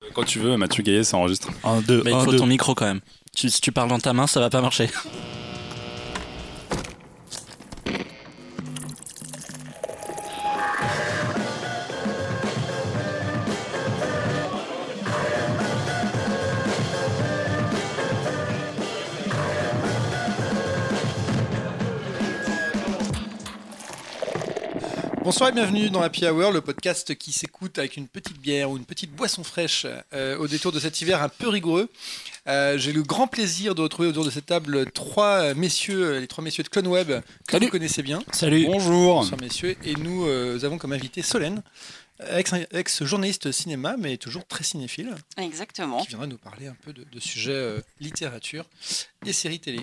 Quand tu veux, Mathieu Gaillet, ça enregistre. Mais il faut ton micro quand même. Si tu parles dans ta main, ça va pas marcher. Bonsoir et bienvenue dans Happy Hour, le podcast qui s'écoute avec une petite bière ou une petite boisson fraîche au détour de cet hiver un peu rigoureux. J'ai le grand plaisir de retrouver autour de cette table les trois messieurs de CloneWeb que vous connaissez bien. Salut. Bonjour. Bonsoir messieurs. Et nous avons comme invité Solène, ex-journaliste cinéma, mais toujours très cinéphile. Exactement. Qui viendra nous parler un peu de sujets littérature et séries télé.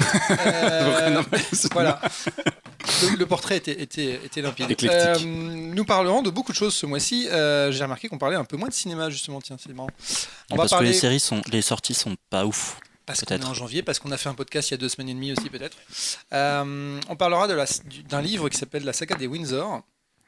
Voilà. Le portrait était limpide. Nous parlerons de beaucoup de choses ce mois-ci. J'ai remarqué qu'on parlait un peu moins de cinéma justement. Tiens, c'est marrant. Parce que les sorties sont pas ouf. Parce qu'on est en janvier, parce qu'on a fait un podcast il y a 2 semaines et demie aussi peut-être. On parlera d'un livre qui s'appelle La saga des Windsor.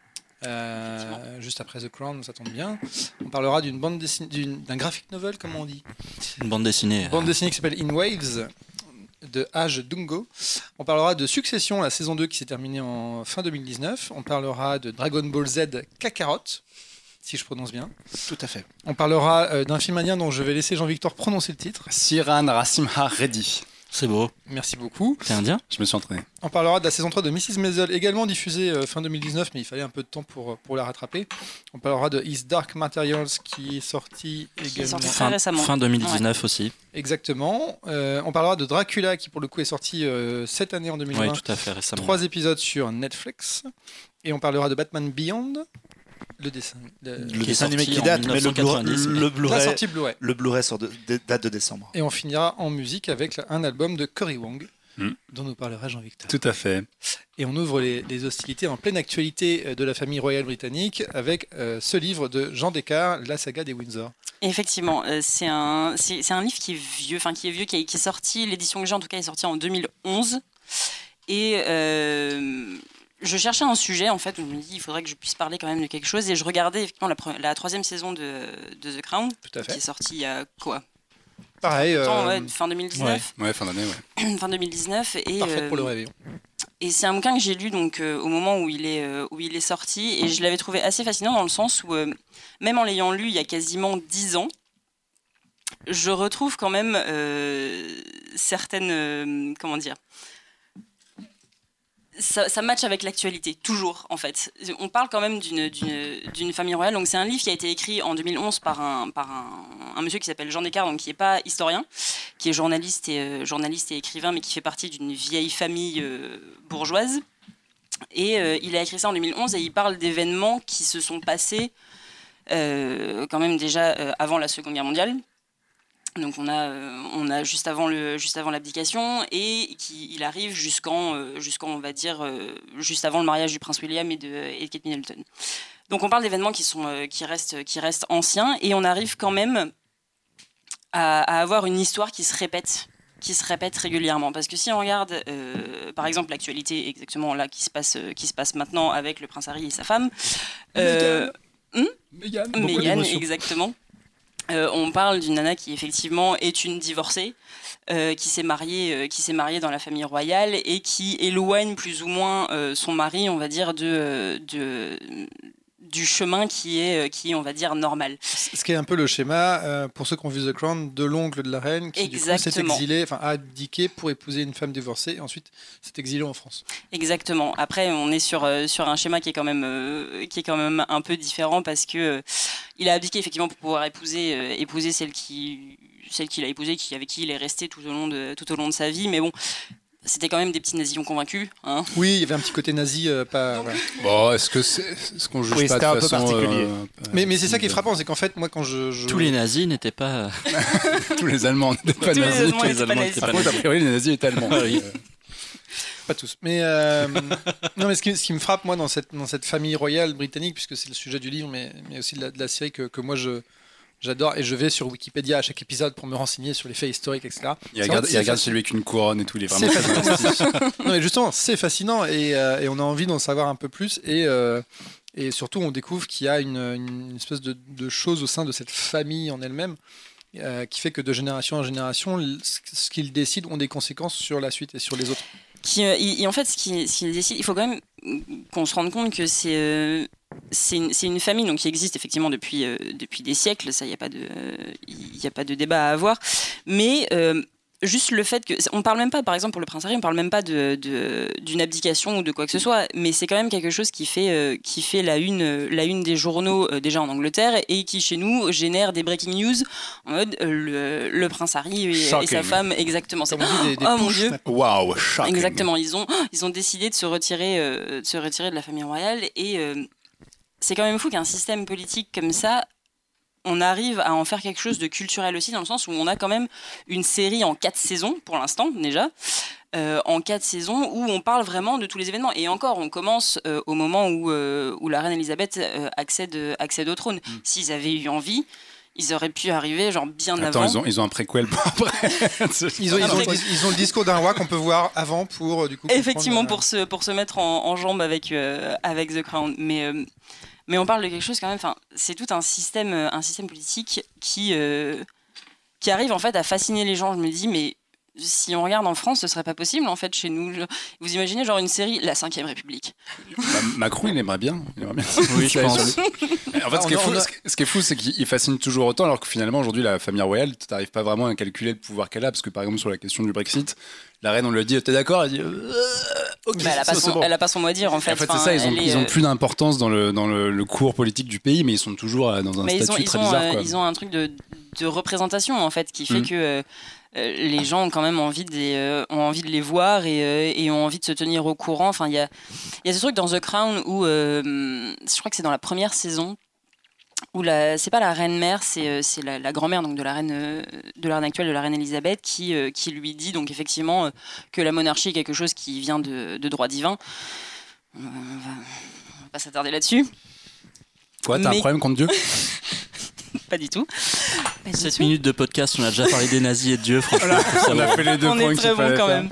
Juste après The Crown, ça tombe bien. On parlera d'une bande dessinée, d'un graphic novel, comment on dit ? Une bande dessinée. Une bande dessinée qui s'appelle In Waves, de Aj Dungo. On parlera de Succession, la saison 2 qui s'est terminée en fin 2019. On parlera de Dragon Ball Z Kakarot, si je prononce bien. Tout à fait. On parlera d'un film indien dont je vais laisser Jean-Victor prononcer le titre. Siran Rasimha Reddy. C'est beau. Merci beaucoup. T'es indien ? Je me suis entraîné. On parlera de la saison 3 de Mrs. Maisel, également diffusée fin 2019, mais il fallait un peu de temps pour la rattraper. On parlera de His Dark Materials, qui est sorti également très récemment. Fin 2019 aussi. Exactement. On parlera de Dracula, qui pour le coup est sorti cette année en 2020. Oui, tout à fait, récemment. 3 épisodes sur Netflix. Et on parlera de Batman Beyond, le dessin animé qui date, mais le Blu-ray, la sortie Blu-ray. Le Blu-ray date de décembre. Et on finira en musique avec un album de Cory Wong, dont nous parlera Jean-Victor. Tout à fait. Et on ouvre les hostilités en pleine actualité de la famille royale britannique avec ce livre de Jean Descartes, La saga des Windsor. Effectivement, c'est un livre qui est sorti, l'édition que j'ai en tout cas est sortie en 2011. Et je cherchais un sujet, en fait, je me dis il faudrait que je puisse parler quand même de quelque chose. Et je regardais effectivement la 3e saison de The Crown, Tout à fait. qui est sortie il y a quoi ? Pareil. Fin 2019. Ouais, fin d'année, ouais. Fin 2019. Et, Parfait pour le réveillon. Et c'est un bouquin que j'ai lu donc, au moment où il est sorti. Et je l'avais trouvé assez fascinant dans le sens où, même en l'ayant lu il y a quasiment 10 ans, je retrouve quand même certaines... comment dire ? Ça match avec l'actualité, toujours en fait. On parle quand même d'une famille royale. Donc c'est un livre qui a été écrit en 2011 par un monsieur qui s'appelle Jean Descartes, donc qui n'est pas historien, qui est journaliste et écrivain, mais qui fait partie d'une vieille famille bourgeoise. Et il a écrit ça en 2011 et il parle d'événements qui se sont passés quand même déjà avant la Seconde Guerre mondiale. Donc on a juste avant l'abdication et il arrive jusqu'en on va dire juste avant le mariage du prince William et de Kate Middleton. Donc on parle d'événements qui restent anciens et on arrive quand même à avoir une histoire qui se répète régulièrement, parce que si on regarde par exemple l'actualité exactement là qui se passe maintenant avec le prince Harry et sa femme, Meghan exactement. On parle d'une nana qui effectivement est une divorcée, qui s'est mariée dans la famille royale et qui éloigne plus ou moins son mari, on va dire, du chemin qui est, on va dire, normal. Ce qui est un peu le schéma, pour ceux qui ont vu The Crown, de l'oncle de la reine qui du coup, s'est exilé, a abdiqué pour épouser une femme divorcée et ensuite s'est exilé en France. Exactement. Après, on est sur un schéma qui est quand même un peu différent parce que il a abdiqué effectivement pour pouvoir épouser celle qu'il a épousée, avec qui il est resté tout au long de sa vie. Mais bon, c'était quand même des petits nazillons convaincus. Hein. Oui, il y avait un petit côté nazi. Voilà. Bon, est-ce qu'on juge pas de un façon peu particulier. Mais c'est ça qui est frappant, c'est qu'en fait, moi, quand je... Tous les nazis n'étaient pas... Tous les Allemands n'étaient pas Tous les nazis. Allemands n'étaient pas nazis. Par contre, a priori, les nazis étaient allemands. Pas tous. Mais, non, mais ce qui me frappe, moi, dans cette famille royale britannique, puisque c'est le sujet du livre, mais aussi de la série que moi, j'adore, et je vais sur Wikipédia à chaque épisode pour me renseigner sur les faits historiques, etc. Il regarde celui avec une couronne et tout, il est vraiment fascinant. Non, mais justement, c'est fascinant et on a envie d'en savoir un peu plus. Et Et surtout, on découvre qu'il y a une espèce de chose au sein de cette famille en elle-même qui fait que de génération en génération, ce qu'ils décident ont des conséquences sur la suite et sur les autres. En fait, ce qu'ils décident, il faut quand même qu'on se rende compte que c'est une famille donc, qui existe effectivement depuis des siècles, ça, il n'y a pas de débat à avoir, mais juste le fait que on parle même pas, par exemple pour le prince Harry, on parle même pas d'une abdication ou de quoi que ce soit, mais c'est quand même quelque chose qui fait la une des journaux déjà en Angleterre et qui chez nous génère des breaking news en mode le prince Harry et sa femme, exactement. Oh mon Dieu, waouh, shocking. Exactement, ils ont décidé de se retirer de la famille royale et c'est quand même fou qu'un système politique comme ça, on arrive à en faire quelque chose de culturel aussi, dans le sens où on a quand même une série en 4 saisons, pour l'instant déjà, en 4 saisons, où on parle vraiment de tous les événements. Et encore, on commence au moment où la reine Elisabeth accède au trône. S'ils avaient eu envie, ils auraient pu arriver bien avant. Ils ont un préquel pour après. Ils ont le discours d'un roi qu'on peut voir avant pour du coup. Effectivement, pour se mettre en jambe avec The Crown. Mais on parle de quelque chose quand même. Enfin, c'est tout un système politique qui arrive en fait à fasciner les gens. Je me dis, mais si on regarde en France, ce serait pas possible en fait chez nous. Vous imaginez une série, la 5e République. Macron, il aimerait bien. Oui, je pense. En fait, ce qui est fou, c'est qu'il fascine toujours autant, alors que finalement, aujourd'hui, la famille royale, tu n'arrives pas vraiment à calculer le pouvoir qu'elle a, parce que par exemple, sur la question du Brexit, la reine, on lui a dit, t'es d'accord? Elle dit, okay, elle a pas son mot à dire en fait. En fait, c'est ça, ils ont plus d'importance dans le cours politique du pays, mais ils sont toujours dans un statut très bizarre. Ils ont un truc de représentation en fait qui fait que les gens ont quand même envie de les voir et ont envie de se tenir au courant. Enfin, il y a ce truc dans The Crown où je crois que c'est dans la première saison où c'est pas la reine-mère, c'est la grand-mère donc de la reine actuelle, de la reine Elisabeth, qui lui dit donc effectivement que la monarchie est quelque chose qui vient de droit divin. On va pas s'attarder là-dessus. Quoi, t'as un problème contre Dieu? Pas du tout. 7 minutes de podcast, on a déjà parlé des nazis et de Dieu, franchement. On a fait les deux points qu'il fallait quand faire. même.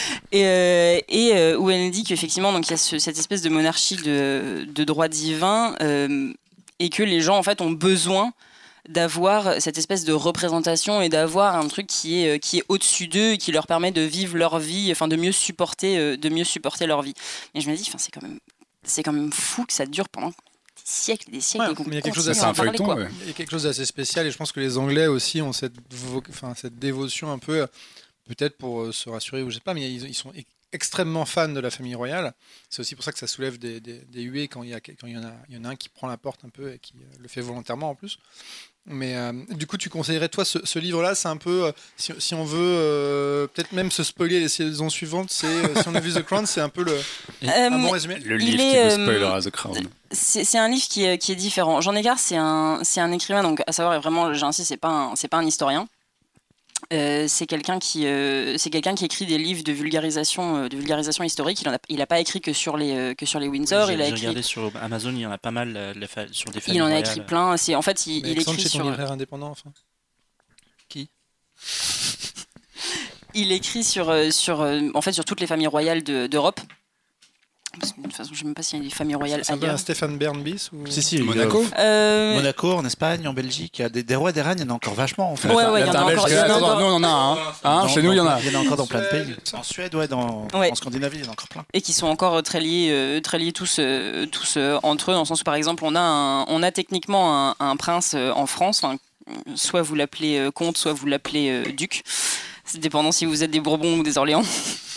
Et où elle dit qu'effectivement, donc il y a cette espèce de monarchie de droit divin et que les gens en fait ont besoin d'avoir cette espèce de représentation et d'avoir un truc qui est au-dessus d'eux et qui leur permet de vivre leur vie, enfin de mieux supporter leur vie. Et je me dis, c'est quand même fou que ça dure pendant des siècles. Mais il y a quelque chose d'assez spécial et je pense que les Anglais aussi ont cette dévotion un peu, peut-être pour se rassurer ou je sais pas, mais ils sont extrêmement fans de la famille royale. C'est aussi pour ça que ça soulève des huées quand il y en a un qui prend la porte un peu et qui le fait volontairement en plus. Mais du coup, tu conseillerais, toi, ce livre-là, c'est un peu, si on veut peut-être même se spoiler les saisons suivantes, si on a vu The Crown, c'est un peu un bon résumé. Le livre qui vous spoilera The Crown. C'est un livre qui est différent. Jean Descartes, c'est un écrivain, donc à savoir, vraiment, j'insiste, c'est pas un historien. C'est quelqu'un qui écrit des livres de vulgarisation historique. Il n'a pas écrit que sur les Windsor. J'ai regardé sur Amazon, il y en a pas mal sur des familles. Il en a royales. écrit plein. Il écrit chez sur ton libraire indépendant, enfin. Qui Il écrit sur toutes les familles royales d'Europe. De toute façon, je ne sais même pas s'il y a des familles royales ailleurs. C'est un Stéphane Bern bis ou... Si, Monaco. Monaco, en Espagne, en Belgique, il y a des rois et des reines, il y en a encore vachement en fait. Ouais, il y en a encore. Nous, on en a un. Chez nous, il y en a. Il y en a encore dans plein de pays. En Suède, en Scandinavie, il y en a encore plein. Et qui sont encore très liés tous entre eux, dans le sens où, par exemple, on a techniquement un prince en France. Soit vous l'appelez comte, soit vous l'appelez duc. C'est dépendant si vous êtes des Bourbons ou des Orléans.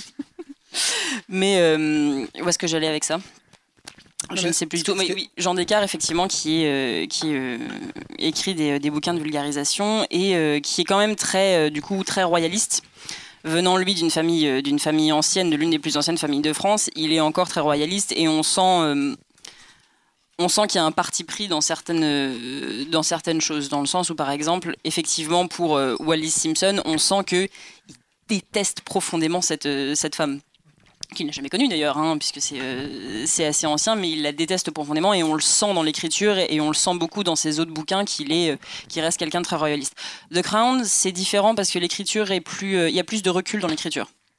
Mais où est-ce que j'allais avec ça? Je ne sais plus du tout. Mais oui, Jean Descartes, effectivement, qui écrit des bouquins de vulgarisation et qui est quand même très royaliste. Venant lui d'une famille ancienne, de l'une des plus anciennes familles de France, il est encore très royaliste et on sent qu'il y a un parti pris dans certaines choses, dans le sens où, par exemple, effectivement, pour Wallis Simpson, on sent qu'il déteste profondément cette femme. Qu'il n'a jamais connue d'ailleurs, puisque c'est assez ancien, mais il la déteste profondément et on le sent dans l'écriture et on le sent beaucoup dans ses autres bouquins qu'il reste quelqu'un de très royaliste. The Crown, c'est différent parce que l'écriture il y a plus de recul dans l'écriture.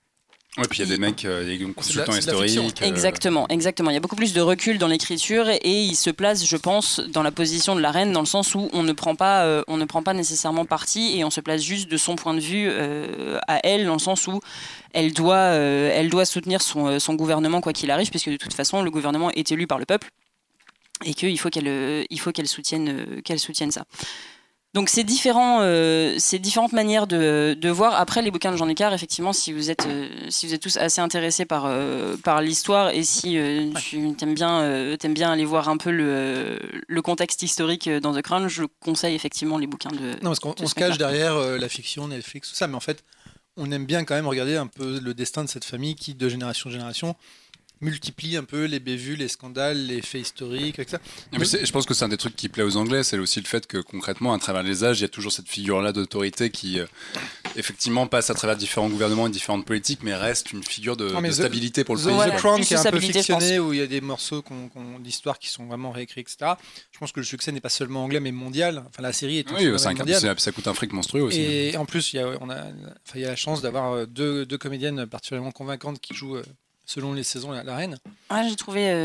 Ouais, puis il y a des mecs, des consultants c'est de la fiction. historiques. Exactement. Il y a beaucoup plus de recul dans l'écriture et il se place, je pense, dans la position de la reine, dans le sens où on ne prend pas nécessairement parti et on se place juste de son point de vue à elle, dans le sens où elle doit soutenir son gouvernement quoi qu'il arrive, puisque de toute façon le gouvernement est élu par le peuple et qu'il faut qu'elle soutienne ça. Donc c'est différentes manières de voir. Après les bouquins de Jean Descartes, effectivement, si vous êtes tous assez intéressés par l'histoire et si tu t'aimes bien aller voir un peu le contexte historique dans The Crown, je conseille effectivement les bouquins de. Non, parce qu'on se cache derrière la fiction, Netflix, tout ça, mais en fait, on aime bien quand même regarder un peu le destin de cette famille qui, de génération en génération, multiplie un peu les bévues, les scandales, les faits historiques, etc. Mais je pense que c'est un des trucs qui plaît aux Anglais, c'est aussi le fait que concrètement, à travers les âges, il y a toujours cette figure-là d'autorité qui, effectivement, passe à travers différents gouvernements et différentes politiques, mais reste une figure de stabilité pour le pays. The Crown, qui est un peu fictionné, où il y a des morceaux d'histoire qui sont vraiment réécrits, etc. Je pense que le succès n'est pas seulement anglais, mais mondial. Enfin, la série est mondiale. Ça coûte un fric monstrueux aussi. Et en plus, il y a la chance d'avoir deux comédiennes particulièrement convaincantes qui jouent selon les saisons, la reine. Ah, j'ai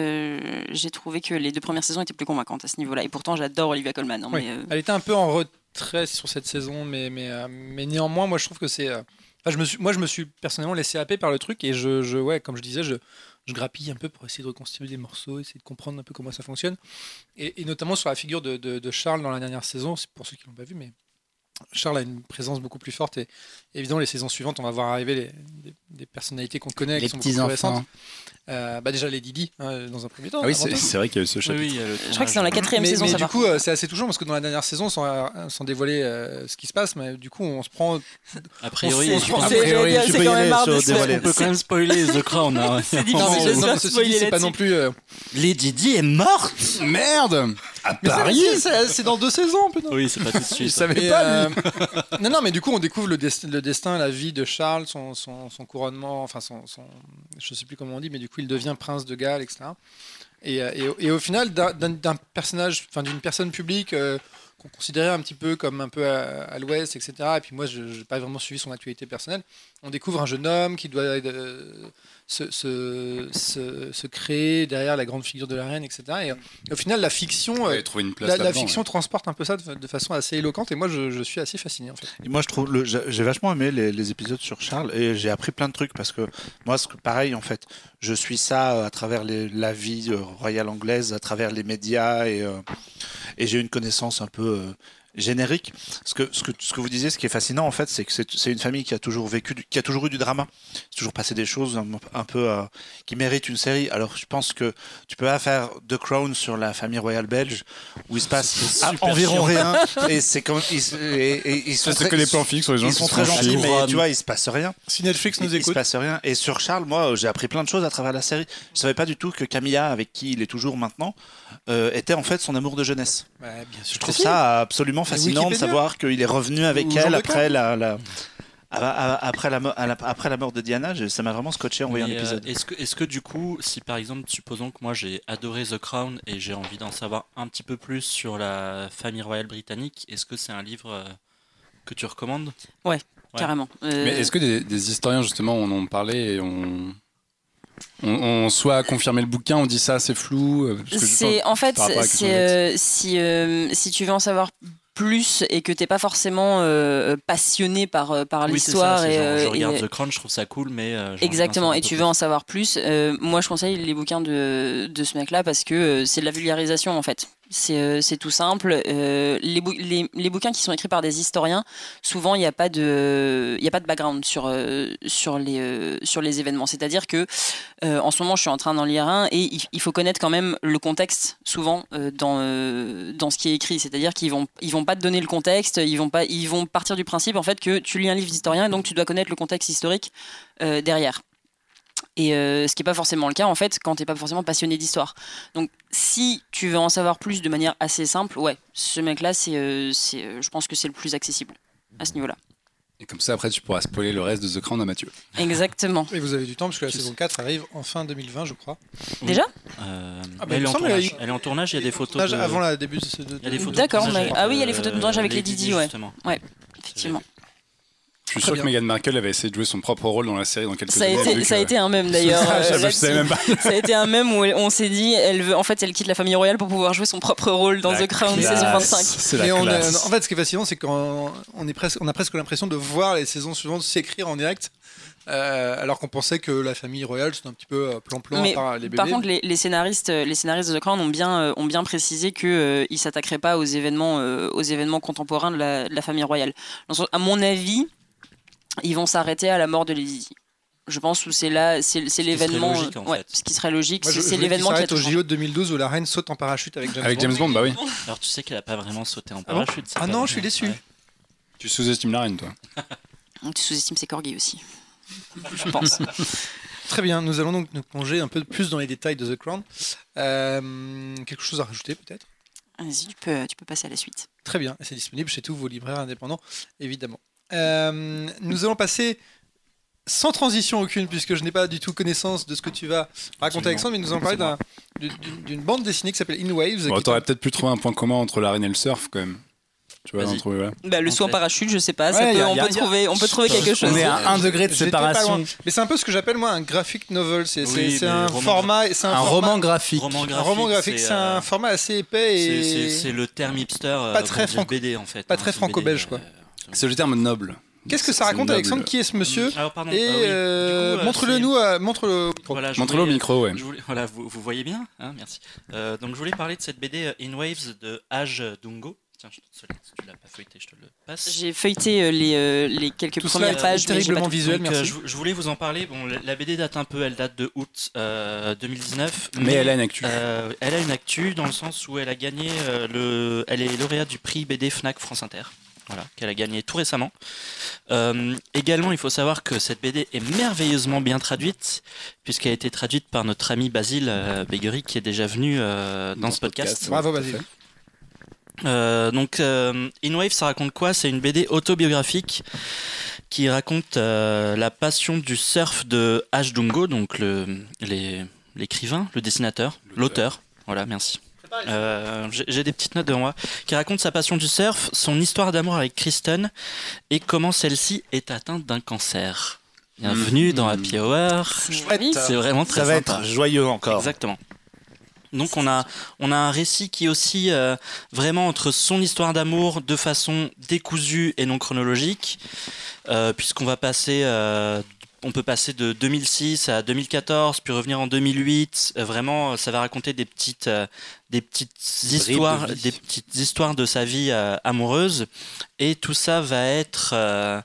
trouvé que les 2 premières saisons étaient plus convaincantes à ce niveau-là. Et pourtant, j'adore Olivia Colman. Hein, oui. Elle était un peu en retrait sur cette saison, mais néanmoins, moi, je trouve que c'est... je me suis personnellement laissé happer par le truc et comme je disais, je grappille un peu pour essayer de reconstituer des morceaux, essayer de comprendre un peu comment ça fonctionne. Et notamment sur la figure de Charles dans la dernière saison, c'est pour ceux qui ne l'ont pas vu, mais Charles a une présence beaucoup plus forte et évidemment les saisons suivantes on va voir arriver des personnalités qu'on connaît qui sont beaucoup plus récentes. Déjà les Didi dans un premier temps. Ah oui, c'est vrai qu'il y a eu ce chapitre. Oui, je crois que c'est dans la 4e saison. Mais du coup c'est assez touchant parce que dans la dernière saison sans dévoiler ce qui se passe, mais du coup on se prend a priori c'est quand même marre de on peut quand même spoiler The Crown. Hein. C'est difficile de ceci dit, c'est pas non plus Lady Di est morte. Merde. À Paris, c'est dans 2 saisons. Oui, c'est pas tout de suite. Je savais pas. Non, mais du coup, on découvre le destin, la vie de Charles, son couronnement, enfin je sais plus comment on dit, mais du coup, il devient prince de Galles, etc. Et au final, d'un personnage, enfin d'une personne publique qu'on considérait un petit peu comme un peu à l'ouest, etc. Et puis moi, je n'ai pas vraiment suivi son actualité personnelle. On découvre un jeune homme qui doit se créer derrière la grande figure de la reine, etc. Et au final, la fiction, transporte un peu ça de façon assez éloquente. Et moi, je suis assez fasciné, en fait. Et moi, je trouve, j'ai vachement aimé les épisodes sur Charles et j'ai appris plein de trucs parce que moi, pareil, en fait, je suis ça à travers la vie royale anglaise, à travers les médias et j'ai une connaissance un peu générique. Ce que vous disiez, ce qui est fascinant en fait, c'est que c'est une famille qui a toujours vécu, qui a toujours eu du drama. C'est toujours passé des choses un peu qui méritent une série. Alors je pense que tu peux faire The Crown sur la famille royale belge où il se passe environ rien et c'est comme ils sont que les plans fixes sur les gens. Ils sont très gentils, mais tu vois, il se passe rien. Si Netflix nous écoute, il se passe rien. Et sur Charles, moi, j'ai appris plein de choses à travers la série. Je savais pas du tout que Camilla, avec qui il est toujours maintenant, était en fait son amour de jeunesse. Ouais, bien sûr. Je trouve ça absolument fascinant de savoir qu'il est revenu avec elle après après la mort de Diana. Ça m'a vraiment scotché en voyant l'épisode. Est-ce que du coup, si par exemple, supposons que moi j'ai adoré The Crown et j'ai envie d'en savoir un petit peu plus sur la famille royale britannique, est-ce que c'est un livre que tu recommandes ? Ouais, carrément. Mais est-ce que des historiens justement en ont parlé et on soit confirmé le bouquin, on dit ça, c'est flou. En fait, si tu veux en savoir plus et que t'es pas forcément passionné par l'histoire je regarde The Crown, je trouve ça cool, mais exactement, et tu veux en savoir plus, moi je conseille les bouquins de ce mec là parce que c'est de la vulgarisation en fait. C'est tout simple. Les bouquins qui sont écrits par des historiens, souvent il n'y a pas de background sur les événements. C'est-à-dire que en ce moment je suis en train d'en lire un et il faut connaître quand même le contexte souvent dans ce qui est écrit. C'est-à-dire qu'ils vont pas te donner le contexte, ils vont partir du principe en fait que tu lis un livre d'historien et donc tu dois connaître le contexte historique derrière. Et ce qui n'est pas forcément le cas en fait quand tu n'es pas forcément passionné d'histoire. Donc si tu veux en savoir plus de manière assez simple, ouais, ce mec là je pense que c'est le plus accessible à ce niveau là. Et comme ça après tu pourras spoiler le reste de The Crown à Mathieu. Exactement. Et vous avez du temps parce que la saison 4 arrive en fin 2020 je crois. Déjà elle est en tournage, il y a des photos avant le début de... D'accord, ah oui il y a les photos de tournage avec les Didi, ouais. Ouais, effectivement. suis sûr que Meghan Markle avait essayé de jouer son propre rôle dans la série dans quelques Ça années. a été un mème d'ailleurs. Je savais même pas. Ça a été un mème où on s'est dit, elle quitte la famille royale pour pouvoir jouer son propre rôle dans The Crown saison 25. C'est la classe. En fait, ce qui est fascinant, c'est qu'on a presque l'impression de voir les saisons suivantes s'écrire en direct. Alors qu'on pensait que la famille royale c'était un petit peu plan-plan à part les bébés. Par contre, les scénaristes de The Crown ont bien précisé qu'ils ne s'attaqueraient pas aux événements contemporains de la famille royale. À mon avis, ils vont s'arrêter à la mort de Lady Di. Je pense que c'est l'événement. Ce qui serait logique. C'est l'événement qui s'arrête au JO de 2012 où la reine saute en parachute avec James Bond. Bah oui. Alors tu sais qu'elle a pas vraiment sauté en parachute. Ah non, je suis déçu. Ouais. Tu sous-estimes la reine, toi. Tu sous-estimes ses corgis aussi. Je pense. Très bien, nous allons donc nous plonger un peu plus dans les détails de The Crown. Quelque chose à rajouter peut-être ? Vas-y, tu peux passer à la suite. Très bien, c'est disponible chez tous vos libraires indépendants, évidemment. Nous allons passer sans transition aucune, puisque je n'ai pas du tout connaissance de ce que tu vas raconter, Alexandre, mais nous allons parler d'une bande dessinée qui s'appelle In Waves. Bon, t'aurais peut-être pu trouver un point commun entre la reine et le surf quand même. Tu vois, le saut en parachute, je sais pas, on peut trouver quelque chose. On est à 1 degré de séparation. Mais c'est un peu ce que j'appelle moi un graphic novel. C'est un roman graphique. Un roman graphique, c'est un format assez épais et c'est le terme hipster. Pas très BD en fait. Pas très franco-belge quoi. C'est le terme noble. Qu'est-ce que ça raconte, Alexandre ? Qui est ce monsieur ? Alors, pardon. Montre-le nous, montre-le. Montre-le au micro, ouais. Voilà, vous voyez bien, hein, merci. Donc je voulais parler de cette BD In Waves de Aj Dungo. Tiens, si tu l'as pas feuilleté, je te le passe. J'ai feuilleté les quelques premières pages. Terriblement visuel, merci. Je voulais vous en parler. Bon, la BD date un peu, elle date de août 2019. Mais elle a une actu. Elle a une actu dans le sens où elle a gagné elle est lauréate du prix BD Fnac France Inter. Voilà, qu'elle a gagné tout récemment. Également, il faut savoir que cette BD est merveilleusement bien traduite, puisqu'elle a été traduite par notre ami Basile Béguery, qui est déjà venu dans ce podcast. Bravo Basile. Donc, In Wave, ça raconte quoi ? C'est une BD autobiographique qui raconte la passion du surf de Aj Dungo, donc l'écrivain, le dessinateur, l'auteur. Voilà, merci. J'ai des petites notes devant moi, qui raconte sa passion du surf, son histoire d'amour avec Kristen et comment celle-ci est atteinte d'un cancer. Bienvenue dans Happy Hour. C'est vraiment très sympa. Ça va être joyeux encore. Exactement. Donc on a un récit qui est aussi vraiment entre son histoire d'amour de façon décousue et non chronologique, puisqu'on va passer... on peut passer de 2006 à 2014, puis revenir en 2008. Vraiment, ça va raconter des petites histoires de sa vie amoureuse. Et tout ça va être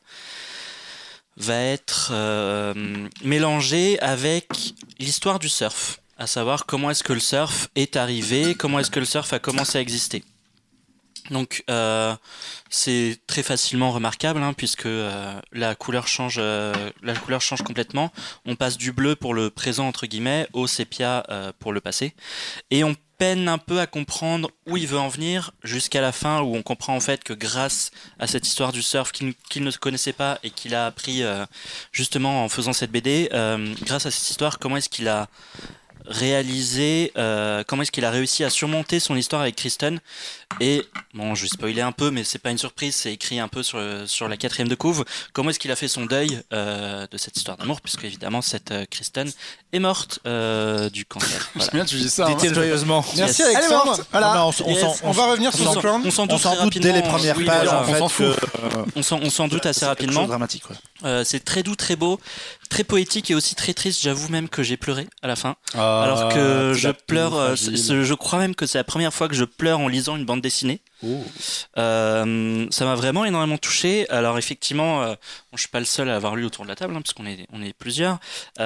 mélangé avec l'histoire du surf. À savoir comment est-ce que le surf est arrivé, comment est-ce que le surf a commencé à exister. Donc c'est très facilement remarquable puisque la couleur change complètement. On passe du bleu pour le présent entre guillemets au sépia pour le passé, et on peine un peu à comprendre où il veut en venir jusqu'à la fin où on comprend en fait que grâce à cette histoire du surf qu'il ne connaissait pas et qu'il a appris justement en faisant cette BD, grâce à cette histoire, comment est-ce qu'il a réalisé, comment est-ce qu'il a réussi à surmonter son histoire avec Kristen. Et bon, je vais spoiler un peu, mais c'est pas une surprise, c'est écrit un peu sur la 4e de couve. Comment est-ce qu'il a fait son deuil de cette histoire d'amour, puisque évidemment cette Kristen est morte du cancer. Voilà. C'est bien, tu dis ça. Dit-il joyeusement. Merci Alexandre. Voilà. On va revenir sur The Crown. On s'en doute dès les premières pages. On s'en doute assez rapidement. Dramatique, c'est très doux, très beau, très poétique et aussi très triste. J'avoue même que j'ai pleuré à la fin. Alors que je pleure, je crois même que c'est la première fois que je pleure en lisant une bande dessinée. Ça m'a vraiment énormément touché. Alors effectivement, je suis pas le seul à avoir lu autour de la table, parce qu'on est plusieurs.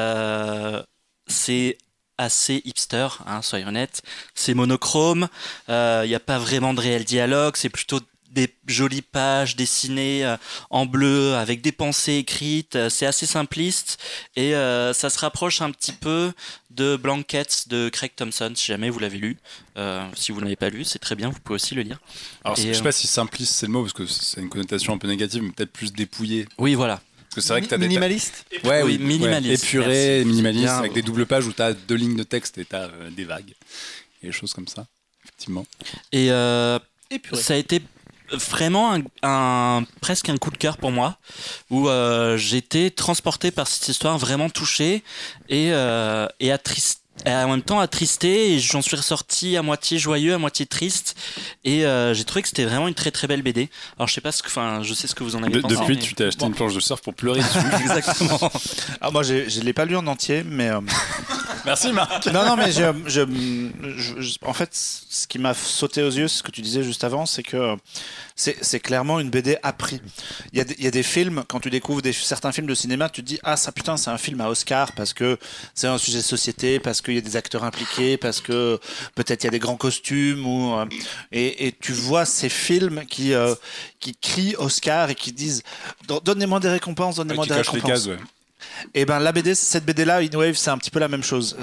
C'est assez hipster, soyons honnêtes. C'est monochrome. Il n'y a pas vraiment de réel dialogue. C'est plutôt des jolies pages dessinées en bleu avec des pensées écrites. C'est assez simpliste et ça se rapproche un petit peu de Blankets de Craig Thompson, si jamais vous l'avez lu. Si vous ne l'avez pas lu, c'est très bien, vous pouvez aussi le lire. Alors, je ne sais pas si simpliste c'est le mot, parce que c'est une connotation un peu négative, mais peut-être plus dépouillé. Oui, voilà. Parce que c'est vrai que t'as minimaliste. Oui, minimaliste. Épuré, minimaliste, bien, avec des doubles pages où tu as 2 lignes de texte et tu as des vagues. Et des choses comme ça, effectivement. Et ça a été vraiment presque un coup de cœur pour moi, où j'étais transporté par cette histoire, vraiment touché et en même temps attristé, et j'en suis ressorti à moitié joyeux, à moitié triste, et j'ai trouvé que c'était vraiment une très très belle BD. Alors je sais ce que vous en avez pensé. Depuis, tu t'es acheté une planche de surf pour pleurer dessus. Exactement. Ah, moi, je l'ai pas lu en entier, mais. Merci Marc. Non, mais en fait, ce qui m'a sauté aux yeux, c'est ce que tu disais juste avant, c'est que c'est clairement une BD à prix. Il y a des films, quand tu découvres certains films de cinéma, tu te dis ah ça putain c'est un film à Oscar parce que c'est un sujet de société, parce qu'il y a des acteurs impliqués, parce que peut-être il y a des grands costumes et tu vois ces films qui crient Oscar et qui disent donnez-moi des récompenses, donnez-moi des récompenses. Les cases, ouais. Et ben cette BD là, In Waves, c'est un petit peu la même chose.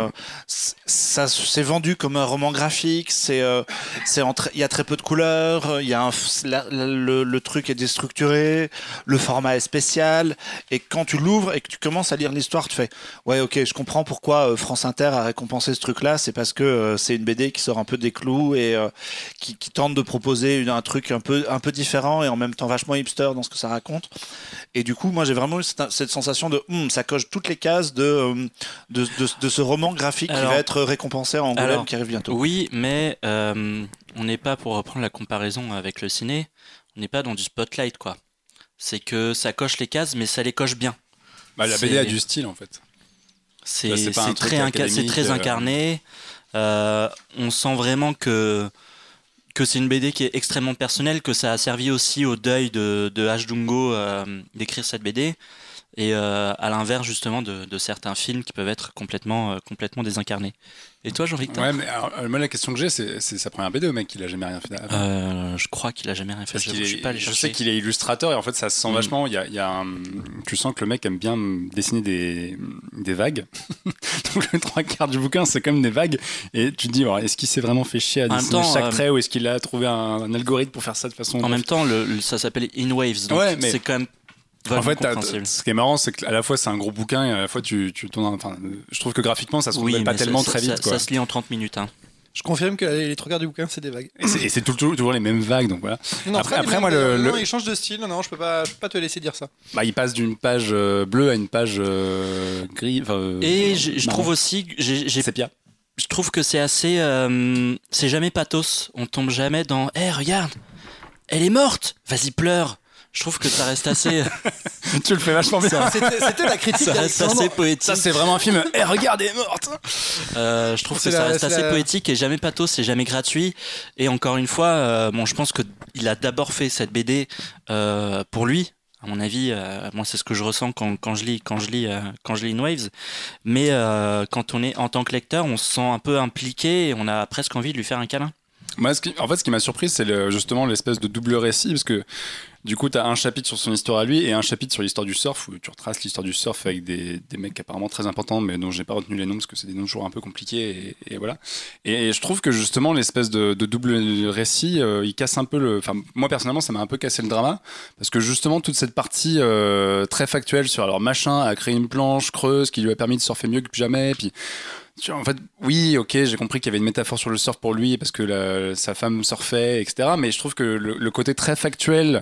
Ça c'est vendu comme un roman graphique. Il y a très peu de couleurs. Il y a le truc est déstructuré. Le format est spécial. Et quand tu l'ouvres et que tu commences à lire l'histoire, tu fais ouais ok, je comprends pourquoi France Inter a récompensé ce truc là. C'est parce que c'est une BD qui sort un peu des clous et qui tente de proposer un truc un peu différent et en même temps vachement hipster dans ce que ça raconte. Et du coup, moi j'ai vraiment eu cette sensation de ça coche toutes les cases de ce roman graphique qui va être récompensé à Angoulême qui arrive bientôt. Oui, mais on n'est pas, pour reprendre la comparaison avec le ciné, on n'est pas dans du spotlight quoi. C'est que ça coche les cases, mais ça les coche bien. La BD a du style en fait. C'est très incarné. On sent vraiment que c'est une BD qui est extrêmement personnelle, que ça a servi aussi au deuil de H. Dungo d'écrire cette BD. Et à l'inverse justement de certains films qui peuvent être complètement désincarnés. Et toi, Jean-Victor ? Ouais, mais alors, moi la question que j'ai, c'est sa première BD au mec, il a jamais rien fait avant. Je crois qu'il a jamais rien fait. Je sais qu'il est illustrateur et en fait ça se sent vachement. Tu sens que le mec aime bien dessiner des vagues. Donc le 3/4 du bouquin c'est comme des vagues et tu te dis est-ce qu'il s'est vraiment fait chier à dessiner chaque trait ou est-ce qu'il a trouvé un algorithme pour faire ça de façon. En même temps, ça s'appelle In Waves, donc c'est quand même. En fait, ce qui est marrant, c'est qu'à la fois c'est un gros bouquin et à la fois tu tournes. Enfin, je trouve que graphiquement ça se renouvelle pas tellement très vite. Ça se lit en 30 minutes. Hein. Je confirme que les 3/4 du bouquin c'est des vagues. Et c'est toujours les mêmes vagues, donc voilà. Non, après moi non, il change de style. Non, je peux pas te laisser dire ça. Il passe d'une page bleue à une page gris. Et je trouve aussi, sépia. Je trouve que c'est assez, c'est jamais pathos. On tombe jamais dans, regarde, elle est morte. Vas-y pleure. Je trouve que ça reste assez. Tu le fais vachement bien. C'était la critique. Ça reste assez poétique. Ça, c'est vraiment un film. Regarde, elle est morte. Je trouve que ça reste assez poétique et jamais pathos, c'est jamais gratuit. Et encore une fois, je pense qu'il a d'abord fait cette BD pour lui. À mon avis, moi, c'est ce que je ressens quand je lis In Waves. Mais quand on est en tant que lecteur, on se sent un peu impliqué et on a presque envie de lui faire un câlin. Moi, ce qui m'a surpris, c'est justement l'espèce de double récit, parce que du coup, tu as un chapitre sur son histoire à lui et un chapitre sur l'histoire du surf, où tu retraces l'histoire du surf avec des mecs apparemment très importants, mais dont j'ai pas retenu les noms, parce que c'est des noms toujours un peu compliqués, et voilà. Et je trouve que justement, l'espèce de double récit, il casse un peu moi, personnellement, ça m'a un peu cassé le drama, parce que justement, toute cette partie très factuelle sur alors machin a créé une planche creuse qui lui a permis de surfer mieux que jamais, puis... En fait, oui, ok, j'ai compris qu'il y avait une métaphore sur le surf pour lui parce que sa femme surfait, etc. Mais je trouve que le côté très factuel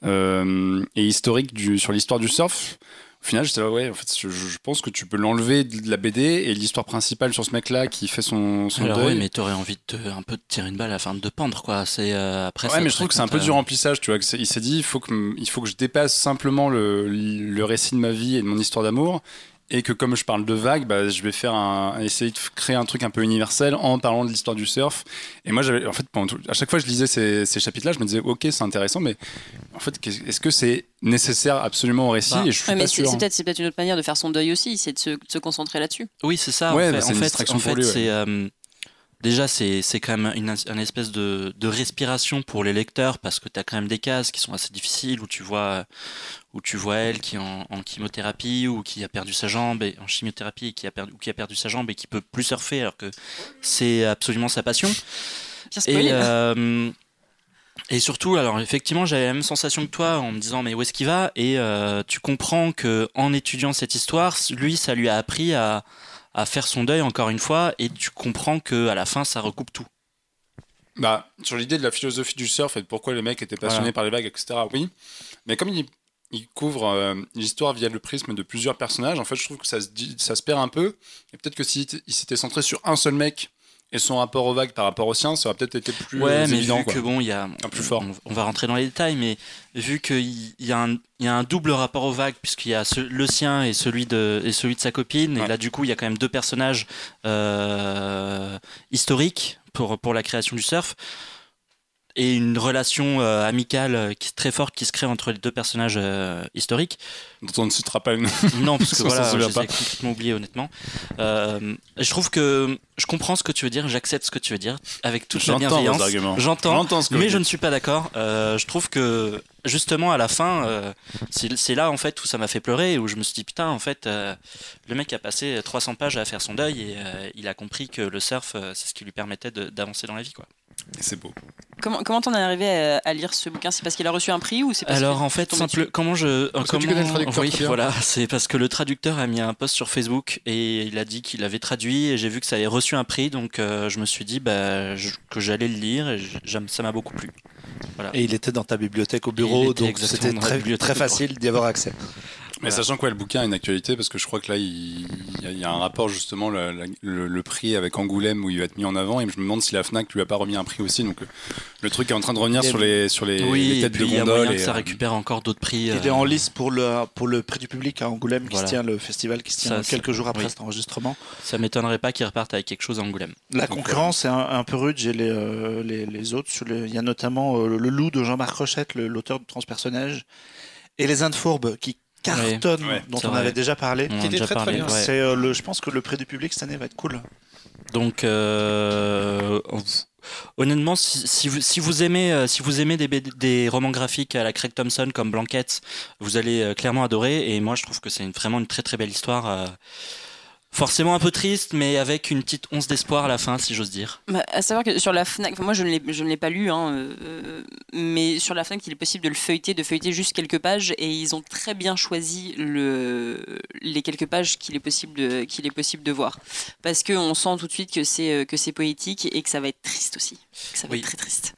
et historique sur l'histoire du surf, au final, j'étais là, en fait, je pense que tu peux l'enlever de la BD et l'histoire principale sur ce mec-là qui fait son alors deuil. Oui, mais t'aurais envie un peu de tirer une balle afin de pendre, quoi. C'est après. Ouais, mais je trouve que c'est un peu du remplissage, tu vois. Il s'est dit, il faut que je dépasse simplement le récit de ma vie et de mon histoire d'amour. Et que comme je parle de vagues, je vais essayer de créer un truc un peu universel en parlant de l'histoire du surf. Et moi, en fait, à chaque fois que je lisais ces chapitres-là, je me disais, ok, c'est intéressant, mais en fait, est-ce que c'est nécessaire absolument au récit ? Et je suis pas sûr. C'est peut-être une autre manière de faire son deuil aussi, c'est de se concentrer là-dessus. Oui, c'est ça. Ouais, en fait, c'est déjà, c'est quand même une espèce de respiration pour les lecteurs parce que tu as quand même des cases qui sont assez difficiles où tu vois elle qui est en chimiothérapie ou qui a perdu sa jambe en chimiothérapie et qui a perdu sa jambe et qui peut plus surfer alors que c'est absolument sa passion. Bien spoilé. Et surtout, alors effectivement, j'avais la même sensation que toi en me disant mais où est-ce qu'il va ? Et tu comprends que en étudiant cette histoire, lui, ça lui a appris à faire son deuil encore une fois et tu comprends que à la fin ça recoupe tout. Sur l'idée de la philosophie du surf et de pourquoi les mecs étaient passionnés par les vagues, etc., oui. Mais comme il couvre l'histoire via le prisme de plusieurs personnages, en fait, je trouve que ça se perd un peu. Et peut-être que s'il s'était centré sur un seul mec et son rapport aux vagues par rapport aux siens, ça aurait peut-être été plus évident. Vu que bon, il y a un plus fort. On va rentrer dans les détails, mais vu qu'il y a un double rapport aux vagues, puisqu'il y a le sien et celui de sa copine, et là du coup il y a quand même deux personnages historiques pour la création du surf. Et une relation amicale très forte qui se crée entre les deux personnages historiques. Dont on ne citera pas une. Non, parce que voilà, je les ai complètement oubliés, honnêtement. Je trouve que je comprends ce que tu veux dire, j'accepte ce que tu veux dire, avec toute la bienveillance. J'entends, mais je ne suis pas d'accord. Je trouve que, justement, à la fin, c'est là, en fait, où ça m'a fait pleurer, où je me suis dit, putain, en fait, le mec a passé 300 pages à faire son deuil, et il a compris que le surf, c'est ce qui lui permettait d'avancer dans la vie, quoi. Et c'est beau. Comment t'en es arrivé à lire ce bouquin ? C'est parce qu'il a reçu un prix ou c'est parce Alors en fait, comment tu connais le traducteur ? Oui, voilà, c'est parce que le traducteur a mis un post sur Facebook et il a dit qu'il avait traduit et j'ai vu que ça avait reçu un prix, donc je me suis dit que j'allais le lire et ça m'a beaucoup plu. Voilà. Et il était dans ta bibliothèque au bureau, donc c'était très facile d'y avoir accès. Mais sachant que le bouquin a une actualité, parce que je crois que là, il y a un rapport justement, le prix avec Angoulême où il va être mis en avant, et je me demande si la FNAC lui a pas remis un prix aussi. Donc le truc est en train de revenir sur les têtes de gondole. Il y a moyen que ça récupère encore d'autres prix. Il est en lice pour le prix du public à Angoulême, qui se tient, le festival qui se tient quelques jours après cet enregistrement. Ça m'étonnerait pas qu'il reparte avec quelque chose à Angoulême. La concurrence est un peu rude. J'ai les autres. Il y a notamment Le Loup de Jean-Marc Rochette, l'auteur de Transpersonnage, et Les Indes Fourbes, qui cartonne, dont on avait déjà parlé, qui était très bien. Je pense que le prix du public cette année va être cool. Donc honnêtement, si vous aimez des romans graphiques à la Craig Thompson comme Blanket, vous allez clairement adorer. Et moi, je trouve que c'est vraiment une très très belle histoire. Forcément un peu triste, mais avec une petite once d'espoir à la fin, si j'ose dire. À savoir que sur la FNAC, moi je ne l'ai pas lu, mais sur la FNAC, il est possible de feuilleter juste quelques pages, et ils ont très bien choisi les quelques pages qu'il est possible de voir. Parce qu'on sent tout de suite que c'est poétique et que ça va être triste aussi. Que ça va être très triste.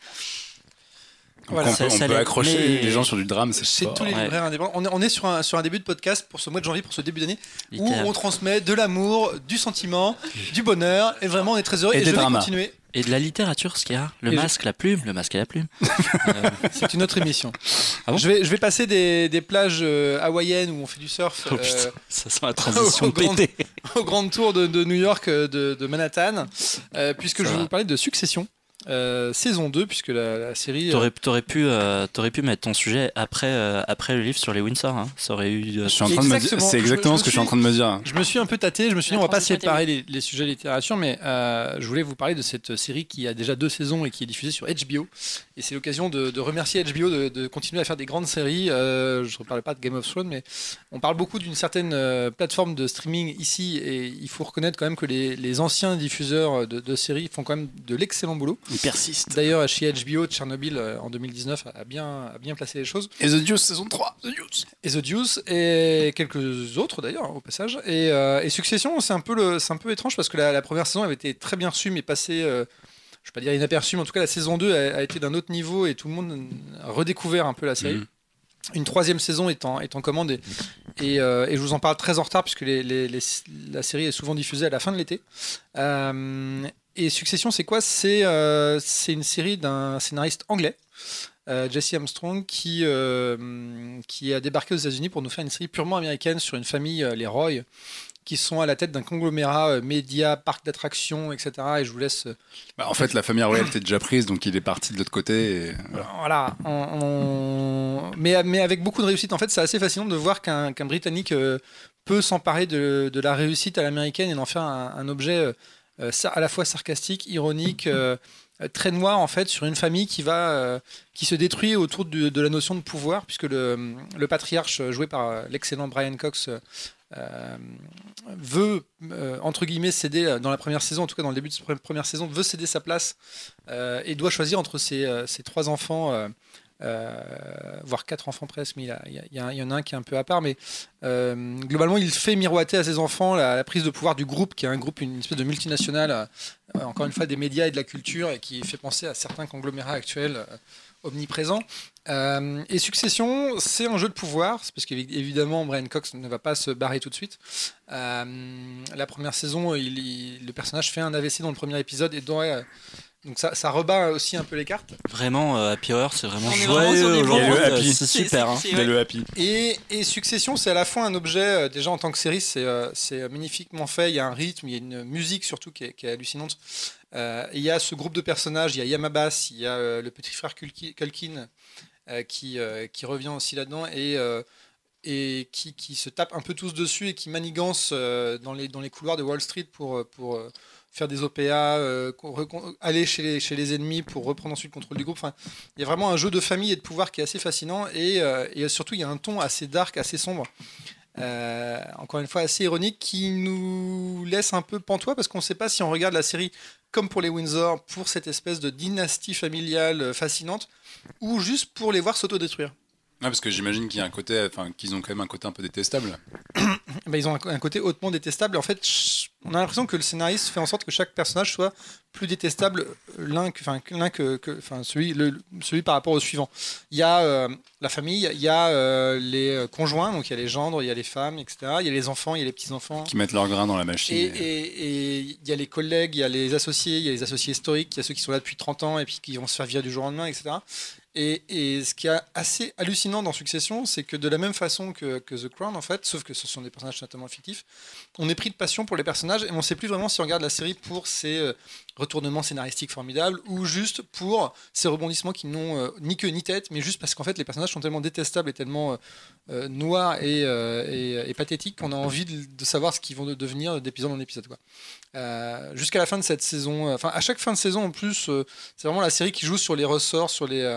Voilà. On peut accrocher les gens sur du drame. C'est tous les libraires indépendants. On est sur un début de podcast pour ce mois de janvier, pour ce début d'année, où on transmet de l'amour, du sentiment, du bonheur, et vraiment on est très heureux. Et je vais continuer. Et de la littérature, ce qu'il y a. Le masque et la plume. C'est une autre émission. Ah bon, je vais passer des plages hawaïennes où on fait du surf. Ça sent la transition pétée. Au Grand Tour de New York, de Manhattan, puisque je vais vous parler de Succession. Saison 2, puisque la série. T'aurais pu mettre ton sujet après le livre sur les Windsor. Hein. Ça aurait eu. C'est exactement ce que je suis en train de me dire. Je me suis un peu tâté. Je me suis dit, on va pas séparer les sujets de littérature, mais je voulais vous parler de cette série qui a déjà 2 saisons et qui est diffusée sur HBO. Et c'est l'occasion de remercier HBO de continuer à faire des grandes séries. Je ne parle pas de Game of Thrones, mais on parle beaucoup d'une certaine plateforme de streaming ici. Et il faut reconnaître quand même que les anciens diffuseurs de séries font quand même de l'excellent boulot. Il persiste. D'ailleurs, chez HBO, Tchernobyl, en 2019, a bien placé les choses. Et The Deuce, saison 3. The Deuce, et quelques autres d'ailleurs, au passage. Et Succession, c'est un peu étrange parce que la première saison avait été très bien reçue, mais passée, je ne vais pas dire inaperçue, mais en tout cas, la saison 2 a été d'un autre niveau et tout le monde a redécouvert un peu la série. Une 3e saison est en commande et je vous en parle très en retard puisque la série est souvent diffusée à la fin de l'été. Et Succession, c'est quoi ? C'est une série d'un scénariste anglais, Jesse Armstrong, qui a débarqué aux États-Unis pour nous faire une série purement américaine sur une famille, les Roy, qui sont à la tête d'un conglomérat médias, parcs d'attractions, etc. Et je vous laisse... en fait, la famille royale était déjà prise, donc il est parti de l'autre côté. Et... Voilà. Mais avec beaucoup de réussite. En fait, c'est assez fascinant de voir qu'un Britannique peut s'emparer de la réussite à l'américaine et d'en faire un objet à la fois sarcastique, ironique, très noir, en fait, sur une famille qui se détruit autour de la notion de pouvoir, puisque le patriarche, joué par l'excellent Brian Cox, veut, entre guillemets, céder, dans la première saison, en tout cas dans le début de cette première saison, veut céder sa place et doit choisir entre ses 3 enfants, voire 4 enfants presque, mais il y en a un qui est un peu à part, mais globalement il fait miroiter à ses enfants la prise de pouvoir du groupe, qui est un groupe, une espèce de multinationale encore une fois, des médias et de la culture, et qui fait penser à certains conglomérats actuels omniprésents. Et Succession, c'est un jeu de pouvoir, c'est parce qu'évidemment, Brian Cox ne va pas se barrer tout de suite. La première saison, le personnage fait un AVC dans le premier épisode, et donc ça rebat aussi un peu les cartes. Vraiment, Happy Hour, c'est vraiment joyeux aujourd'hui. C'est super. Il y a le happy. Et Succession, c'est à la fois un objet, déjà en tant que série, c'est magnifiquement fait. Il y a un rythme, il y a une musique surtout qui est hallucinante. Il y a ce groupe de personnages, il y a Yamabas, il y a le petit frère Culkin qui revient aussi là-dedans et qui se tape un peu tous dessus et qui manigance dans les couloirs de Wall Street pour faire des OPA, aller chez les ennemis pour reprendre ensuite le contrôle du groupe. Enfin, il y a vraiment un jeu de famille et de pouvoir qui est assez fascinant et surtout il y a un ton assez dark, assez sombre. Encore une fois assez ironique qui nous laisse un peu pantois parce qu'on ne sait pas si on regarde la série comme pour les Windsor pour cette espèce de dynastie familiale fascinante ou juste pour les voir s'autodétruire. Ouais, parce que j'imagine qu'il y a un côté, qu'ils ont quand même un côté un peu détestable. Ils ont un côté hautement détestable. En fait, on a l'impression que le scénariste fait en sorte que chaque personnage soit plus détestable celui par rapport au suivant. Il y a la famille, il y a les conjoints, donc il y a les gendres, il y a les femmes, etc. Il y a les enfants, il y a les petits-enfants. Qui mettent leur grain dans la machine. Et il y a les collègues, il y a les associés, il y a les associés historiques, il y a ceux qui sont là depuis 30 ans et puis qui vont se faire virer du jour au lendemain, etc. Et ce qui est assez hallucinant dans Succession, c'est que de la même façon que The Crown, en fait, sauf que ce sont des personnages totalement fictifs, on est pris de passion pour les personnages et on ne sait plus vraiment si on regarde la série pour ses retournements scénaristiques formidables ou juste pour ces rebondissements qui n'ont ni queue ni tête, mais juste parce qu'en fait les personnages sont tellement détestables et tellement noirs et pathétiques qu'on a envie de savoir ce qu'ils vont devenir d'épisode en épisode, quoi. Jusqu'à la fin de cette saison, à chaque fin de saison en plus, c'est vraiment la série qui joue sur les ressorts, sur les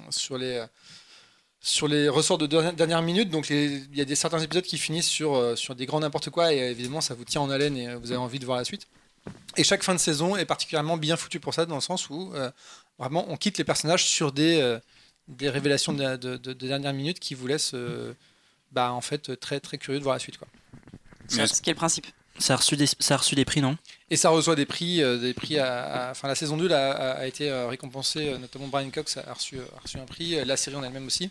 ressorts de dernière minute. Donc il y a certains épisodes qui finissent sur des grands n'importe quoi et évidemment ça vous tient en haleine et vous avez envie de voir la suite. Et chaque fin de saison est particulièrement bien foutue pour ça, dans le sens où vraiment on quitte les personnages sur des révélations de dernière minute qui vous laissent en fait très très curieux de voir la suite, quoi. C'est ce qui est le principe. Ça a reçu des prix, non ? Et ça reçoit des prix la saison 2 a été récompensée, notamment Brian Cox a reçu un prix, la série en elle-même aussi.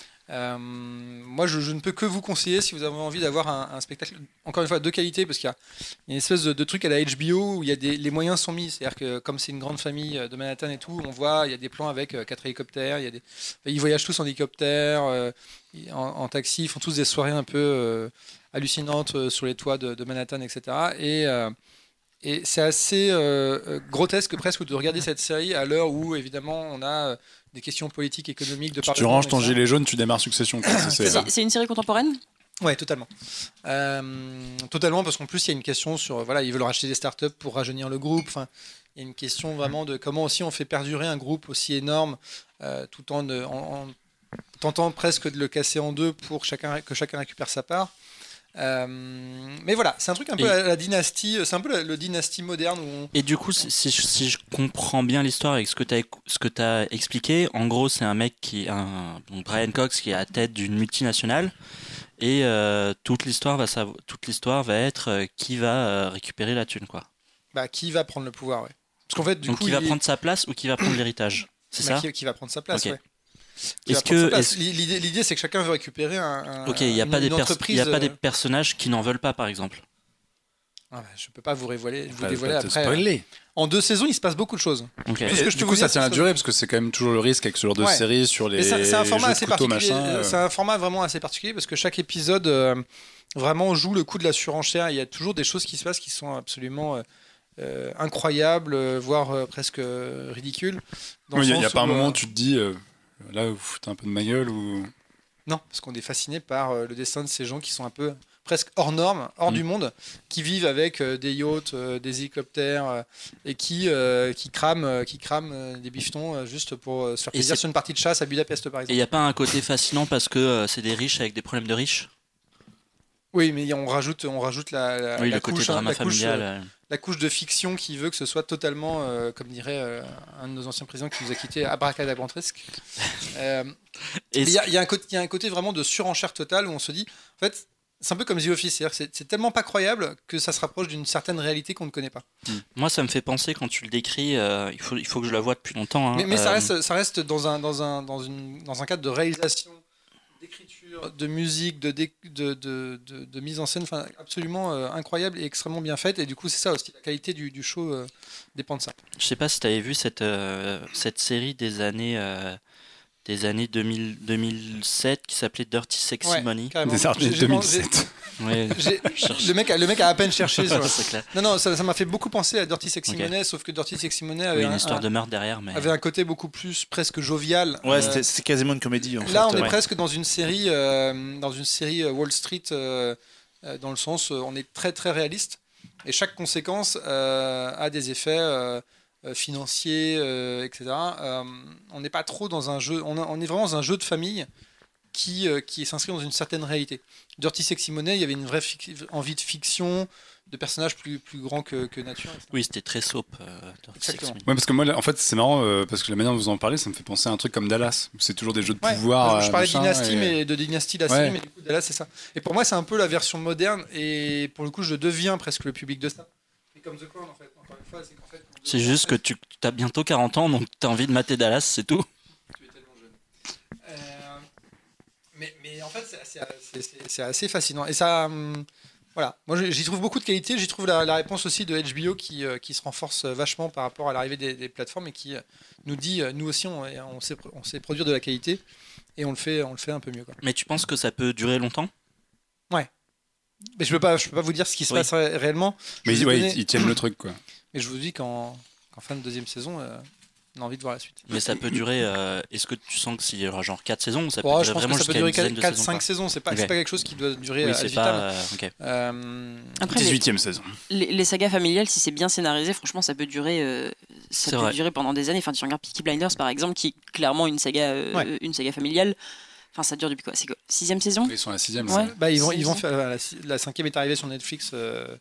Moi je ne peux que vous conseiller si vous avez envie d'avoir un spectacle encore une fois de qualité, parce qu'il y a une espèce de truc à la HBO où il y a les moyens sont mis, c'est-à-dire que comme c'est une grande famille de Manhattan et tout, on voit il y a des plans avec 4 hélicoptères, ils voyagent tous en hélicoptère, en taxi, ils font tous des soirées un peu hallucinantes sur les toits de Manhattan, etc. Et c'est assez grotesque presque de regarder cette série à l'heure où évidemment on a des questions politiques, économiques, de par tu ranges ton gilet jaune, tu démarres Succession. C'est une série contemporaine ? Ouais, totalement. Totalement, parce qu'en plus il y a une question sur ils veulent racheter des startups pour rajeunir le groupe. Enfin, il y a une question vraiment de comment aussi on fait perdurer un groupe aussi énorme tout en tentant presque de le casser en deux pour que chacun récupère sa part. Mais voilà, c'est un truc un peu la dynastie, c'est un peu le dynastie moderne où Et du coup, si je comprends bien l'histoire avec ce que tu as expliqué, en gros, c'est un mec donc Brian Cox qui est à la tête d'une multinationale et toute l'histoire va être qui va récupérer la thune, quoi. Qui va prendre le pouvoir, ouais. Parce qu'en fait, qui va prendre sa place ou qui va prendre l'héritage, c'est ça ? Qui va prendre sa place, okay. Ouais. L'idée, c'est que chacun veut récupérer il n'y a pas des des personnages qui n'en veulent pas, par exemple. Je peux pas vous dévoiler après. En 2 saisons, il se passe beaucoup de choses. Okay. Du coup, ça tient à durer parce que c'est quand même toujours le risque avec ce genre de série sur les. C'est un format assez particulier. Machin. C'est un format vraiment assez particulier parce que chaque épisode vraiment joue le coup de la surenchère. Il y a toujours des choses qui se passent qui sont absolument incroyables, voire presque ridicules. Il n'y a pas un moment où tu te dis. Là, vous foutez un peu de ma gueule ou... Non, parce qu'on est fasciné par le destin de ces gens qui sont un peu presque hors normes, hors du monde, qui vivent avec des yachts, des hélicoptères et qui crament des bifetons juste pour se faire plaisir sur une partie de chasse à Budapest, par exemple. Et il n'y a pas un côté fascinant parce que c'est des riches avec des problèmes de riches ? Oui, mais on rajoute la couche, drama familial. La couche de fiction qui veut que ce soit totalement, comme dirait un de nos anciens présidents qui nous a quittés, abracadabrantesque. Il y a un côté vraiment de surenchère totale où on se dit, en fait, c'est un peu comme The Office, c'est-à-dire que c'est tellement pas croyable que ça se rapproche d'une certaine réalité qu'on ne connaît pas. Moi, ça me fait penser, quand tu le décris, il faut que je la voie depuis longtemps. Hein, mais ça reste dans un cadre de réalisation, d'écriture, de musique, de mise en scène, absolument incroyable et extrêmement bien faite. Et du coup, c'est ça aussi, la qualité du show dépend de ça. Je sais pas si tu avais vu cette série des années 2007 qui s'appelait Dirty Sexy Money. Des années 2007. Ouais, le mec a à peine cherché. C'est clair. Non, ça m'a fait beaucoup penser à Dirty Sexy Money, sauf que Dirty Sexy Money avait une histoire de meurtre derrière, mais avait un côté beaucoup plus presque jovial. Ouais, c'est quasiment une comédie. Là, on est presque dans une série Wall Street, dans le sens on est très très réaliste et chaque conséquence a des effets financiers, etc. On n'est pas trop dans un jeu. On est vraiment dans un jeu de famille qui s'inscrit dans une certaine réalité. Dirty Sexy Money, il y avait une vraie envie de fiction, de personnages plus grands que nature. Etc. Oui, c'était très soap. Exactement. Ouais, parce que moi, en fait, c'est marrant parce que la manière dont vous en parlez, ça me fait penser à un truc comme Dallas. Où c'est toujours des jeux de pouvoir. Je parlais de Dynasty, mais de Dynasty la série, mais du coup, Dallas, c'est ça. Et pour moi, c'est un peu la version moderne, et pour le coup, je deviens presque le public de ça. C'est comme The Crown, en fait. Encore une fois, c'est qu'en fait. C'est juste que tu as bientôt 40 ans, donc tu as envie de mater Dallas, c'est tout. Tu es tellement jeune. Mais en fait, c'est assez fascinant. Et ça, voilà. Moi, j'y trouve beaucoup de qualité. J'y trouve la réponse aussi de HBO qui se renforce vachement par rapport à l'arrivée des plateformes et qui nous dit, nous aussi, on sait produire de la qualité et on le fait un peu mieux, quoi. Mais tu penses que ça peut durer longtemps ? Ouais. Mais je peux pas vous dire ce qui se passe réellement. Mais ils tiennent le truc, quoi. Mais je vous dis qu'en fin de deuxième saison, on a envie de voir la suite. Mais ça peut durer. Est-ce que tu sens que s'il y aura genre 4 saisons ou ça peut je durer pense vraiment que ça peut jusqu'à durer une dizaine de 4-5 saisons. C'est pas quelque chose qui doit durer oui, ad vitam. Après, 18e saison. Les sagas familiales, si c'est bien scénarisé, franchement, ça peut durer. Durer pendant des années. Enfin, tu regardes Peaky Blinders, par exemple, qui est clairement une saga familiale. Enfin, ça dure depuis quoi ? C'est quoi ? 6e saison ? Ils sont à la 6e. Ouais. Ils vont faire la 5e est arrivée sur Netflix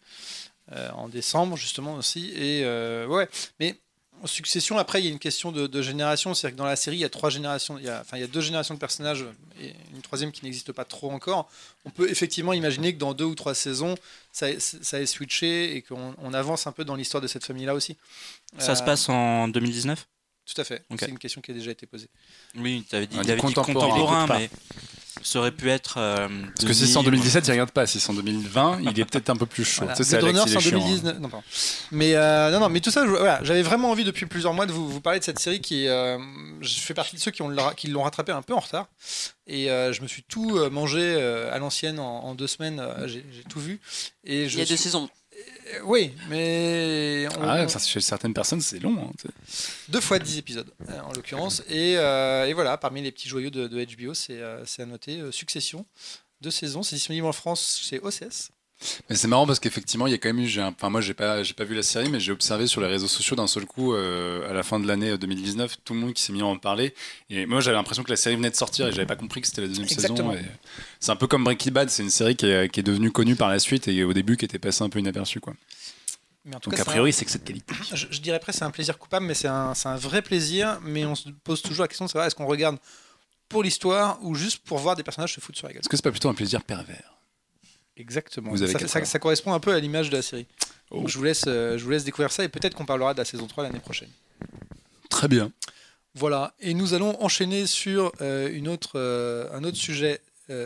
en décembre justement aussi. Et mais en succession, après, il y a une question de génération. C'est-à-dire que dans la série, il y a 3 générations. Il y a 2 générations de personnages et une 3e qui n'existe pas trop encore. On peut effectivement imaginer que dans 2 ou 3 saisons, ça ait switché et qu'on avance un peu dans l'histoire de cette famille-là aussi. Ça se passe en 2019 ? Tout à fait. Okay. C'est une question qui a déjà été posée. Oui, tu avais dit contemporain, mais ça aurait pu être. Parce que si c'est en 2017, il regarde pas. Si c'est en 2020, il est peut-être un peu plus chaud. Voilà. C'est Alex, c'est en 2019. Non, pardon. Mais mais tout ça, j'avais vraiment envie depuis plusieurs mois de vous parler de cette série qui. Je fais partie de ceux qui l'ont rattrapé un peu en retard. Et je me suis tout mangé à l'ancienne en 2 semaines. J'ai tout vu. Et il y a 2 saisons. Oui, mais... chez certaines personnes, c'est long. Hein, 2 fois 10 épisodes, en l'occurrence. Et voilà, parmi les petits joyaux de HBO, c'est à noter Succession, 2 saisons. C'est disponible en France chez OCS. Mais c'est marrant parce qu'effectivement, il y a quand même eu... moi, j'ai pas vu la série, mais j'ai observé sur les réseaux sociaux d'un seul coup, à la fin de l'année 2019, tout le monde qui s'est mis à en parler. Et moi, j'avais l'impression que la série venait de sortir et j'avais pas compris que c'était la 2e saison. Et c'est un peu comme Breaking Bad, c'est une série qui est devenue connue par la suite et au début qui était passée un peu inaperçue, quoi. Mais en tout Donc cas, a priori, c'est que cette qualité. Je dirais presque c'est un plaisir coupable, mais c'est un vrai plaisir. Mais on se pose toujours la question de savoir est-ce qu'on regarde pour l'histoire ou juste pour voir des personnages se foutre sur la gueule. Est-ce que c'est pas plutôt un plaisir pervers ? Exactement. Ça correspond un peu à l'image de la série. Donc je vous laisse découvrir ça et peut-être qu'on parlera de la saison 3 l'année prochaine. Très bien. Voilà. Et nous allons enchaîner sur un autre sujet.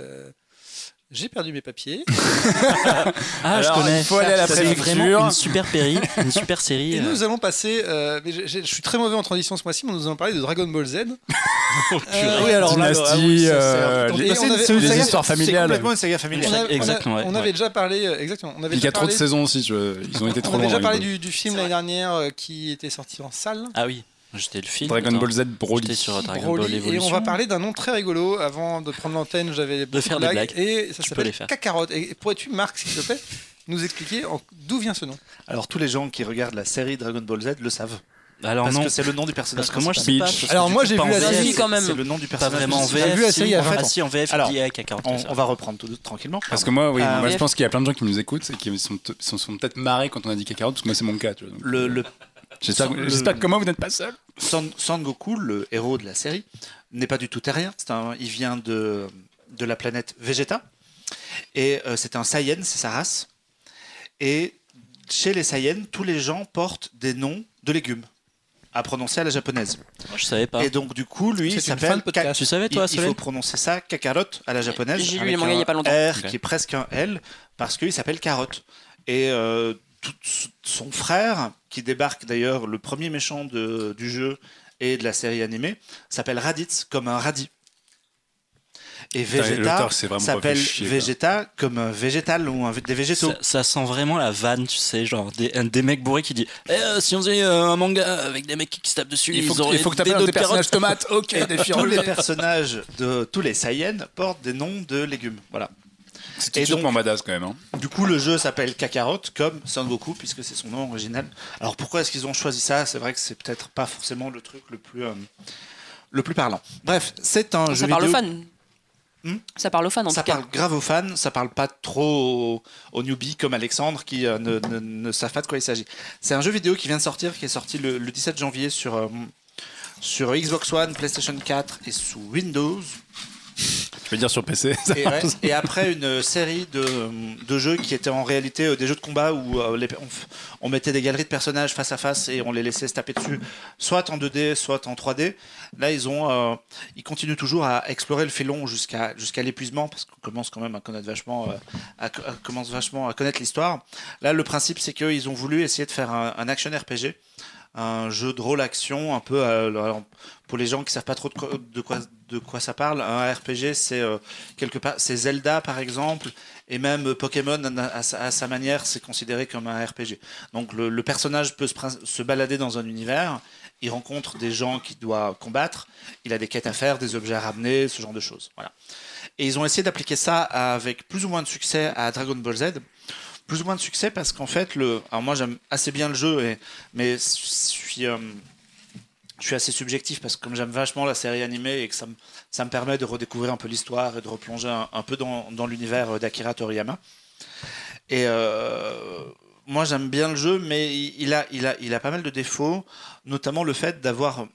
J'ai perdu mes papiers. Je connais. Il faut aller à la préfecture. C'est vraiment une super série. Et nous allons passer. Je suis très mauvais en transition ce mois-ci, mais nous allons parler de Dragon Ball Z. Oui, alors Dynasty, les histoires familiales. C'est complètement une saga familiale. Exactement. On avait déjà parlé. Exactement. Il y a trop de saisons aussi. Ils ont été trop longs. On avait déjà parlé du film l'année dernière qui était sorti en salle. Ah oui. J'étais le film. Dragon Ball Z Broly. Sur Dragon Ball Evolution. Et on va parler d'un nom très rigolo. Avant de prendre l'antenne, j'avais de faire des blagues. Et ça s'appelle Kakarot. Et pourrais-tu, Marc, s'il te plaît, nous expliquer d'où vient ce nom ? Alors, tous les gens qui regardent la série Dragon Ball Z le savent. Alors parce que c'est le nom du personnage. Parce que moi, je sais pas. Alors, moi, j'ai vu la série quand même. C'est le nom du personnage. Pas vraiment en VF. J'ai vu la série il y a 20 ans. Ah si, en VF, alors, il y a Kakarot. On va reprendre tout tranquillement. Parce que moi, moi je pense qu'il y a plein de gens qui nous écoutent et qui sont peut-être marrés quand on a dit Kakarot, parce que moi, c'est mon cas. Tu vois, donc, J'espère que comment vous n'êtes pas seul. Son Goku, le héros de la série, n'est pas du tout terrien. Il vient de la planète Vegeta. Et c'est un Saiyan, c'est sa race. Et chez les Saiyans, tous les gens portent des noms de légumes à prononcer à la japonaise. Je savais pas. Et donc du coup, lui, il s'appelle. Tu savais toi, il faut prononcer ça Kakarot à la japonaise. J'ai lu les mangas il y a pas longtemps. R qui est presque un L parce qu'il s'appelle Carotte. Et son frère, qui débarque d'ailleurs, le premier méchant du jeu et de la série animée, s'appelle Raditz, comme un radis. Et Vegeta s'appelle Vegeta comme un végétal ou des végétaux. Ça sent vraiment la vanne, tu sais, genre des mecs bourrés qui disent si on faisait un manga avec des mecs qui se tapent dessus, il faut que tu appelles des personnages tomates. Ok, des tous les personnages de tous les Saiyans portent des noms de légumes. Voilà. C'est tout de suite badass quand même. Hein. Du coup, le jeu s'appelle Kakarot comme Son Goku puisque c'est son nom original. Alors pourquoi est-ce qu'ils ont choisi ça ? C'est vrai que c'est peut-être pas forcément le truc le plus parlant. Bref, c'est un jeu vidéo. Ça parle aux fans. Ça parle aux fans en tout cas. Ça parle grave aux fans, ça parle pas trop aux newbies comme Alexandre qui ne savent pas de quoi il s'agit. C'est un jeu vidéo qui vient de sortir, qui est sorti le 17 janvier sur Xbox One, PlayStation 4 et sous Windows. Je veux dire sur PC. Et après une série de jeux qui étaient en réalité des jeux de combat où on mettait des galeries de personnages face à face et on les laissait se taper dessus, soit en 2D, soit en 3D. Là, ils continuent toujours à explorer le filon jusqu'à l'épuisement parce qu'on commence quand même à connaître vachement à connaître l'histoire. Là, le principe, c'est qu'ils ont voulu essayer de faire un action RPG. Un jeu de rôle action un peu pour les gens qui savent pas trop de quoi ça parle. Un RPG, c'est quelque part, c'est Zelda par exemple, et même Pokémon à sa manière, c'est considéré comme un RPG. Donc le personnage peut se balader dans un univers, il rencontre des gens qu'il doit combattre, il a des quêtes à faire, des objets à ramener, ce genre de choses. Voilà. Et ils ont essayé d'appliquer ça avec plus ou moins de succès à Dragon Ball Z. Plus ou moins de succès parce qu'en fait, alors moi j'aime assez bien le jeu, mais je suis assez subjectif parce que comme j'aime vachement la série animée et que ça me permet de redécouvrir un peu l'histoire et de replonger un peu dans l'univers d'Akira Toriyama. Et moi j'aime bien le jeu, mais il a pas mal de défauts, notamment le fait d'avoir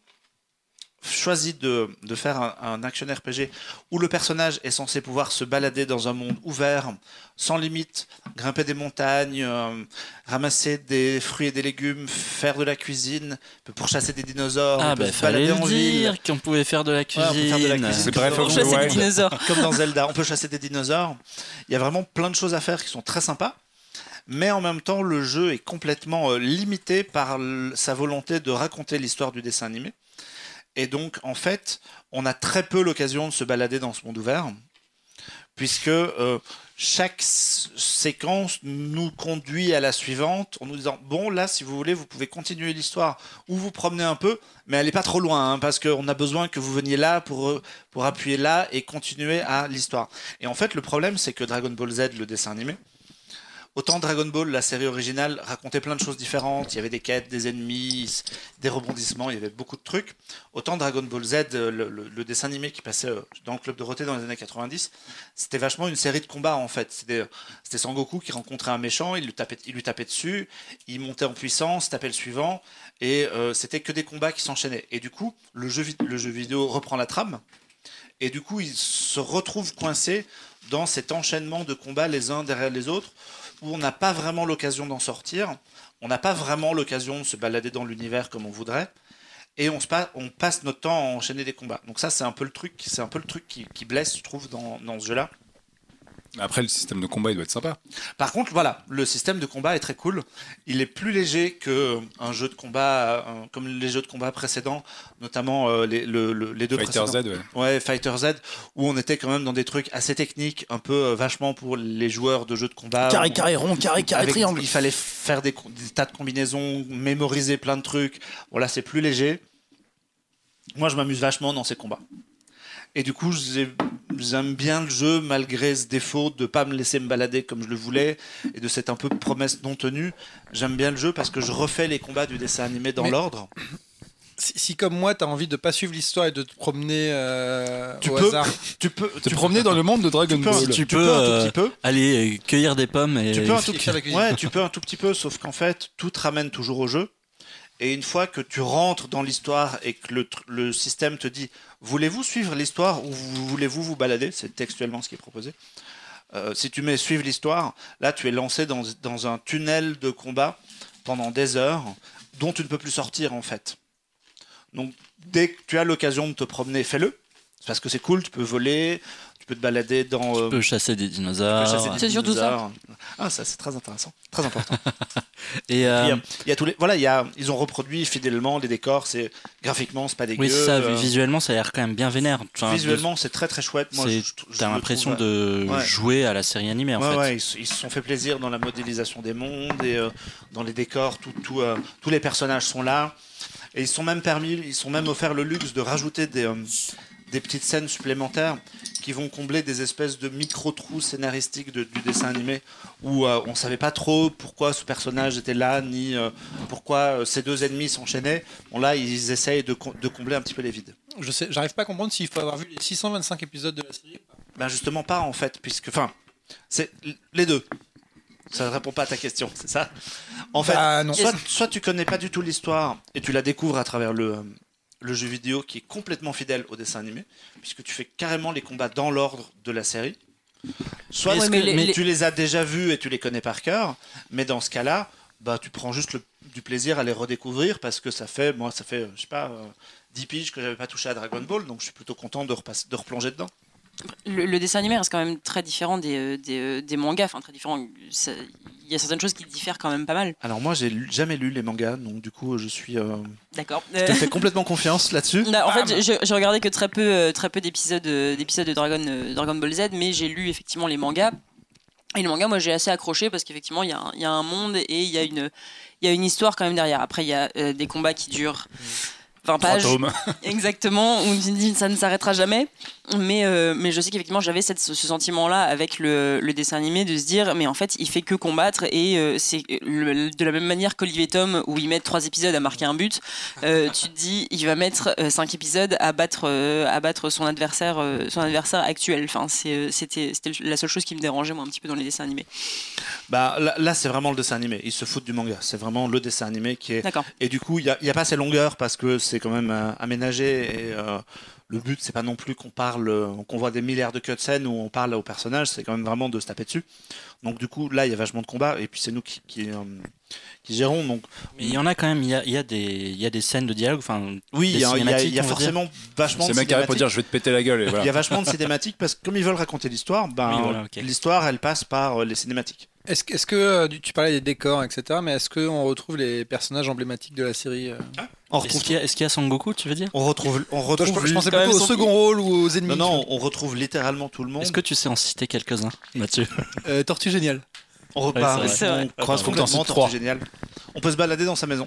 choisi de faire un action RPG où le personnage est censé pouvoir se balader dans un monde ouvert, sans limite, grimper des montagnes, ramasser des fruits et des légumes, faire de la cuisine, pourchasser des dinosaures, se balader en ville. Dire qu'on pouvait faire de la cuisine. C'est bref, on peut chasser des dinosaures. Comme dans Zelda, on peut chasser des dinosaures. Il y a vraiment plein de choses à faire qui sont très sympas. Mais en même temps, le jeu est complètement limité par sa volonté de raconter l'histoire du dessin animé. Et donc, en fait, on a très peu l'occasion de se balader dans ce monde ouvert, puisque chaque séquence nous conduit à la suivante en nous disant « Bon, là, si vous voulez, vous pouvez continuer l'histoire ou vous promener un peu, mais allez pas trop loin, hein, parce qu'on a besoin que vous veniez là pour appuyer là et continuer à l'histoire. » Et en fait, le problème, c'est que Dragon Ball Z, le dessin animé, autant Dragon Ball, la série originale, racontait plein de choses différentes. Il y avait des quêtes, des ennemis, des rebondissements, il y avait beaucoup de trucs. Autant Dragon Ball Z, le dessin animé qui passait dans le Club Dorothée dans les années 90, c'était vachement une série de combats en fait. C'était Sangoku qui rencontrait un méchant, il lui tapait dessus, il montait en puissance, tapait le suivant, et c'était que des combats qui s'enchaînaient. Et du coup, le jeu vidéo reprend la trame, et du coup, il se retrouve coincé dans cet enchaînement de combats les uns derrière les autres, où on n'a pas vraiment l'occasion d'en sortir, on n'a pas vraiment l'occasion de se balader dans l'univers comme on voudrait, et on passe notre temps à enchaîner des combats. Donc ça, c'est un peu le truc qui blesse, je trouve, dans ce jeu-là. Après, le système de combat, il doit être sympa. Par contre, voilà, le système de combat est très cool. Il est plus léger qu'un jeu de combat, comme les jeux de combat précédents, notamment les deux Fighter précédents. Z, ouais, Fighter Z, où on était quand même dans des trucs assez techniques, un peu vachement pour les joueurs de jeux de combat. Carré, rond, carré, triangle. Il fallait faire des tas de combinaisons, mémoriser plein de trucs. Voilà, c'est plus léger. Moi, je m'amuse vachement dans ces combats. Et du coup, j'aime bien le jeu malgré ce défaut de ne pas me laisser me balader comme je le voulais et de cette un peu promesse non tenue. J'aime bien le jeu parce que je refais les combats du dessin animé dans l'ordre. Si comme moi, tu as envie de ne pas suivre l'histoire et de te promener au hasard, tu peux te promener dans le monde de Dragon Ball. Tu peux un tout petit peu. Aller cueillir des pommes. Tu peux un tout petit peu, sauf qu'en fait, tout te ramène toujours au jeu. Et une fois que tu rentres dans l'histoire et que le système te dit « Voulez-vous suivre l'histoire ou voulez-vous vous balader ?» C'est textuellement ce qui est proposé. si tu mets suivre l'histoire, là tu es lancé dans un tunnel de combat pendant des heures dont tu ne peux plus sortir en fait. Donc dès que tu as l'occasion de te promener, fais-le, parce que c'est cool, tu peux voler, tu peux te balader dans... Tu peux chasser des dinosaures. C'est surtout ça. Ah, ça c'est très intéressant, très important. Et il y a tous les... Voilà, ils ont reproduit fidèlement les décors, graphiquement c'est pas dégueu. oui, c'est ça, visuellement ça a l'air quand même bien vénère. Enfin, visuellement c'est très très chouette. Moi, t'as l'impression de jouer à la série animée en fait. Ouais, ils se sont fait plaisir dans la modélisation des mondes et dans les décors, tous les personnages sont là. Et ils sont même offert le luxe de rajouter des petites scènes supplémentaires qui vont combler des espèces de micro-trous scénaristiques du dessin animé où on savait pas trop pourquoi ce personnage était là, ni pourquoi ces deux ennemis s'enchaînaient. Bon, là, ils essayent de combler un petit peu les vides. J'arrive pas à comprendre s'il faut avoir vu les 625 épisodes de la série. Ben justement pas, en fait, c'est les deux. Ça ne répond pas à ta question, c'est ça? En fait, non. Soit tu connais pas du tout l'histoire et tu la découvres à travers le jeu vidéo qui est complètement fidèle au dessin animé, puisque tu fais carrément les combats dans l'ordre de la série. Soit tu les as déjà vus et tu les connais par cœur, mais dans ce cas-là, tu prends juste du plaisir à les redécouvrir parce que ça fait je sais pas, 10 piges que j'avais pas touché à Dragon Ball, donc je suis plutôt content de replonger dedans. Le dessin animé reste quand même très différent des mangas, enfin très différent. Il y a certaines choses qui diffèrent quand même pas mal. Alors moi j'ai jamais lu les mangas, donc du coup je suis... D'accord. Je te fais complètement confiance là-dessus. En fait, j'ai regardé que très peu d'épisodes de Dragon Ball Z, mais j'ai lu effectivement les mangas. Et le manga, moi j'ai assez accroché parce qu'effectivement il y a un monde et il y a une histoire quand même derrière. Après il y a des combats qui durent 20 pages. Exactement, où tu dis ça ne s'arrêtera jamais. Mais je sais qu'effectivement j'avais ce sentiment-là avec le dessin animé de se dire mais en fait il fait que combattre et c'est de la même manière qu'Olivier Tom où il met 3 épisodes à marquer un but, tu te dis il va mettre 5 épisodes à battre son adversaire actuel. Enfin, c'était la seule chose qui me dérangeait moi un petit peu dans les dessins animés. Là c'est vraiment le dessin animé, ils se foutent du manga, c'est vraiment le dessin animé qui est... D'accord. Et du coup il n'y a pas ces longueurs parce que c'est quand même aménagé et le but c'est pas non plus qu'on voit des milliards de cutscenes où on parle aux personnages, c'est quand même vraiment de se taper dessus. Donc du coup là il y a vachement de combats et puis c'est nous qui gérons. Donc mais il y en a quand même, il y a des scènes de dialogue, enfin oui, il y a forcément vachement de cinématiques. C'est mec pour dire je vais te péter la gueule et voilà. Il y a vachement de cinématiques parce que comme ils veulent raconter l'histoire, l'histoire elle passe par les cinématiques. Est-ce que tu parlais des décors, etc., mais est-ce qu'on retrouve les personnages emblématiques de la série Est-ce qu'il y a Son Goku, tu veux dire? On retrouve je pensais plutôt au second rôle ou aux ennemis. Non, on retrouve littéralement tout le monde. Est-ce que tu sais en citer quelques-uns, Mathieu? Tortue Géniale. On repart, on croise complètement Tortue Géniale. On peut se balader dans sa maison.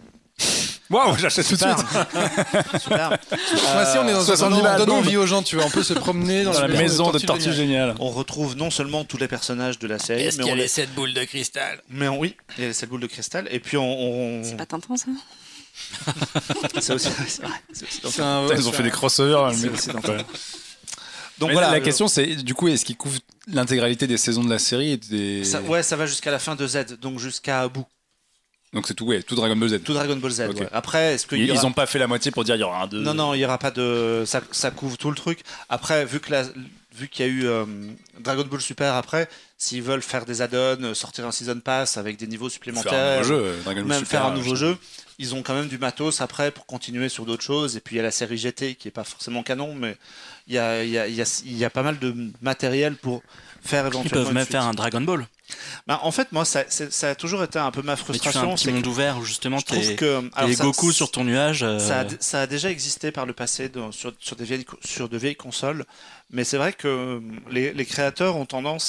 Waouh, j'achète tout de suite. Super. Moi aussi, on est dans 70 balles. donne envie aux gens, tu vois. On peut se promener dans la maison de Tortue Géniale. On retrouve non seulement tous les personnages de la série, est-ce qu'il y a les 7 boules de cristal? Mais oui, il y a les 7 boules de cristal. Et puis c'est pas Tintin, ça? C'est aussi. Ils ont fait des crossovers. Donc voilà, la question c'est du coup est-ce qu'ils couvrent l'intégralité des saisons de la série ça va jusqu'à la fin de Z, donc jusqu'à bout. Donc c'est tout Dragon Ball Z. Tout Dragon Ball Z. Okay. Ouais. Après, est-ce qu'ils ils ont pas fait la moitié pour dire il y aura un 2? Non, il y aura pas de. Ça couvre tout le truc. Après, vu qu'il y a eu Dragon Ball Super après, s'ils veulent faire des add-ons, sortir un season pass avec des niveaux supplémentaires, faire un nouveau jeu, ils ont quand même du matos après pour continuer sur d'autres choses. Et puis il y a la série GT qui est pas forcément canon, mais il y a pas mal de matériel pour faire éventuellement. Ils peuvent même faire un Dragon Ball. En fait, moi, ça a toujours été un peu ma frustration. Mais tu fais un petit monde ouvert où justement t'es Goku sur ton nuage. Ça a déjà existé par le passé sur de vieilles consoles, mais c'est vrai que les créateurs ont tendance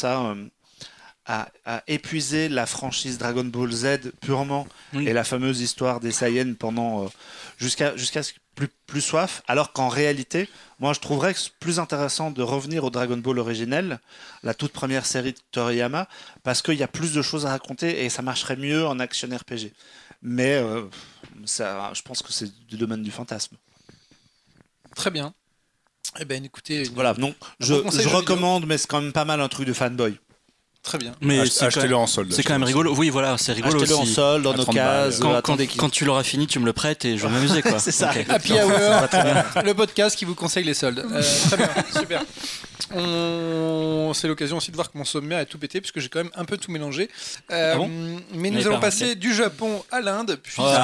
à épuiser la franchise Dragon Ball Z purement et la fameuse histoire des Saiyans pendant jusqu'à ce plus soif, alors qu'en réalité, moi je trouverais que c'est plus intéressant de revenir au Dragon Ball originel, la toute première série de Toriyama, parce qu'il y a plus de choses à raconter et ça marcherait mieux en action RPG. Mais je pense que c'est du domaine du fantasme. Très bien. Eh ben écoutez, voilà, non, je recommande, mais c'est quand même pas mal un truc de fanboy. Très bien. Mais achetez-le en solde. C'est quand même rigolo. Oui, voilà, c'est rigolo. Achetez-le aussi. en solde, dans nos cases. Quand tu l'auras fini, tu me le prêtes et je vais m'amuser, quoi. C'est ça. Okay. Happy Hour, le podcast qui vous conseille les soldes. Très bien, super. c'est l'occasion aussi de voir que mon sommaire est tout pété, puisque j'ai quand même un peu tout mélangé. Mais nous Mais allons pas passer du Japon à l'Inde. Puis il en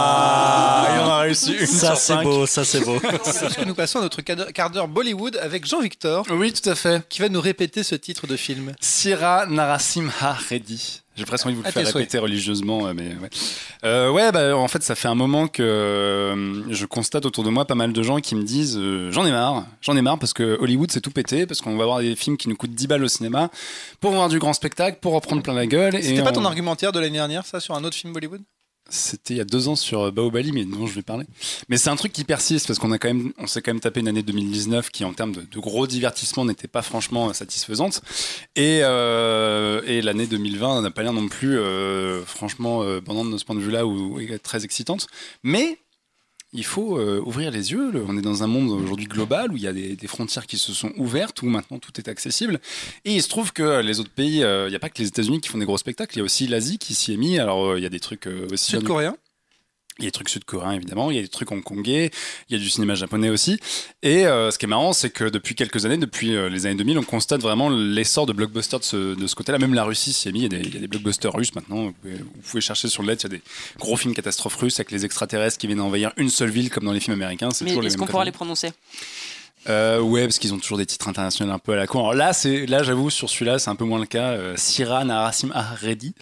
a réussi une Ça sur c'est 5. beau, ça c'est beau. puisque nous passons à notre quart d'heure Bollywood avec Jean-Victor, Oui, tout à fait. qui va nous répéter ce titre de film. Sira Narasimha Reddy. J'ai presque envie de vous le faire répéter religieusement, mais ouais. En fait, ça fait un moment que je constate autour de moi pas mal de gens qui me disent j'en ai marre parce que Hollywood c'est tout pété, parce qu'on va voir des films qui nous coûtent 10 balles au cinéma pour voir du grand spectacle, pour en prendre plein la gueule. C'était pas ton argumentaire de l'année dernière, ça, sur un autre film Bollywood? C'était il y a 2 ans sur Bahubali, mais dont je vais parler. Mais c'est un truc qui persiste parce on s'est quand même tapé une année 2019 qui, en termes de gros divertissement, n'était pas franchement satisfaisante. Et l'année 2020 n'a pas l'air non plus, franchement, pendant de ce point de vue-là, ou très excitante. Mais il faut ouvrir les yeux. On est dans un monde aujourd'hui global où il y a des frontières qui se sont ouvertes, où maintenant tout est accessible. Et il se trouve que les autres pays, il n'y a pas que les États-Unis qui font des gros spectacles, il y a aussi l'Asie qui s'y est mis. Alors il y a des trucs aussi. Sud-coréen. Il y a des trucs sud-coréens évidemment, il y a des trucs hongkongais, il y a du cinéma japonais aussi. Et ce qui est marrant, c'est que depuis quelques années, depuis les années 2000, on constate vraiment l'essor de blockbusters de ce côté-là. Même la Russie s'y est mis, il y a des blockbusters russes maintenant. Vous pouvez chercher sur le net, il y a des gros films catastrophes russes avec les extraterrestres qui viennent envahir une seule ville comme dans les films américains. Mais est-ce qu'on pourra les prononcer? Ouais, parce qu'ils ont toujours des titres internationaux un peu à la con. Alors là, j'avoue, sur celui-là, c'est un peu moins le cas. Sira Narasimha Reddy.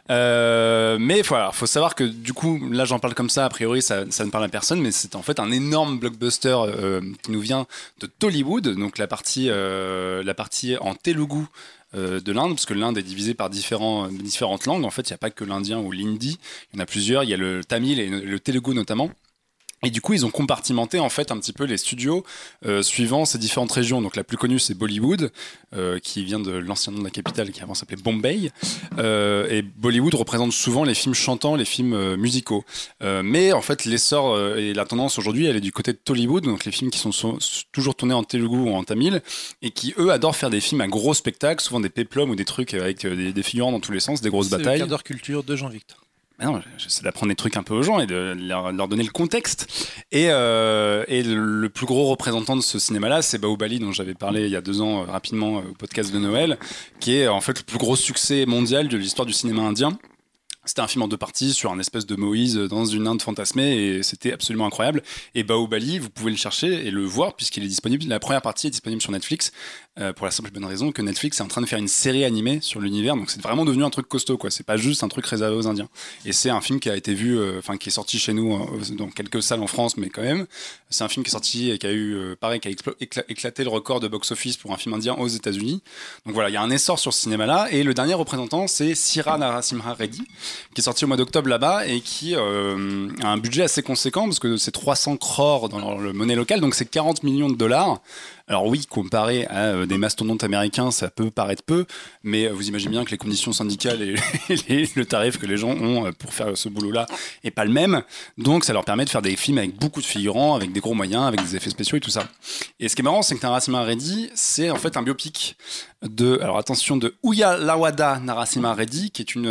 Mais voilà, faut savoir que du coup, là, j'en parle comme ça. A priori, ça ne parle à personne, mais c'est en fait un énorme blockbuster qui nous vient de Tollywood, donc la partie en Telugu. De l'Inde, parce que l'Inde est divisée par différentes langues. En fait, il n'y a pas que l'indien ou l'hindi, il y en a plusieurs. Il y a le tamil et le telugu notamment. Et du coup, ils ont compartimenté en fait un petit peu les studios suivant ces différentes régions. Donc la plus connue, c'est Bollywood, qui vient de l'ancien nom de la capitale, qui avant s'appelait Bombay. Et Bollywood représente souvent les films chantants, les films musicaux. Mais en fait, l'essor et la tendance aujourd'hui, elle est du côté de Tollywood, donc les films qui sont toujours tournés en telugu ou en tamil, et qui eux adorent faire des films à gros spectacles, souvent des péplums ou des trucs avec des figurants dans tous les sens, des grosses batailles. C'est le quart d'heure culture de Jean-Victor. Non, j'essaie d'apprendre des trucs un peu aux gens et de leur donner le contexte. Et le plus gros représentant de ce cinéma-là, c'est Bahubali, dont j'avais parlé il y a 2 ans rapidement au podcast de Noël, qui est en fait le plus gros succès mondial de l'histoire du cinéma indien. C'était un film en 2 parties sur un espèce de Moïse dans une Inde fantasmée et c'était absolument incroyable. Et Bahubali, vous pouvez le chercher et le voir puisqu'il est disponible. La première partie est disponible sur Netflix pour la simple et bonne raison que Netflix est en train de faire une série animée sur l'univers. Donc c'est vraiment devenu un truc costaud, quoi. C'est pas juste un truc réservé aux Indiens. Et c'est un film qui a été vu, qui est sorti chez nous dans quelques salles en France, mais quand même. C'est un film qui est sorti et qui a eu, pareil, qui a éclaté le record de box-office pour un film indien aux États-Unis. Donc voilà, il y a un essor sur ce cinéma-là. Et le dernier représentant, c'est Sira Narasimha Reddy, qui est sorti au mois d'octobre là-bas et qui a un budget assez conséquent parce que c'est 300 crores dans le monnaie locale, donc c'est 40 millions de dollars. Alors oui, comparé à des mastodontes américains, ça peut paraître peu, mais vous imaginez bien que les conditions syndicales et le tarif que les gens ont pour faire ce boulot-là est pas le même. Donc ça leur permet de faire des films avec beaucoup de figurants, avec des gros moyens, avec des effets spéciaux et tout ça. Et ce qui est marrant, c'est que Narasimha Reddy, c'est en fait un biopic de Uyyalawada Narasimha Reddy, qui est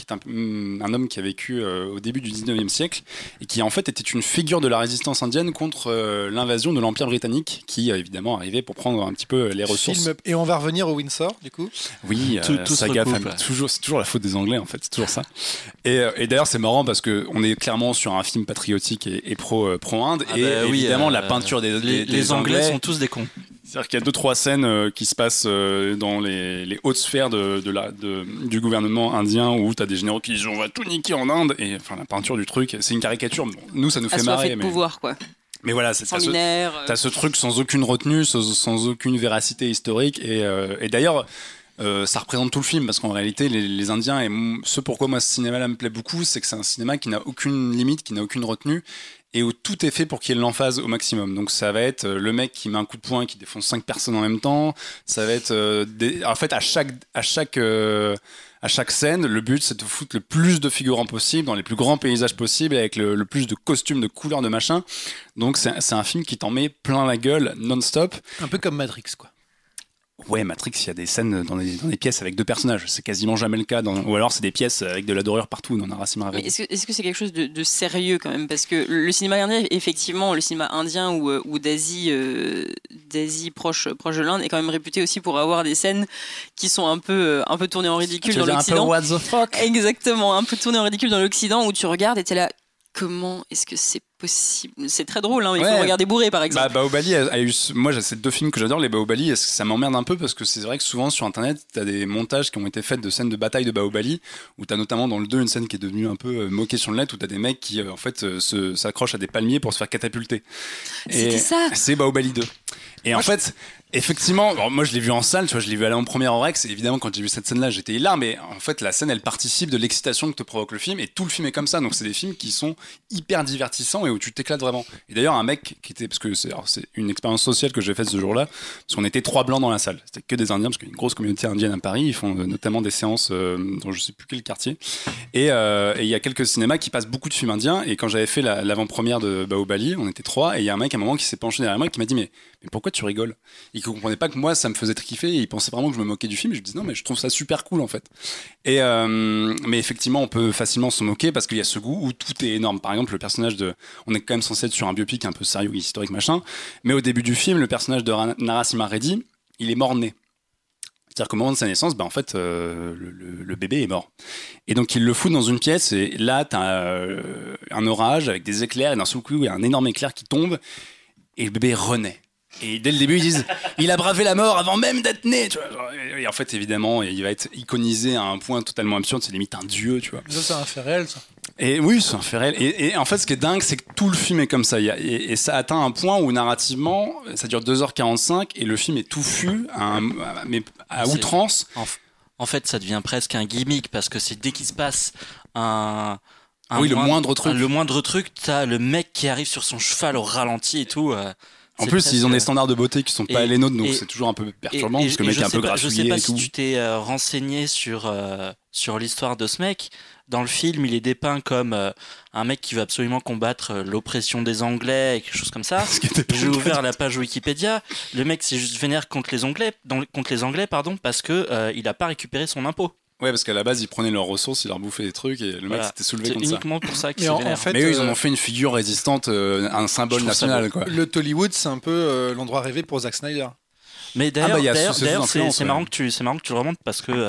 un homme qui a vécu au début du 19e siècle et qui en fait était une figure de la résistance indienne contre l'invasion de l'Empire britannique qui évidemment arrivait pour prendre un petit peu les ressources. Et on va revenir au Windsor du coup. Oui, saga famille. C'est toujours la faute des Anglais en fait, c'est toujours ça. Et d'ailleurs c'est marrant parce qu'on est clairement sur un film patriotique et pro-Inde évidemment la peinture des Anglais sont tous des cons. C'est-à-dire qu'il y a 2-3 scènes qui se passent dans les hautes sphères du gouvernement indien où tu as des généraux qui disent on va tout niquer en Inde et enfin la peinture du truc c'est une caricature. Bon, nous ça nous fait marrer. Mais pouvoir quoi. Mais voilà, t'as ce truc sans aucune retenue, sans aucune véracité historique et d'ailleurs ça représente tout le film parce qu'en réalité les Indiens et ce pourquoi moi ce cinéma-là me plaît beaucoup, c'est que c'est un cinéma qui n'a aucune limite, qui n'a aucune retenue et où tout est fait pour qu'il y ait l'emphase au maximum. Donc ça va être le mec qui met un coup de poing et qui défonce 5 personnes en même temps. Ça va être en fait à chaque scène, le but c'est de foutre le plus de figurants possible dans les plus grands paysages possibles avec le plus de costumes, de couleurs, de machin. Donc c'est un film qui t'en met plein la gueule non-stop. Un peu comme Matrix quoi. Ouais, Matrix, il y a des scènes dans des pièces avec 2 personnages. C'est quasiment jamais le cas. Ou alors, c'est des pièces avec de la dorure partout dans Narasimha Reddy. Est-ce que c'est quelque chose de sérieux quand même? Parce que le cinéma indien, effectivement, le cinéma indien ou d'Asie proche de l'Inde est quand même réputé aussi pour avoir des scènes qui sont un peu tournées en ridicule dans l'Occident. Un peu what the fuck? Exactement, un peu tournées en ridicule dans l'Occident où tu regardes et t'es là. Comment est-ce que c'est possible? C'est très drôle, hein, il faut regarder bourré par exemple. Bahubali a eu. Moi, j'ai ces 2 films que j'adore, les Bahubali. Ça m'emmerde un peu parce que c'est vrai que souvent sur internet, t'as des montages qui ont été faits de scènes de bataille de Bahubali, où t'as notamment dans le 2 une scène qui est devenue un peu moquée sur le net, où t'as des mecs qui en fait s'accrochent à des palmiers pour se faire catapulter. C'était ça. C'est Bahubali 2. Et en fait, effectivement, moi je l'ai vu en salle, tu vois, je l'ai vu aller en première en Rex, et évidemment quand j'ai vu cette scène-là, j'étais hilar, mais en fait la scène elle participe de l'excitation que te provoque le film, et tout le film est comme ça, donc c'est des films qui sont hyper divertissants et où tu t'éclates vraiment. Et d'ailleurs un mec qui était, parce que c'est une expérience sociale que j'ai faite ce jour-là, parce qu'on était 3 blancs dans la salle, c'était que des Indiens, parce qu'il y a une grosse communauté indienne à Paris, ils font notamment des séances dans je sais plus quel quartier, et il y a quelques cinémas qui passent beaucoup de films indiens, et quand j'avais fait l'avant-première de Bahubali, on était 3, et il y a un mec à un moment qui s'est penché derrière moi et qui m'a dit mais pourquoi tu rigoles? Il comprenait pas que moi ça me faisait kiffer, et il pensait vraiment que je me moquais du film, et je lui disais non mais je trouve ça super cool en fait. Et mais effectivement on peut facilement se moquer parce qu'il y a ce goût où tout est énorme. Par exemple le personnage on est quand même censé être sur un biopic un peu sérieux, historique machin, mais au début du film le personnage de Narasimha Reddy il est mort-né. C'est-à-dire qu'au moment de sa naissance, en fait, le bébé est mort. Et donc, il le fout dans une pièce, et là, t'as un orage avec des éclairs, et d'un seul coup, il y a un énorme éclair qui tombe, et le bébé renaît. Et dès le début, ils disent il a bravé la mort avant même d'être né, tu vois. Et en fait, évidemment, il va être iconisé à un point totalement absurde, c'est limite un dieu, tu vois. Ça, c'est un fait réel, ça. Et oui, c'est un fait réel. Et en fait, ce qui est dingue, c'est que tout le film est comme ça. Et ça atteint un point où, narrativement, ça dure 2h45 et le film est touffu, mais à outrance. En fait, ça devient presque un gimmick parce que c'est dès qu'il se passe le moindre truc, t'as le mec qui arrive sur son cheval au ralenti et tout. En plus, ils ont des standards de beauté qui sont pas les nôtres, donc c'est toujours un peu perturbant parce que le mec est un peu grassouillé. Je sais pas si tu t'es renseigné sur l'histoire de ce mec. Dans le film, il est dépeint comme un mec qui veut absolument combattre l'oppression des Anglais et quelque chose comme ça. J'ai ouvert la page Wikipédia. Le mec s'est juste vénère contre les Anglais, parce que il a pas récupéré son impôt. Ouais, parce qu'à la base, ils prenaient leurs ressources, ils leur bouffaient des trucs, et le mec s'était soulevé contre ça. C'est uniquement pour ça qu'ils se vénèrent. Mais eux, ils en ont fait une figure résistante, un symbole national, quoi. Le Tollywood, c'est un peu l'endroit rêvé pour Zack Snyder. Mais d'ailleurs, c'est marrant que tu le remontes parce que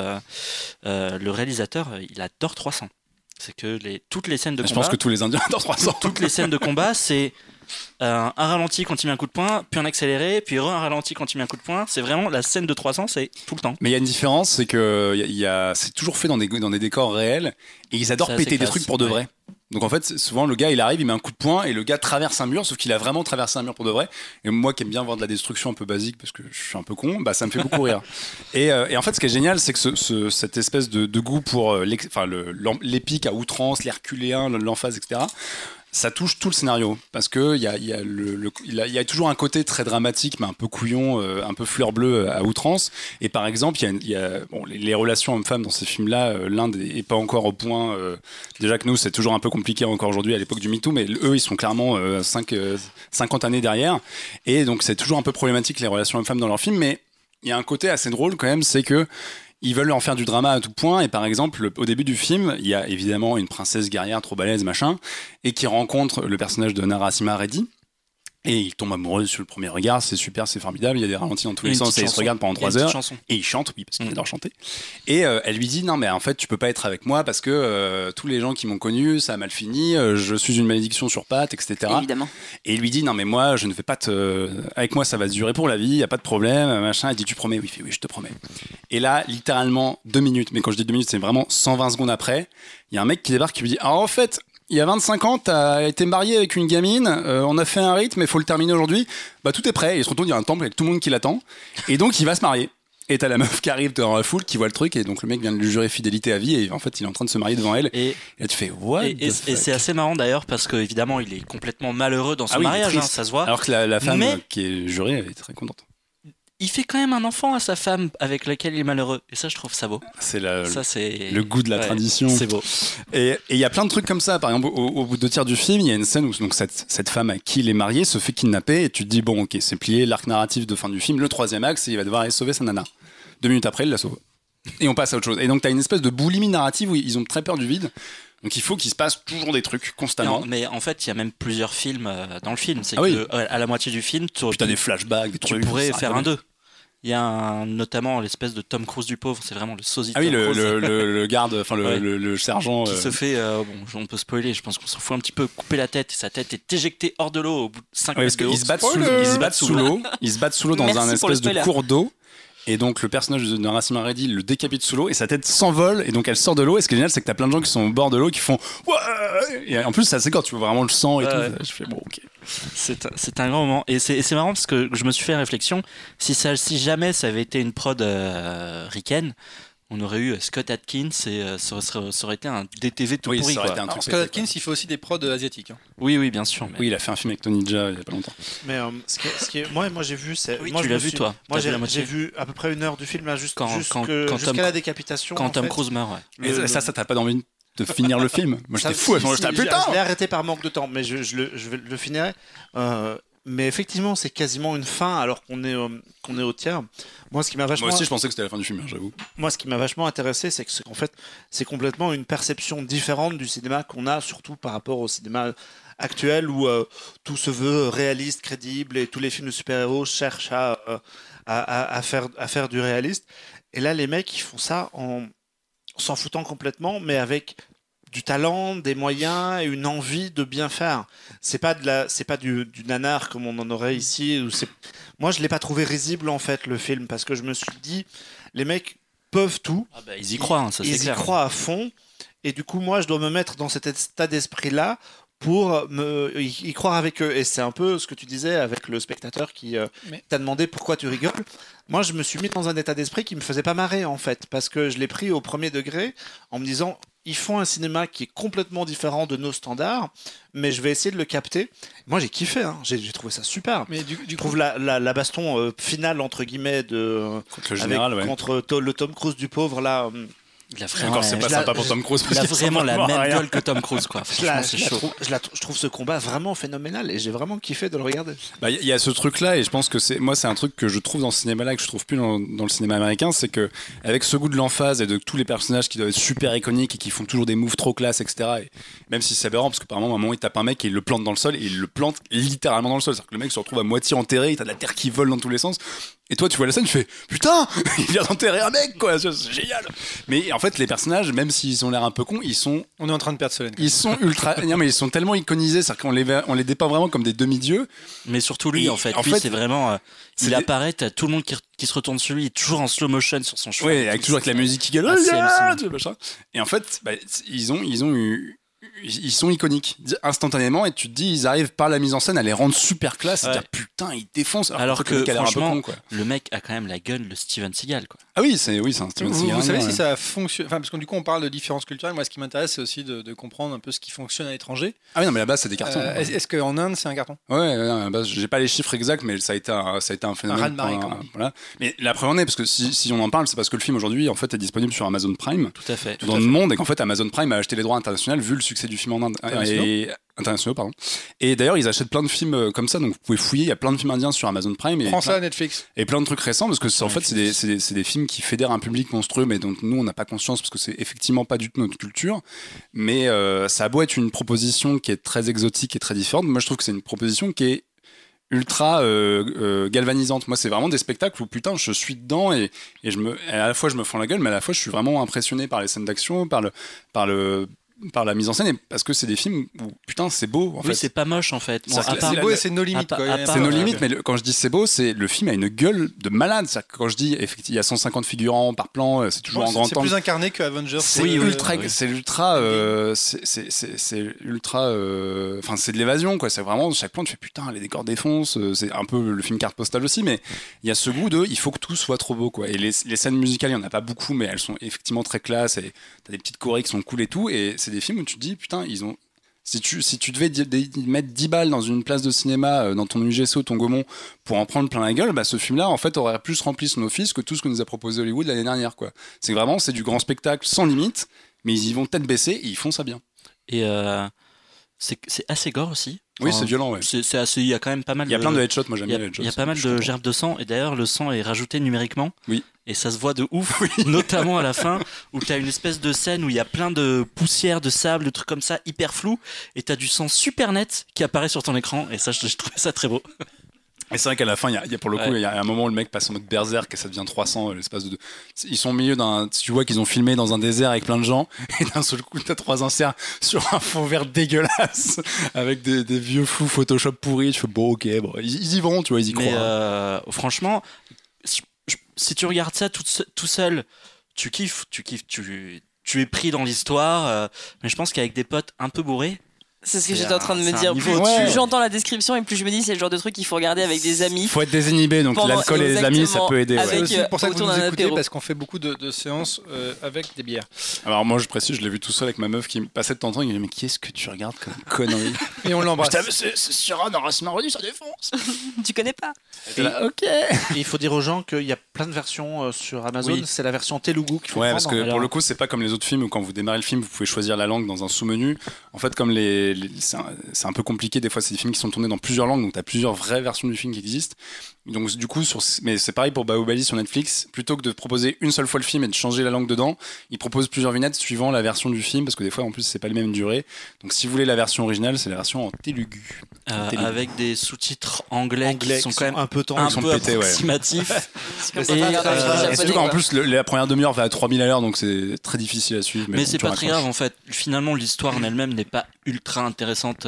le réalisateur, il adore 300. C'est que toutes les scènes de combat. Je pense que tous les Indiens adorent 300. Toutes les scènes de combat, c'est un ralenti quand il met un coup de poing, puis un accéléré, puis un ralenti quand il met un coup de poing. C'est vraiment la scène de 300, c'est tout le temps. Mais il y a une différence, c'est que c'est toujours fait dans des décors réels, et ils adorent péter des trucs pour de vrai. Donc en fait, souvent le gars il arrive, il met un coup de poing et le gars traverse un mur, sauf qu'il a vraiment traversé un mur pour de vrai. Et moi qui aime bien voir de la destruction un peu basique parce que je suis un peu con, ça me fait beaucoup rire. Et en fait, ce qui est génial, c'est que cette espèce de goût pour l'épique à outrance, l'herculéen, l'emphase, etc. Ça touche tout le scénario parce que il y a toujours un côté très dramatique mais un peu couillon, un peu fleur bleue à outrance. Et par exemple, il y a les relations hommes-femmes dans ces films-là, l'Inde est pas encore au point. Déjà que nous, c'est toujours un peu compliqué encore aujourd'hui à l'époque du MeToo, mais eux, ils sont clairement 50 années derrière. Et donc, c'est toujours un peu problématique les relations hommes-femmes dans leurs films. Mais il y a un côté assez drôle quand même, c'est que ils veulent en faire du drama à tout point, et par exemple, au début du film, il y a évidemment une princesse guerrière trop balèze, machin, et qui rencontre le personnage de Narasimha Reddy, et il tombe amoureux sur le premier regard, c'est super, c'est formidable, il y a des ralentis dans tous les sens, et ils se regardent pendant 3 heures, et il chante, oui, parce qu'il adore chanter. Et elle lui dit, non mais en fait, tu peux pas être avec moi, parce que tous les gens qui m'ont connu, ça a mal fini, je suis une malédiction sur pattes, etc. Évidemment. Et il lui dit, non mais moi, je ne vais pas avec moi, ça va durer pour la vie, y a pas de problème, machin. Elle dit, tu promets? Oui, il fait, oui, je te promets. Et là, littéralement, 2 minutes, mais quand je dis 2 minutes, c'est vraiment 120 secondes après, il y a un mec qui débarque qui lui dit, alors en fait, il y a 25 ans, t'as été marié avec une gamine, on a fait un rite, mais faut le terminer aujourd'hui. Tout est prêt. Et il se retourne, il y a un temple avec tout le monde qui l'attend. Et donc, il va se marier. Et t'as la meuf qui arrive dans la foule, qui voit le truc, et donc le mec vient de lui jurer fidélité à vie, et en fait, il est en train de se marier devant elle. Et là, tu fais, what? Et c'est assez marrant d'ailleurs, parce qu'évidemment, il est complètement malheureux dans son mariage, ça se voit. Alors que la femme qui est jurée, elle est très contente. il fait quand même un enfant à sa femme avec laquelle il est malheureux. Et ça, je trouve ça beau. C'est c'est le goût de la tradition. C'est beau. Et il y a plein de trucs comme ça. Par exemple, au bout de 2 tiers du film, il y a une scène où donc, cette femme à qui il est marié se fait kidnapper et tu te dis, bon, ok, c'est plié, l'arc narratif de fin du film. Le 3e axe, il va devoir aller sauver sa nana. 2 minutes après, il la sauve. Et on passe à autre chose. Et donc, tu as une espèce de boulimie narrative où ils ont très peur du vide. Donc il faut qu'il se passe toujours des trucs constamment. Non, mais en fait, il y a même plusieurs films dans le film. C'est oui. que à la moitié du film, tu as des flashbacks, des trucs. Tu pourrais faire un 2. Il y a notamment l'espèce de Tom Cruise du pauvre, c'est vraiment le sosie. Ah oui, le garde, enfin le sergent. Qui se fait, on peut spoiler, je pense qu'on s'en fout un petit peu, couper la tête, et sa tête est éjectée hors de l'eau au bout de 5 minutes. Parce qu'ils se battent sous l'eau, ils se battent sous l'eau dans un espèce de cours d'eau. Et donc le personnage de Nassim Haredi le décapite sous l'eau et sa tête s'envole et donc elle sort de l'eau. Et ce qui est génial, c'est que t'as plein de gens qui sont au bord de l'eau qui font ouais. Et en plus, c'est assez quand tu vois vraiment le sang et tout. Je fais bon, ok. C'est un grand moment. Et c'est marrant parce que je me suis fait la réflexion. Si jamais ça avait été une prod ricaine, on aurait eu Scott Adkins et ça aurait été un DTV tout pourri. Ça aurait été un truc. Scott Adkins, il fait aussi des prods asiatiques. Hein. Oui, bien sûr. Mais... Oui, il a fait un film avec Tony Jaa il y a pas longtemps. Mais moi j'ai vu. Oui, moi, tu l'as vu, toi. Moi, j'ai vu à peu près 1 heure du film, là, jusqu'à la décapitation. Quand Tom Cruise meurt, ouais. Et ça t'as pas envie de finir le film? Moi, j'étais fou. Putain! Je l'ai arrêté par manque de temps, mais je le finirai. Mais effectivement, c'est quasiment une fin alors qu'on est au tiers. Moi aussi, je pensais que c'était la fin du film, j'avoue. Moi, ce qui m'a vachement intéressé, c'est qu'en fait, c'est complètement une perception différente du cinéma qu'on a, surtout par rapport au cinéma actuel où tout se veut réaliste, crédible, et tous les films de super-héros cherchent à faire du réaliste. Et là, les mecs, ils font ça en s'en foutant complètement, mais avec du talent, des moyens et une envie de bien faire. C'est pas du nanar comme on en aurait ici. Moi, je l'ai pas trouvé risible en fait le film parce que je me suis dit, les mecs peuvent tout. Ah bah, ils y croient, hein, ça c'est clair. Ils y croient à fond. Et du coup, moi, je dois me mettre dans cet état d'esprit-là pour y croire avec eux. Et c'est un peu ce que tu disais avec le spectateur qui t'a demandé pourquoi tu rigoles. Moi, je me suis mis dans un état d'esprit qui me faisait pas marrer en fait, parce que je l'ai pris au premier degré en me disant ils font un cinéma qui est complètement différent de nos standards, mais je vais essayer de le capter. Moi, j'ai kiffé, hein. J'ai trouvé ça super. Mais je trouve la baston finale entre guillemets contre le général, contre le Tom Cruise du pauvre là. C'est pas sympa pour Tom Cruise. Il a vraiment la même gueule que Tom Cruise, quoi. Franchement, c'est chaud. Je trouve ce combat vraiment phénoménal et j'ai vraiment kiffé de le regarder. Il y a ce truc-là et je pense que c'est un truc que je trouve dans ce cinéma-là que je trouve plus dans le cinéma américain, c'est que avec ce goût de l'emphase et de tous les personnages qui doivent être super iconiques et qui font toujours des moves trop classe, etc. Et même si c'est aberrant parce que par moment, il tape un mec et il le plante dans le sol et il le plante littéralement dans le sol. C'est-à-dire que le mec se retrouve à moitié enterré, t'as de la terre qui vole dans tous les sens. Et toi, tu vois la scène, tu fais putain, il vient d'enterrer un mec, quoi, c'est génial. Mais en fait, les personnages, même s'ils ont l'air un peu cons, on est en train de perdre Solène. Ils sont ultra. Non, mais ils sont tellement iconisés, c'est-à-dire qu'on les dépeint vraiment comme des demi-dieux. Mais surtout lui, en fait, c'est vraiment. Il apparaît, t'as tout le monde qui se retourne sur lui, il est toujours en slow motion sur son cheval. Oui, toujours avec la musique qui gueule. Et en fait, ils sont iconiques instantanément et tu te dis ils arrivent par la mise en scène à les rendre super classe et dire putain ils défoncent alors que franchement le mec a quand même la gun le Steven Seagal quoi. Ah oui c'est un Steven Seagal. Vous savez si ça fonctionne, enfin parce que du coup on parle de différences culturelles, moi ce qui m'intéresse c'est aussi de comprendre un peu ce qui fonctionne à l'étranger. Ah oui non mais là-bas c'est des cartons. Est-ce qu'en Inde c'est un carton? Ouais j'ai pas les chiffres exacts mais ça a été un phénomène. Un raz-de-marée voilà. Mais la preuve en est parce que si on en parle c'est parce que le film aujourd'hui en fait est disponible sur Amazon Prime. Tout à fait. Dans le monde et qu'en fait Amazon Prime a acheté les droits internationaux vu le succès du film en Inde. Internationaux, pardon. Et d'ailleurs, ils achètent plein de films comme ça, donc vous pouvez fouiller. Il y a plein de films indiens sur Amazon Prime. Prends ça à Netflix. Et plein de trucs récents, parce que en fait, c'est des films qui fédèrent un public monstrueux, mais dont nous, on n'a pas conscience, parce que c'est effectivement pas du tout notre culture. Mais ça a beau être une proposition qui est très exotique et très différente. Moi, je trouve que c'est une proposition qui est ultra galvanisante. Moi, c'est vraiment des spectacles où putain, je suis dedans et à la fois je me fends la gueule, mais à la fois je suis vraiment impressionné par les scènes d'action, par la mise en scène et parce que c'est des films où putain c'est beau en fait. C'est pas moche en fait. C'est beau et c'est nos limites. C'est nos limites, mais quand je dis c'est beau, c'est le film a une gueule de malade. C'est-à-dire que quand je dis effectivement il y a 150 figurants par plan, c'est toujours en grand temps. C'est plus incarné que Avengers. C'est ultra, c'est ultra, enfin c'est de l'évasion quoi. C'est vraiment chaque plan tu fais putain les décors défoncent. C'est un peu le film carte postale aussi, mais il y a ce goût de il faut que tout soit trop beau quoi. Et les scènes musicales il y en a pas beaucoup, mais elles sont effectivement très classe et t'as des petites chorés qui sont cool et tout et c'est des films où tu te dis putain Si tu devais mettre 10 balles dans une place de cinéma, dans ton UGC ou ton Gaumont, pour en prendre plein la gueule, bah, ce film-là, en fait, aurait plus rempli son office que tout ce que nous a proposé Hollywood l'année dernière, quoi. C'est vraiment, c'est du grand spectacle sans limite, mais ils y vont tête baissée et ils font ça bien. Et c'est assez gore aussi. Oui, c'est violent, ouais. C'est assez, il y a quand même pas mal. Il y a plein de headshots, moi j'aime bien les headshots. Il y a pas mal de gerbes de sang, et d'ailleurs le sang est rajouté numériquement. Oui. Et ça se voit de ouf, notamment à la fin, où t'as une espèce de scène où il y a plein de poussière, de sable, de trucs comme ça, hyper flou, et t'as du sang super net qui apparaît sur ton écran, et ça, je trouvais ça très beau. Et c'est vrai qu'à la fin, il y a pour le coup, il y a un moment où le mec passe en mode berserk et ça devient 300 l'espace de deux. Ils sont au milieu tu vois qu'ils ont filmé dans un désert avec plein de gens et d'un seul coup t'as 3 inserts sur un fond vert dégueulasse avec des vieux flous Photoshop pourris. Je fais bon, ok, bon, ils y vont, tu vois, ils y croient. Mais franchement, si tu regardes ça tout seul, tu kiffes, tu es pris dans l'histoire. Mais je pense qu'avec des potes un peu bourrés. C'est ce que j'étais en train de me dire. Plus j'entends la description et plus je me dis c'est le genre de truc qu'il faut regarder avec des amis. Faut être désinhibé, donc l'alcool et les amis ça peut aider. C'est aussi pour ça que vous nous écoutez parce qu'on fait beaucoup de séances avec des bières. Alors moi je précise, je l'ai vu tout seul avec ma meuf qui me passait de temps en temps, il me dit mais qui est-ce que tu regardes comme connerie. Et on l'embrasse. C'est sur dans Racine Maroni, ça défonce. Tu connais pas. Ok. Et il faut dire aux gens qu'il y a plein de versions sur Amazon. Oui. C'est la version Telugu qu'il faut prendre. Parce que pour le coup c'est pas comme les autres films où quand vous démarrez le film vous pouvez choisir la langue dans un sous-menu. En fait comme c'est un peu compliqué, des fois c'est des films qui sont tournés dans plusieurs langues, donc tu as plusieurs vraies versions du film qui existent. Donc du coup, mais c'est pareil pour Bahubali sur Netflix, plutôt que de proposer une seule fois le film et de changer la langue dedans, ils proposent plusieurs vignettes suivant la version du film, parce que des fois en plus c'est pas les mêmes durées. Donc si vous voulez la version originale, c'est la version en Telugu. Avec des sous-titres anglais qui sont quand même un peu approximatifs. Et surtout qu'en plus la première demi-heure va à 3000 à l'heure, donc c'est très difficile à suivre. Mais c'est pas très grave en fait. Finalement l'histoire en elle-même n'est pas ultra intéressante.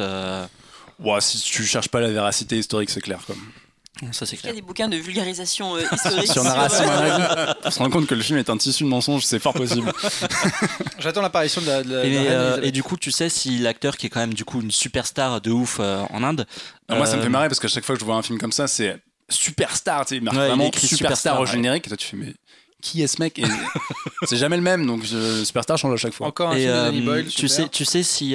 Si tu cherches pas la véracité historique, c'est clair quoi. Ça, c'est clair. Il y a des bouquins de vulgarisation historique. Sur Racine Maroni, on se rend compte que le film est un tissu de mensonges, c'est fort possible. J'attends l'apparition de la et du coup, tu sais si l'acteur qui est quand même du coup une superstar de ouf en Inde. Moi, ça me fait marrer parce qu'à chaque fois que je vois un film comme ça, c'est superstar, tu sais, il marque vraiment superstar au générique. Et toi, tu fais mais qui est ce mec? Et c'est jamais le même, donc superstar change à chaque fois. Encore un film de Danny Boyle. Tu sais si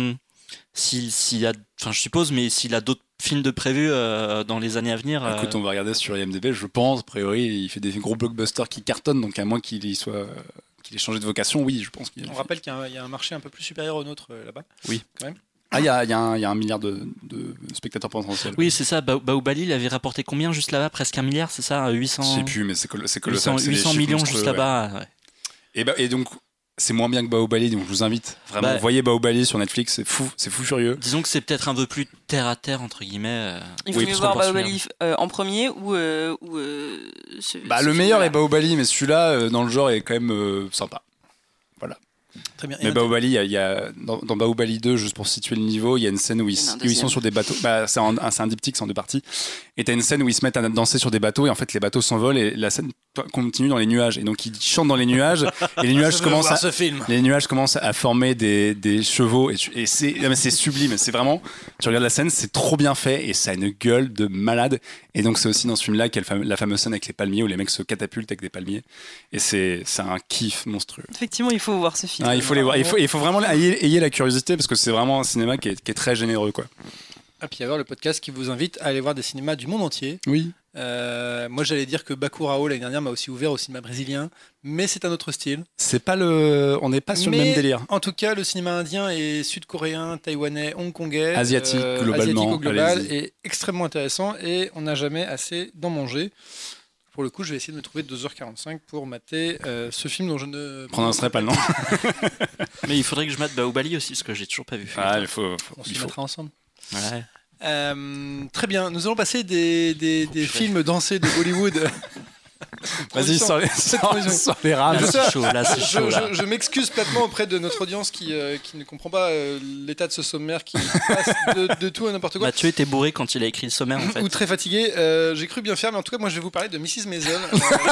s'il a, enfin je suppose, mais s'il a d'autres films de prévus dans les années à venir. Écoute, on va regarder sur IMDb, je pense, a priori, il fait des gros blockbusters qui cartonnent, donc à moins qu'il ait changé de vocation, oui, je pense. On rappelle qu'il y a un marché un peu plus supérieur au nôtre là-bas. Oui. Quand même. Ah, il y a 1 milliard de spectateurs potentiels. Oui, c'est ça. Bahubali, il avait rapporté combien juste là-bas? Presque 1 milliard, c'est ça? 800... Je sais plus, mais c'est que 800 millions juste là-bas. Ouais. Et donc, c'est moins bien que Bahubali, donc je vous invite vraiment. Voyez Bahubali sur Netflix, c'est fou furieux. Disons que c'est peut-être un peu plus terre à terre entre guillemets. Il faut mieux voir Bahubali en premier ou le meilleur est Bahubali, mais celui-là dans le genre est quand même sympa. Voilà. Très bien. Mais Bahubali, il y a dans Bahubali 2, juste pour situer le niveau, il y a une scène où ils sont sur des bateaux. C'est un diptyque, c'est en 2 parties. Et t'as une scène où ils se mettent à danser sur des bateaux et en fait les bateaux s'envolent et la scène continue dans les nuages. Et donc ils chantent dans les nuages et les nuages commencent à former des chevaux et c'est sublime. C'est vraiment, tu regardes la scène, c'est trop bien fait et ça a une gueule de malade. Et donc c'est aussi dans ce film-là qu'il y a la fameuse scène avec les palmiers où les mecs se catapultent avec des palmiers. Et c'est un kiff monstrueux. Effectivement, il faut voir ce film. Il faut les voir. Il faut vraiment ayez la curiosité parce que c'est vraiment un cinéma qui est très généreux, quoi. Et puis il y avoir le podcast qui vous invite à aller voir des cinémas du monde entier. Oui. Moi j'allais dire que Bacurau l'année dernière m'a aussi ouvert au cinéma brésilien, mais c'est un autre style. C'est pas on n'est pas sur le même délire. En tout cas, le cinéma indien et sud-coréen, taïwanais, hongkongais, asiatique globalement, asiatique au global est extrêmement intéressant et on n'a jamais assez d'en manger. Pour le coup, je vais essayer de me trouver 2h45 pour mater ce film dont je ne prononcerai pas le nom. Mais il faudrait que je mate Bahubali aussi, parce que j'ai toujours pas vu. Ah, on se mettra ensemble. Ouais. Très bien, nous allons passer des films dansés de Bollywood. Vas-y, sans les rames. C'est chaud, là. Je m'excuse platement auprès de notre audience qui ne comprend pas l'état de ce sommaire qui passe de tout à n'importe quoi. Mathieu était bourré quand il a écrit le sommaire, en fait. Ou très fatigué. J'ai cru bien faire, mais en tout cas, moi, je vais vous parler de Mrs. Maisel.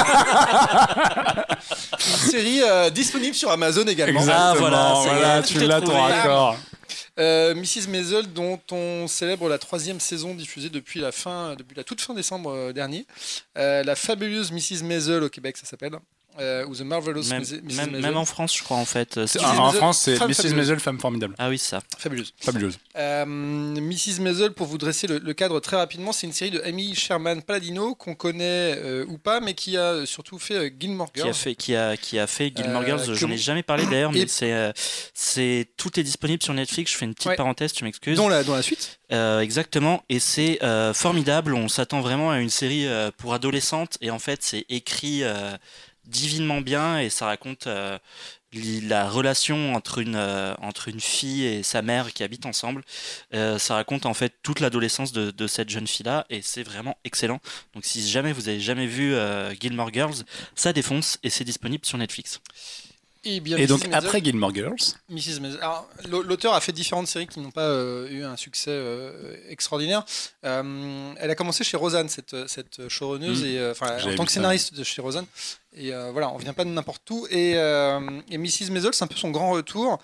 Une série disponible sur Amazon également. Exactement, voilà, tu l'as ton raccord. Mrs. Maisel, dont on célèbre la 3e saison diffusée depuis la toute fin décembre dernier. La fabuleuse Mrs. Maisel au Québec, ça s'appelle. ou The Marvelous Mrs. Maisel. Même en France, je crois, en fait. En France, c'est Mrs. Maisel, femme formidable. Ah oui, ça. Fabuleuse. Mrs. Maisel, pour vous dresser le cadre très rapidement, c'est une série de Amy Sherman Palladino qu'on connaît ou pas, mais qui a surtout fait Gilmore Girls. Qui a fait Gilmore Girls. J'en ai jamais parlé d'ailleurs, mais tout est disponible sur Netflix. Je fais une petite parenthèse, tu m'excuses. Dans la suite. Exactement, et c'est formidable. On s'attend vraiment à une série pour adolescentes, et en fait, c'est écrit divinement bien, et ça raconte la relation entre une fille et sa mère qui habitent ensemble. Ça raconte en fait toute l'adolescence de cette jeune fille-là, et c'est vraiment excellent. Donc si jamais vous avez jamais vu Gilmore Girls, ça défonce, et c'est disponible sur Netflix. Et donc après Gilmore Girls, Mrs. Maisel. Alors, l'auteur a fait différentes séries qui n'ont pas eu un succès extraordinaire. Elle a commencé chez Roseanne, cette showrunneuse, en tant que scénariste de chez Roseanne. Et voilà, on vient pas de n'importe où. Et Mrs. Maisel, c'est un peu son grand retour.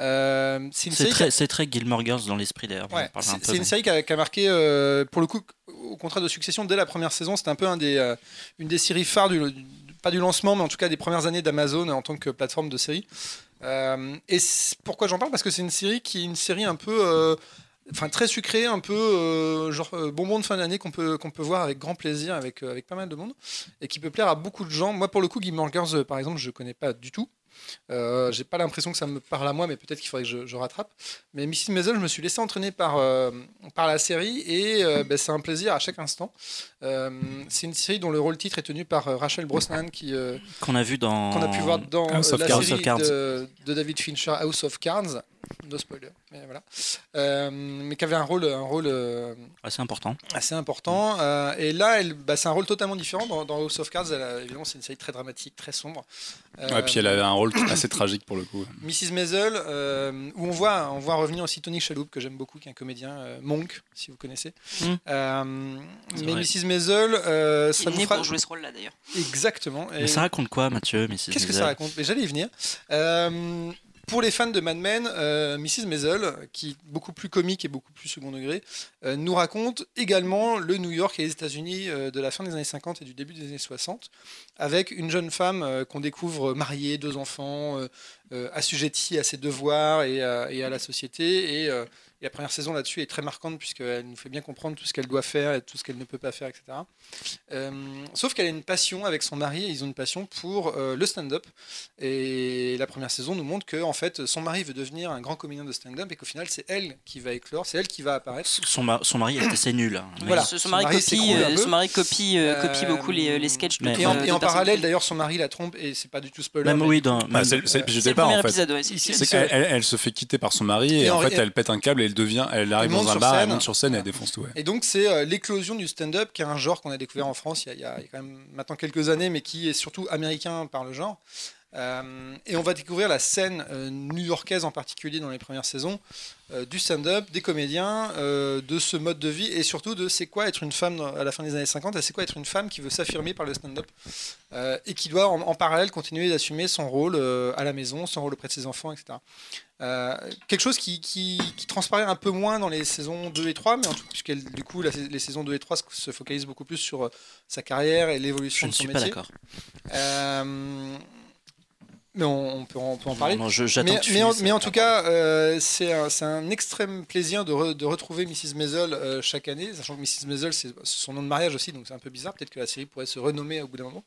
C'est très Gilmore Girls dans l'esprit d'ailleurs. Ouais, c'est une série qui a marqué, pour le coup, au contraire de Succession, dès la première saison, c'était un peu une des séries phares pas du lancement, mais en tout cas des premières années d'Amazon en tant que plateforme de série. Et pourquoi j'en parle ? Parce que c'est une série qui est une série un peu, très sucrée, un peu bonbon de fin d'année qu'on peut voir avec grand plaisir, avec pas mal de monde, et qui peut plaire à beaucoup de gens. Moi, pour le coup, Gilmore Girls, par exemple, je connais pas du tout. J'ai pas l'impression que ça me parle à moi, mais peut-être qu'il faudrait que je rattrape. Mais Mrs. Maisel, je me suis laissé entraîner par la série, et c'est un plaisir à chaque instant. C'est une série dont le rôle titre est tenu par Rachel Brosnahan, qu'on a pu voir dans la série de David Fincher, House of Cards. No spoiler, mais voilà. Mais qui avait un rôle assez important. Et là, c'est un rôle totalement différent. Dans House of Cards, évidemment, c'est une série très dramatique, très sombre. Et puis elle avait un rôle assez tragique pour le coup. Mrs. Maisel, où on voit revenir aussi Tony Shalhoub, que j'aime beaucoup, qui est un comédien, Monk, si vous connaissez. Mais Mrs. Maisel, ça vous fera... pour jouer ce rôle-là d'ailleurs. Exactement. Mais ça raconte quoi, Mathieu, Mrs. Maisel ? Qu'est-ce que ça raconte ? Mais j'allais y venir. Pour les fans de Mad Men, Mrs. Maisel, qui est beaucoup plus comique et beaucoup plus second degré, nous raconte également le New York et les États-Unis de la fin des années 50 et du début des années 60, avec une jeune femme qu'on découvre mariée, 2 enfants, assujettie à ses devoirs et à la société. Et la première saison là-dessus est très marquante, puisqu'elle nous fait bien comprendre tout ce qu'elle doit faire et tout ce qu'elle ne peut pas faire, etc. Sauf qu'elle a une passion avec son mari, et ils ont une passion pour le stand-up. Et la première saison nous montre que en fait, son mari veut devenir un grand comédien de stand-up, et qu'au final, c'est elle qui va éclore, c'est elle qui va apparaître. Son mari est assez nul. Hein. Voilà. Son mari copie beaucoup les sketchs. Et en parallèle, d'ailleurs, son mari la trompe, et c'est pas du tout spoiler. Même oui, c'est le premier en fait. épisode. Elle se fait quitter par son mari, et en fait, elle pète un câble, et elle arrive dans un bar, elle monte sur scène, et elle défonce tout. Ouais. Et donc c'est l'éclosion du stand-up, qui est un genre qu'on a découvert en France il y a quand même maintenant quelques années, mais qui est surtout américain par le genre. Et on va découvrir la scène new-yorkaise en particulier dans les premières saisons, du stand-up, des comédiens, de ce mode de vie, et surtout de c'est quoi être une femme à la fin des années 50, et c'est quoi être une femme qui veut s'affirmer par le stand-up, et qui doit en parallèle continuer d'assumer son rôle à la maison, son rôle auprès de ses enfants, etc. Quelque chose qui transparaît un peu moins dans les saisons 2 et 3, mais en tout cas, du coup, les saisons 2 et 3 se focalisent beaucoup plus sur sa carrière et l'évolution de son métier. Je ne suis pas d'accord. Mais on peut en parler. Non, j'attends mais en tout cas, c'est un extrême plaisir de retrouver Mrs. Maisel chaque année, sachant que Mrs. Maisel, c'est son nom de mariage aussi, donc c'est un peu bizarre. Peut-être que la série pourrait se renommer au bout d'un moment.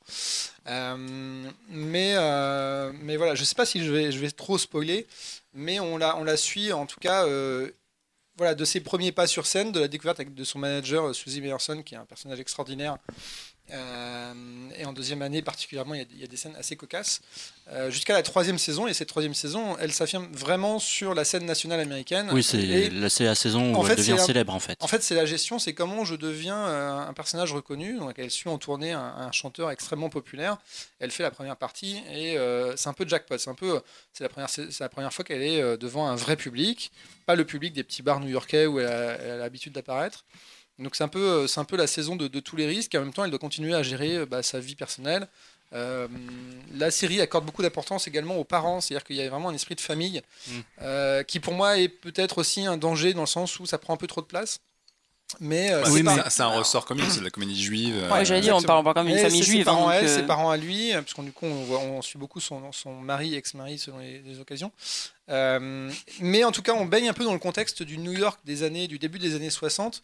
Mais voilà, je ne sais pas si je vais trop spoiler, mais on la suit en tout cas. Voilà, de ses premiers pas sur scène, de la découverte de son manager Susie Meyerson, qui est un personnage extraordinaire. Et en deuxième année particulièrement, il y a des scènes assez cocasses, jusqu'à la 3e saison. Et cette 3e saison, elle s'affirme vraiment sur la scène nationale américaine. Oui, c'est la saison où elle devient célèbre en fait. En fait, c'est la gestion, c'est comment je deviens un personnage reconnu. Donc, elle suit en tournée un chanteur extrêmement populaire. Elle fait la première partie, et c'est un peu jackpot. C'est la première fois qu'elle est devant un vrai public, pas le public des petits bars new-yorkais où elle a l'habitude d'apparaître. Donc c'est un peu la saison de tous les risques, et en même temps elle doit continuer à gérer sa vie personnelle. La série accorde beaucoup d'importance également aux parents, c'est-à-dire qu'il y a vraiment un esprit de famille qui pour moi est peut-être aussi un danger, dans le sens où ça prend un peu trop de place. Mais c'est un ressort comique, c'est de la comédie juive. J'allais dire, on parle pas comme une famille juive. Ses parents à lui, parce qu'on du coup on suit beaucoup son mari, ex-mari selon les occasions. Mais en tout cas, on baigne un peu dans le contexte du New York du début des années 60,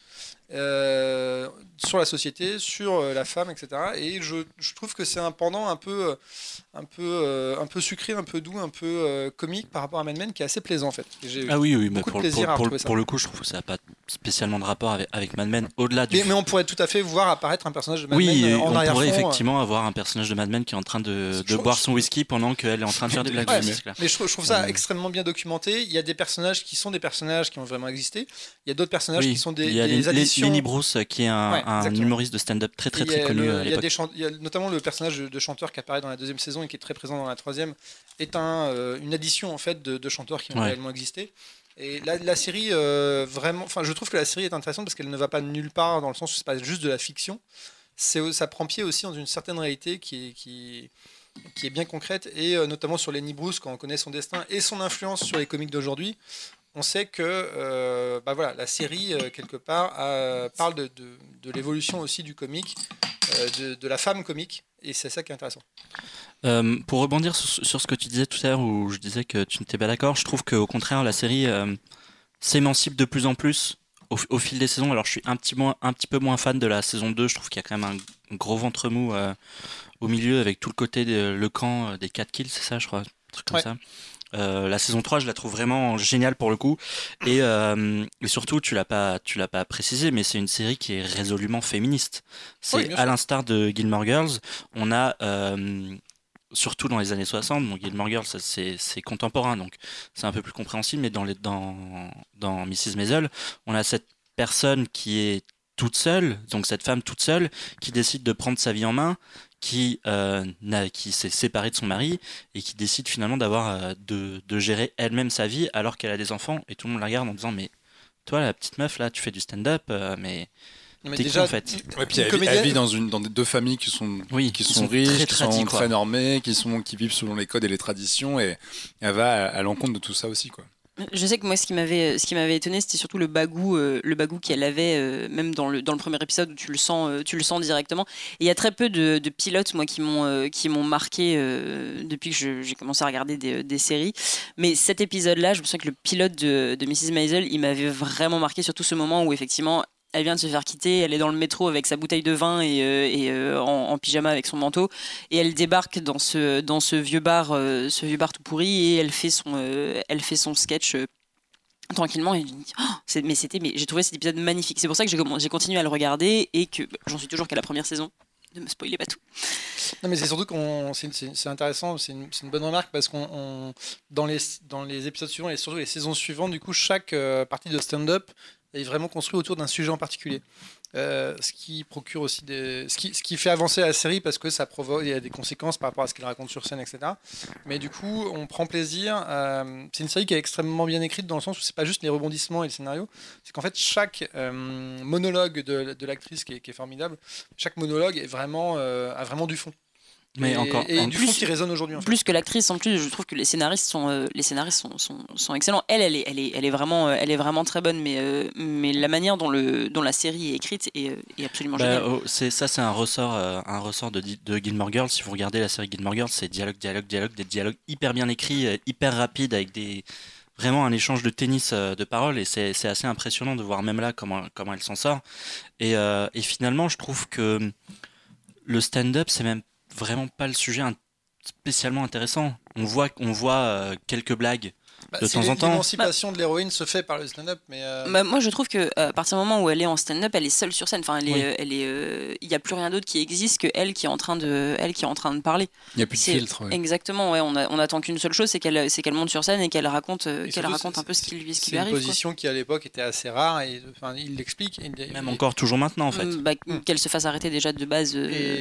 sur la société, sur la femme, etc. Et je trouve que c'est un pendant un peu sucré, un peu doux, un peu comique par rapport à Mad Men, qui est assez plaisant en fait. Oui, mais pour le coup, je trouve que ça n'a pas spécialement de rapport avec Mad Men, au-delà du... Mais on pourrait tout à fait voir apparaître un personnage de Mad Men en arrière-fond. Oui, on pourrait effectivement avoir un personnage de Mad Men qui est en train de boire son whisky pendant qu'elle est en train de faire des blagues. Mais je trouve ça extrêmement bien documenté. Il y a des personnages qui sont des personnages qui ont vraiment existé. Il y a d'autres personnages qui sont des additions. Lenny Bruce, qui est un humoriste de stand-up très connu à l'époque. Il y a notamment le personnage de chanteur qui apparaît dans la 2e saison et qui est très présent dans la 3e, est une addition en fait de chanteurs qui ont réellement existé. Et la série, vraiment, je trouve que la série est intéressante parce qu'elle ne va pas nulle part, dans le sens où c'est pas juste de la fiction. Ça prend pied aussi dans une certaine réalité qui est bien concrète, et notamment sur Lenny Bruce, quand on connaît son destin et son influence sur les comiques d'aujourd'hui. On sait que la série, quelque part, parle de l'évolution aussi du comique, de la femme comique, et c'est ça qui est intéressant. Pour rebondir sur ce que tu disais tout à l'heure, où je disais que tu n'étais pas d'accord, je trouve qu'au contraire, la série s'émancipe de plus en plus au fil des saisons. Alors je suis un petit peu moins fan de la saison 2, je trouve qu'il y a quand même un gros ventre mou au milieu, avec tout le côté le camp des 4 kills, c'est ça je crois, un truc comme ça. La saison 3, je la trouve vraiment géniale pour le coup, et surtout tu l'as pas précisé, mais c'est une série qui est résolument féministe. C'est à l'instar de Gilmore Girls, on a surtout dans les années 60, Gilmore Girls c'est contemporain, donc c'est un peu plus compréhensible, mais dans Mrs. Maisel, on a cette personne qui est toute seule, donc cette femme toute seule qui décide de prendre sa vie en main, qui s'est séparée de son mari et qui décide finalement de gérer elle-même sa vie alors qu'elle a des enfants, et tout le monde la regarde en disant mais toi la petite meuf là, tu fais du stand-up, mais déjà, en fait. Ouais, puis elle vit dans deux familles qui sont riches, qui sont très normées, qui vivent selon les codes et les traditions, et elle va à l'encontre de tout ça aussi, quoi. Je sais que moi, ce qui m'avait étonné, c'était surtout le bagou qu'elle avait, même dans le premier épisode, où tu le sens directement. Et il y a très peu de pilotes, moi, qui m'ont marqué depuis que j'ai commencé à regarder des séries. Mais cet épisode-là, je me souviens que le pilote de Mrs. Maisel, il m'avait vraiment marqué, surtout ce moment où effectivement elle vient de se faire quitter, elle est dans le métro avec sa bouteille de vin et en pyjama avec son manteau, et elle débarque dans ce vieux bar tout pourri, et elle fait son sketch tranquillement, et je me dis, mais j'ai trouvé cet épisode magnifique. C'est pour ça que j'ai continué à le regarder, et que j'en suis toujours qu'à la première saison. Ne me spoilez pas tout. Non, mais c'est surtout c'est intéressant, c'est une bonne remarque, parce qu'on dans les épisodes suivants et surtout les saisons suivantes, du coup, chaque partie de stand-up est vraiment construit autour d'un sujet en particulier. Ce qui procure aussi ce qui fait avancer la série, parce que il y a des conséquences par rapport à ce qu'elle raconte sur scène, etc. Mais du coup, on prend plaisir. C'est une série qui est extrêmement bien écrite, dans le sens où c'est pas juste les rebondissements et le scénario, c'est qu'en fait chaque monologue de l'actrice qui est formidable, chaque monologue a vraiment du fond. Mais du fond qui résonne aujourd'hui. Plus que l'actrice, en plus, je trouve que les scénaristes sont excellents. Elle est vraiment très bonne, mais la manière dont la série est écrite est absolument géniale. C'est un ressort de Gilmore Girls. Si vous regardez la série Gilmore Girls, c'est dialogue, des dialogues hyper bien écrits, hyper rapides, avec vraiment un échange de tennis de paroles, et c'est assez impressionnant de voir même là comment elle s'en sort. Et finalement, je trouve que le stand-up, c'est même vraiment pas le sujet spécialement intéressant. On voit quelques blagues de temps en temps. L'émancipation de l'héroïne se fait par le stand-up, mais moi je trouve que à partir du moment où elle est en stand-up, elle est seule sur scène. Enfin, il y a plus rien d'autre qui existe que elle qui est en train de parler. Il y a plus de filtre. Ouais. Exactement. Ouais, on attend qu'une seule chose, c'est qu'elle monte sur scène et qu'elle raconte un peu ce qui lui arrive. C'est une position qui à l'époque était assez rare, et il l'explique. Même encore toujours maintenant en fait. Qu'elle se fasse arrêter déjà de base.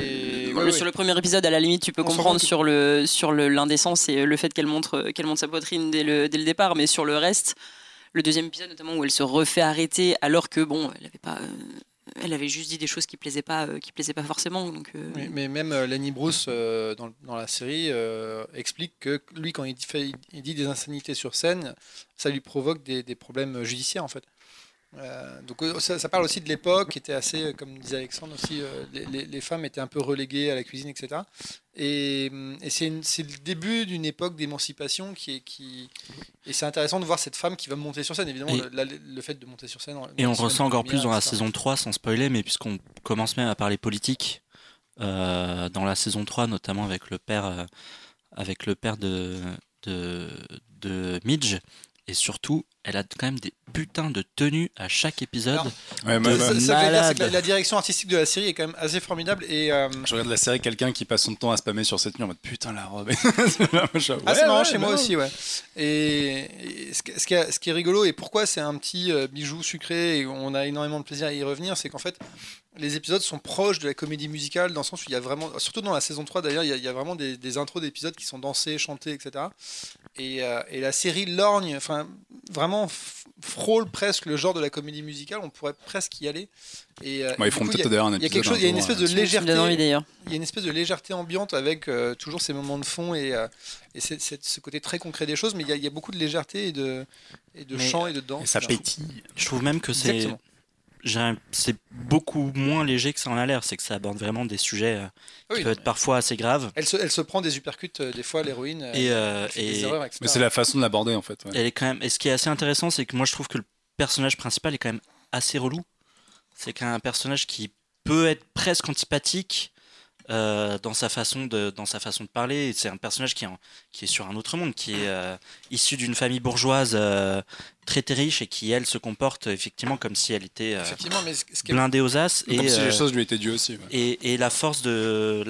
Sur le premier épisode, à la limite, tu peux comprendre sur l'indécence et le fait qu'elle montre sa poitrine dès le départ, mais sur le reste, le deuxième épisode notamment, où elle se refait arrêter alors que elle avait juste dit des choses qui plaisaient pas forcément. Donc, oui, mais même Lenny Bruce dans la série explique que lui, quand il dit des insanités sur scène, ça lui provoque des problèmes judiciaires en fait. Donc ça parle aussi de l'époque qui était assez, comme disait Alexandre aussi, les femmes étaient un peu reléguées à la cuisine, etc. Et c'est le début d'une époque d'émancipation et c'est intéressant de voir cette femme qui va monter sur scène, évidemment, le fait de monter sur scène. Et on ressent encore plus dans la saison 3, sans spoiler, mais puisqu'on commence même à parler politique, dans la saison 3, notamment avec le père de Midge. Et surtout, elle a quand même des putains de tenues à chaque épisode. Ça veut dire que la direction artistique de la série est quand même assez formidable. Et je regarde la série, quelqu'un qui passe son temps à spammer sur cette tenue en mode putain la robe. C'est marrant chez moi aussi, ouais. Et ce qui est rigolo et pourquoi c'est un petit bijou sucré et on a énormément de plaisir à y revenir, c'est qu'en fait les épisodes sont proches de la comédie musicale dans le sens où il y a vraiment, surtout dans la saison 3 d'ailleurs, il y a vraiment des intros d'épisodes qui sont dansés, chantés, etc. Et la série lorgne, enfin vraiment frôle presque le genre de la comédie musicale, on pourrait presque y aller. Et ils font peut-être d'ailleurs un épisode. Il y a quelque chose, il y a une espèce de légèreté. Il y a une espèce de légèreté ambiante avec toujours ces moments de fond et ce côté très concret des choses, mais il y a beaucoup de légèreté et de chant et de danse. Et ça pétille. Je trouve même que c'est beaucoup moins léger que ça en a l'air. C'est que ça aborde vraiment des sujets qui peuvent être parfois assez graves. Elle se prend des uppercuts des fois, l'héroïne. Des erreurs, etc. Mais c'est la façon de l'aborder en fait. Ouais. Elle est quand même. Et ce qui est assez intéressant, c'est que moi je trouve que le personnage principal est quand même assez relou. C'est qu'un personnage qui peut être presque antipathique dans sa façon de parler. Et c'est un personnage qui est sur un autre monde, qui est issu d'une famille bourgeoise très très riche et qui elle se comporte effectivement comme si elle était blindée aux as. Comme si les choses lui étaient dues aussi. Ouais. Et la force de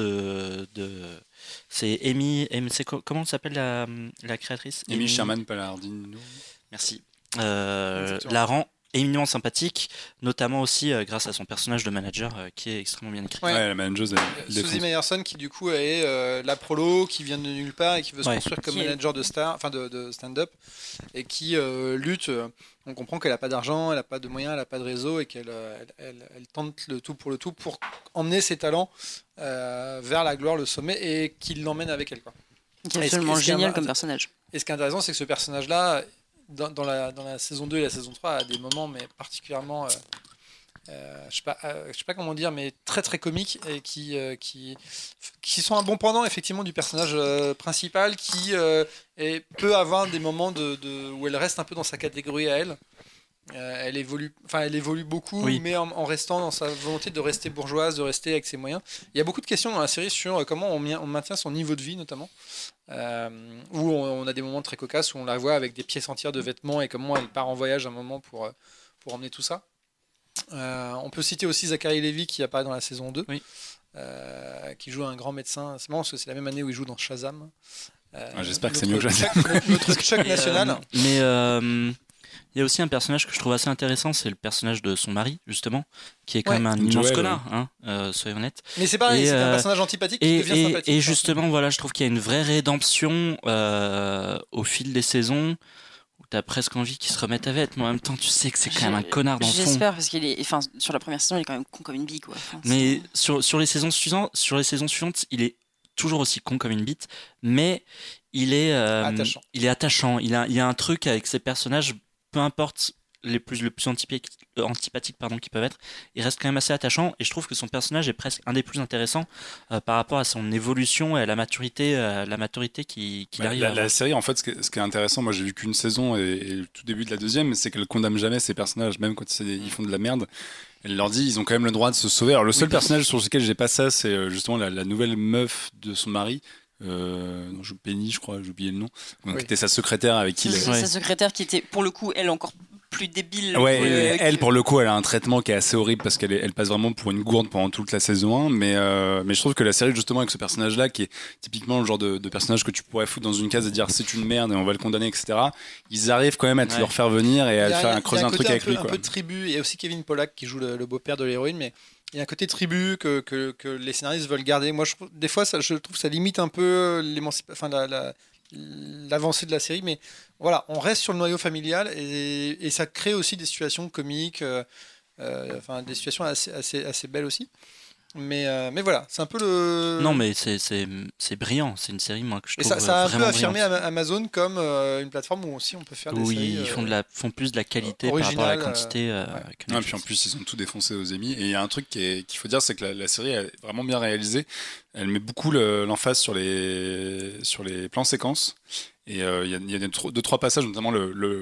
c'est Amy, comment s'appelle la créatrice? Amy Sherman Palladino. Merci. La rend éminemment sympathique, notamment aussi grâce à son personnage de manager qui est extrêmement bien écrit. Ouais, la manageuse. Suzy Meyerson qui du coup est la prolo qui vient de nulle part et qui veut se construire comme manager de stand-up et qui lutte. On comprend qu'elle n'a pas d'argent, elle n'a pas de moyens, elle n'a pas de réseau et qu'elle elle tente le tout pour emmener ses talents vers la gloire, le sommet et qu'il l'emmène avec elle. C'est absolument génial comme personnage. Et ce qui est intéressant, c'est que ce personnage-là, dans la saison 2 et la saison 3, à des moments mais particulièrement je sais pas comment dire, mais très très comiques et qui sont un bon pendant effectivement du personnage principal qui peut avoir des moments où elle reste un peu dans sa catégorie à elle. Elle évolue beaucoup, mais en restant dans sa volonté de rester bourgeoise, de rester avec ses moyens. Il y a beaucoup de questions dans la série sur comment on maintient son niveau de vie, notamment. Où on a des moments très cocasses où on la voit avec des pièces entières de vêtements et comment elle part en voyage un moment pour emmener tout ça. On peut citer aussi Zachary Levi qui apparaît dans la saison 2, qui joue un grand médecin. C'est marrant parce que c'est la même année où il joue dans Shazam. J'espère que c'est mieux que Shazam. Notre choc national. Mais il y a aussi un personnage que je trouve assez intéressant, c'est le personnage de son mari, justement, qui est quand même un immense connard, soyons honnêtes. Mais c'est pareil, c'est un personnage antipathique qui devient sympathique. Et justement, voilà, je trouve qu'il y a une vraie rédemption au fil des saisons, où tu as presque envie qu'il se remette avec, mais en même temps, tu sais que c'est quand même un connard dans le fond. J'espère, parce qu'il est, sur la première saison, il est quand même con comme une bille, quoi. Mais sur les saisons suivantes, il est toujours aussi con comme une bite, mais il est attachant. Il y a un truc avec ces personnages, peu importe le plus antipathiques qu'ils peuvent être, il reste quand même assez attachant et je trouve que son personnage est presque un des plus intéressants par rapport à son évolution et à la maturité qu'il arrive à avoir. La série, en fait, ce qui est intéressant, moi j'ai vu qu'une saison et le tout début de la deuxième, c'est qu'elle condamne jamais ses personnages, même quand ils font de la merde. Elle leur dit ils ont quand même le droit de se sauver. Alors le seul personnage sur lequel j'ai pas ça, c'est justement la nouvelle meuf de son mari. Penny, je crois, j'ai oublié le nom. Donc, c'était sa secrétaire avec qui sa secrétaire qui était pour le coup elle encore plus débile. Elle pour le coup elle a un traitement qui est assez horrible parce qu'elle passe vraiment pour une gourde pendant toute la saison 1, mais je trouve que la série justement avec ce personnage là qui est typiquement le genre de personnage que tu pourrais foutre dans une case et dire c'est une merde et on va le condamner, etc. Ils arrivent quand même à te le faire venir et à faire creuser un truc avec lui. Un peu de tribu. Il y a aussi Kevin Pollak qui joue le beau-père de l'héroïne, mais il y a un côté tribu que les scénaristes veulent garder. Moi, des fois, je trouve que ça limite un peu l'avancée de la série. Mais voilà, on reste sur le noyau familial et ça crée aussi des situations comiques, des situations assez belles aussi. Mais voilà, c'est un peu le. Non, mais c'est brillant. C'est une série, moi, que je Et trouve ça a un peu vraiment affirmé brillante. Amazon comme une plateforme où aussi on peut faire des séries. Oui, ils font plus de la qualité par rapport à la quantité. que Ouais, puis en plus, ils ont tout défoncé aux Emmy. Et il y a un truc qu'il faut dire, c'est que la série est vraiment bien réalisée. Elle met beaucoup l'emphase sur les plans séquences. Et il y a deux, trois passages, notamment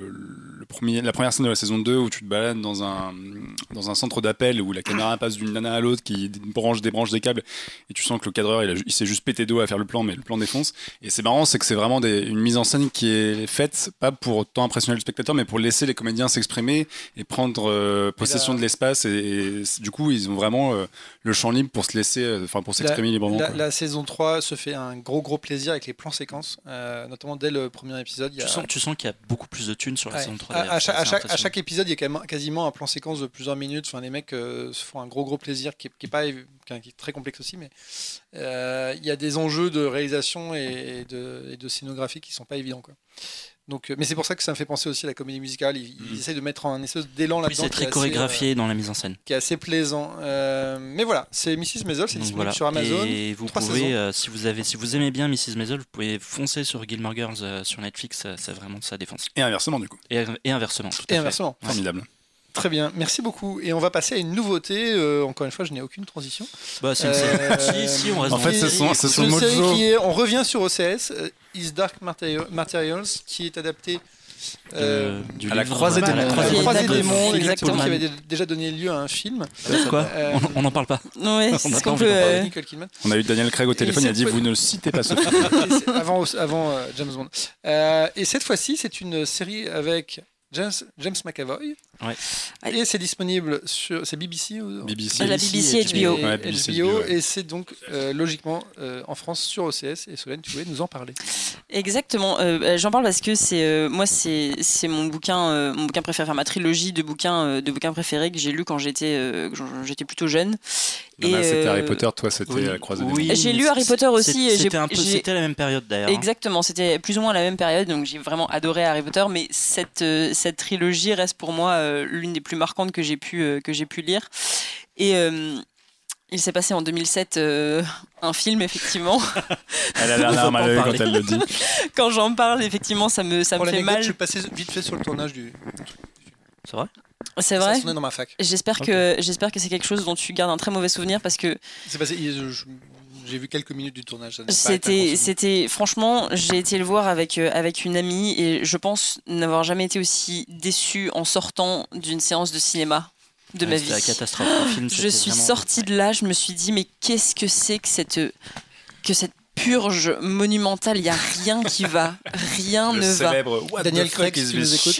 la première scène de la saison 2 où tu te balades dans un centre d'appel où la caméra passe d'une nana à l'autre qui débranche des câbles et tu sens que le cadreur il s'est juste pété d'eau à faire le plan, mais le plan défonce. Et c'est marrant, c'est que c'est vraiment une mise en scène qui est faite pas pour autant impressionner le spectateur, mais pour laisser les comédiens s'exprimer et prendre possession de l'espace. Et du coup, ils ont vraiment le champ libre pour se laisser, pour s'exprimer librement. La saison 3 se fait un gros plaisir avec les plans séquences, notamment dès le premier épisode. Tu sens qu'il y a beaucoup plus de thunes sur la saison 3. À chaque épisode, il y a quasiment un plan séquence de plusieurs minutes. Enfin, les mecs se font un gros plaisir qui est très complexe aussi, mais il y a des enjeux de réalisation et de scénographie qui sont pas évidents, quoi. Donc, mais c'est pour ça que ça me fait penser aussi à la comédie musicale. Ils essayent de mettre un espèce d'élan là-dedans. C'est très chorégraphié dans la mise en scène. Qui est assez plaisant. Mais voilà, c'est Mrs. Maisel, c'est disponible sur Amazon. Et vous pouvez, si vous aimez bien Mrs. Maisel, vous pouvez foncer sur Gilmore Girls sur Netflix. C'est vraiment ça défonce. Et inversement, du coup. Et inversement. Tout à fait. Inversement. Formidable. Très bien, merci beaucoup. Et on va passer à une nouveauté. Encore une fois, je n'ai aucune transition. Bah, c'est une série. Si, on reste en fait, c'est son une mot série on revient sur OCS, Is Dark Materials, qui est adapté à la croisée des mondes, exactement, qui avait déjà donné lieu à un film. Quoi on n'en parle pas. Ouais, c'est qu'on peut. Nicole Kidman. On a eu Daniel Craig au téléphone, il a dit vous ne le citez pas ce film. avant James Bond. Et cette fois-ci, c'est une série avec James McAvoy. Ouais. Et c'est disponible sur BBC ou la BBC HBO. Ouais, HBO, et c'est donc logiquement en France sur OCS. Et Solène, tu voulais nous en parler. Exactement. J'en parle parce que c'est mon bouquin préféré, enfin ma trilogie de bouquins préférés que j'ai lu quand j'étais plutôt jeune. C'était Harry Potter, toi c'était la croisée des mondes. J'ai lu Harry Potter aussi. C'était la même période d'ailleurs. Exactement, c'était plus ou moins la même période, donc j'ai vraiment adoré Harry Potter, mais cette trilogie reste pour moi l'une des plus marquantes que j'ai pu lire. Et il s'est passé en 2007 un film, effectivement. Elle a l'air normal quand elle le dit. Quand j'en parle, effectivement, ça me fait mal. Je suis passé vite fait sur le tournage du... C'est vrai ? C'est vrai. Ça sonnait dans ma fac. J'espère que c'est quelque chose dont tu gardes un très mauvais souvenir parce que... C'est passé... J'ai vu quelques minutes du tournage. C'était franchement, j'ai été le voir avec une amie et je pense n'avoir jamais été aussi déçue en sortant d'une séance de cinéma de ma vie. C'était la catastrophe. Le film, je suis sortie de là, je me suis dit mais qu'est-ce que c'est que cette purge monumentale, il y a rien qui va, rien ne va. Célèbre Daniel Craig, si tu nous écoutes.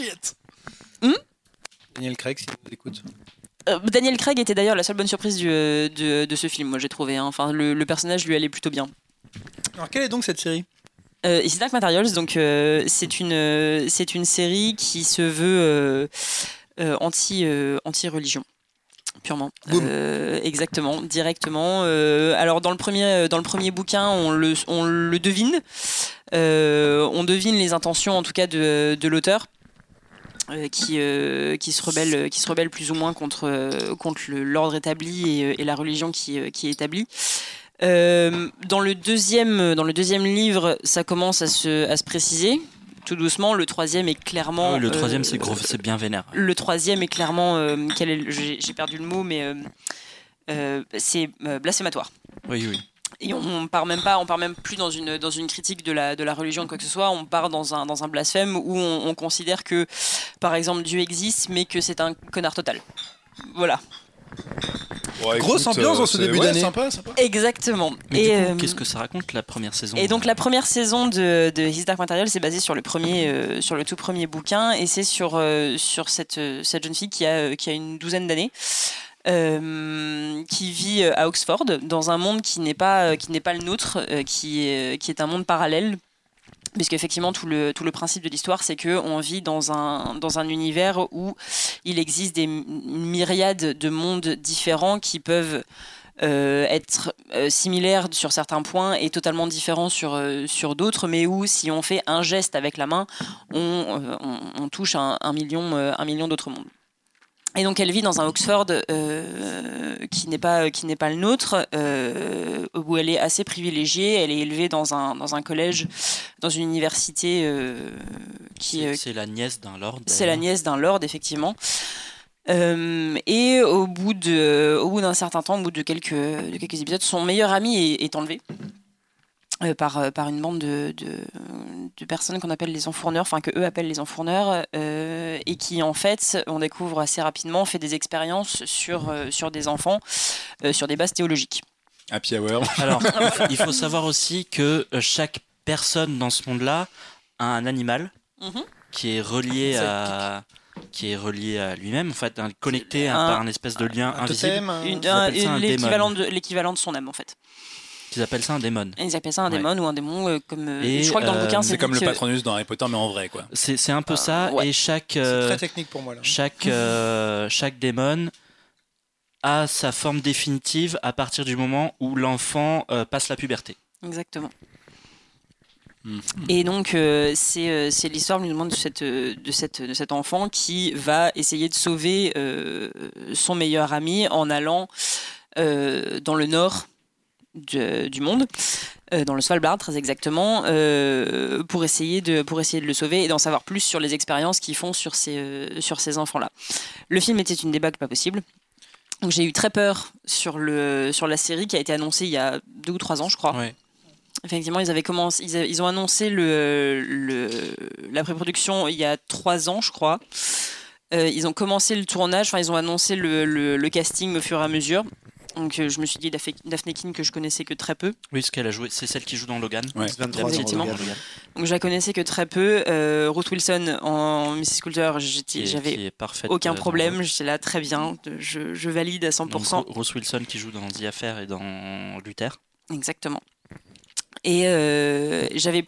Daniel Craig, si tu nous écoutes. Daniel Craig était d'ailleurs la seule bonne surprise de ce film, moi j'ai trouvé. Enfin, le personnage lui allait plutôt bien. Alors quelle est donc cette série ? Is Dark Materials, donc c'est une série qui se veut anti-religion. Purement. Exactement, directement. Alors dans le premier bouquin, on le devine. On devine les intentions en tout cas de l'auteur. Qui se rebelle plus ou moins contre l'ordre établi et la religion qui est établie. Dans le deuxième livre, ça commence à se préciser tout doucement. Le troisième est clairement. Oui, le troisième c'est bien vénère. Le troisième est clairement j'ai perdu le mot, mais c'est blasphématoire. Oui. Et on part même plus dans une critique de la religion de quoi que ce soit. On part dans un blasphème où on considère que, par exemple, Dieu existe, mais que c'est un connard total. Voilà. Ouais, grosse ambiance dans ce début d'année. Sympa. Exactement. Mais du coup, qu'est-ce que ça raconte la première saison ? Et donc la première saison de His Dark Materials, c'est basé sur le tout premier bouquin, et c'est sur cette jeune fille qui a une douzaine d'années. Qui vit à Oxford dans un monde qui n'est pas le nôtre, qui est un monde parallèle, puisqu'effectivement tout le principe de l'histoire, c'est que on vit dans un univers où il existe des myriades de mondes différents qui peuvent être similaires sur certains points et totalement différents sur d'autres, mais où si on fait un geste avec la main, on touche un million d'autres mondes. Et donc elle vit dans un Oxford qui n'est pas le nôtre, où elle est assez privilégiée. Elle est élevée dans un collège, dans une université c'est la nièce d'un lord. C'est la nièce d'un lord, effectivement. Et au bout d'un certain temps, au bout de quelques épisodes, son meilleur ami est enlevé. Par une bande de personnes qu'on appelle les enfourneurs, enfin que eux appellent les enfourneurs, et qui en fait, on découvre assez rapidement, fait des expériences sur des enfants, sur des bases théologiques. Happy Hour. Alors, il faut savoir aussi que chaque personne dans ce monde-là a un animal qui est relié à lui-même, en fait, connecté par un espèce de lien invisible. L'équivalent de son âme, en fait. Ils appellent ça un démon. Ils appellent ça un démon ou un démon, comme je crois que dans le bouquin c'est comme le Patronus dans Harry Potter, mais en vrai, quoi. C'est un peu ça, ouais. Et c'est très technique pour moi là. Chaque démon a sa forme définitive à partir du moment où l'enfant passe la puberté. Exactement. Et donc c'est l'histoire du monde de cet enfant qui va essayer de sauver son meilleur ami en allant dans le nord du monde, dans le Svalbard très exactement, pour essayer de le sauver et d'en savoir plus sur les expériences qu'ils font sur ces enfants-là. Le film était une débâcle pas possible. Donc j'ai eu très peur sur la série qui a été annoncée il y a 2 ou 3 ans, je crois. Ouais. Effectivement, ils ont annoncé la pré-production il y a 3 ans, je crois. Ils ont commencé le tournage, enfin ils ont annoncé le casting au fur et à mesure. Donc je me suis dit Daphne Keane que je connaissais que très peu. Oui, ce qu'elle a joué, c'est celle qui joue dans Logan. Ouais. 23 effectivement. ans, Donc je la connaissais que très peu. Ruth Wilson en Mrs. Coulter, j'avais aucun problème. J'étais là très bien. Je valide à 100%. Donc, Ruth Wilson qui joue dans The Affair et dans Luther. Exactement. Et j'avais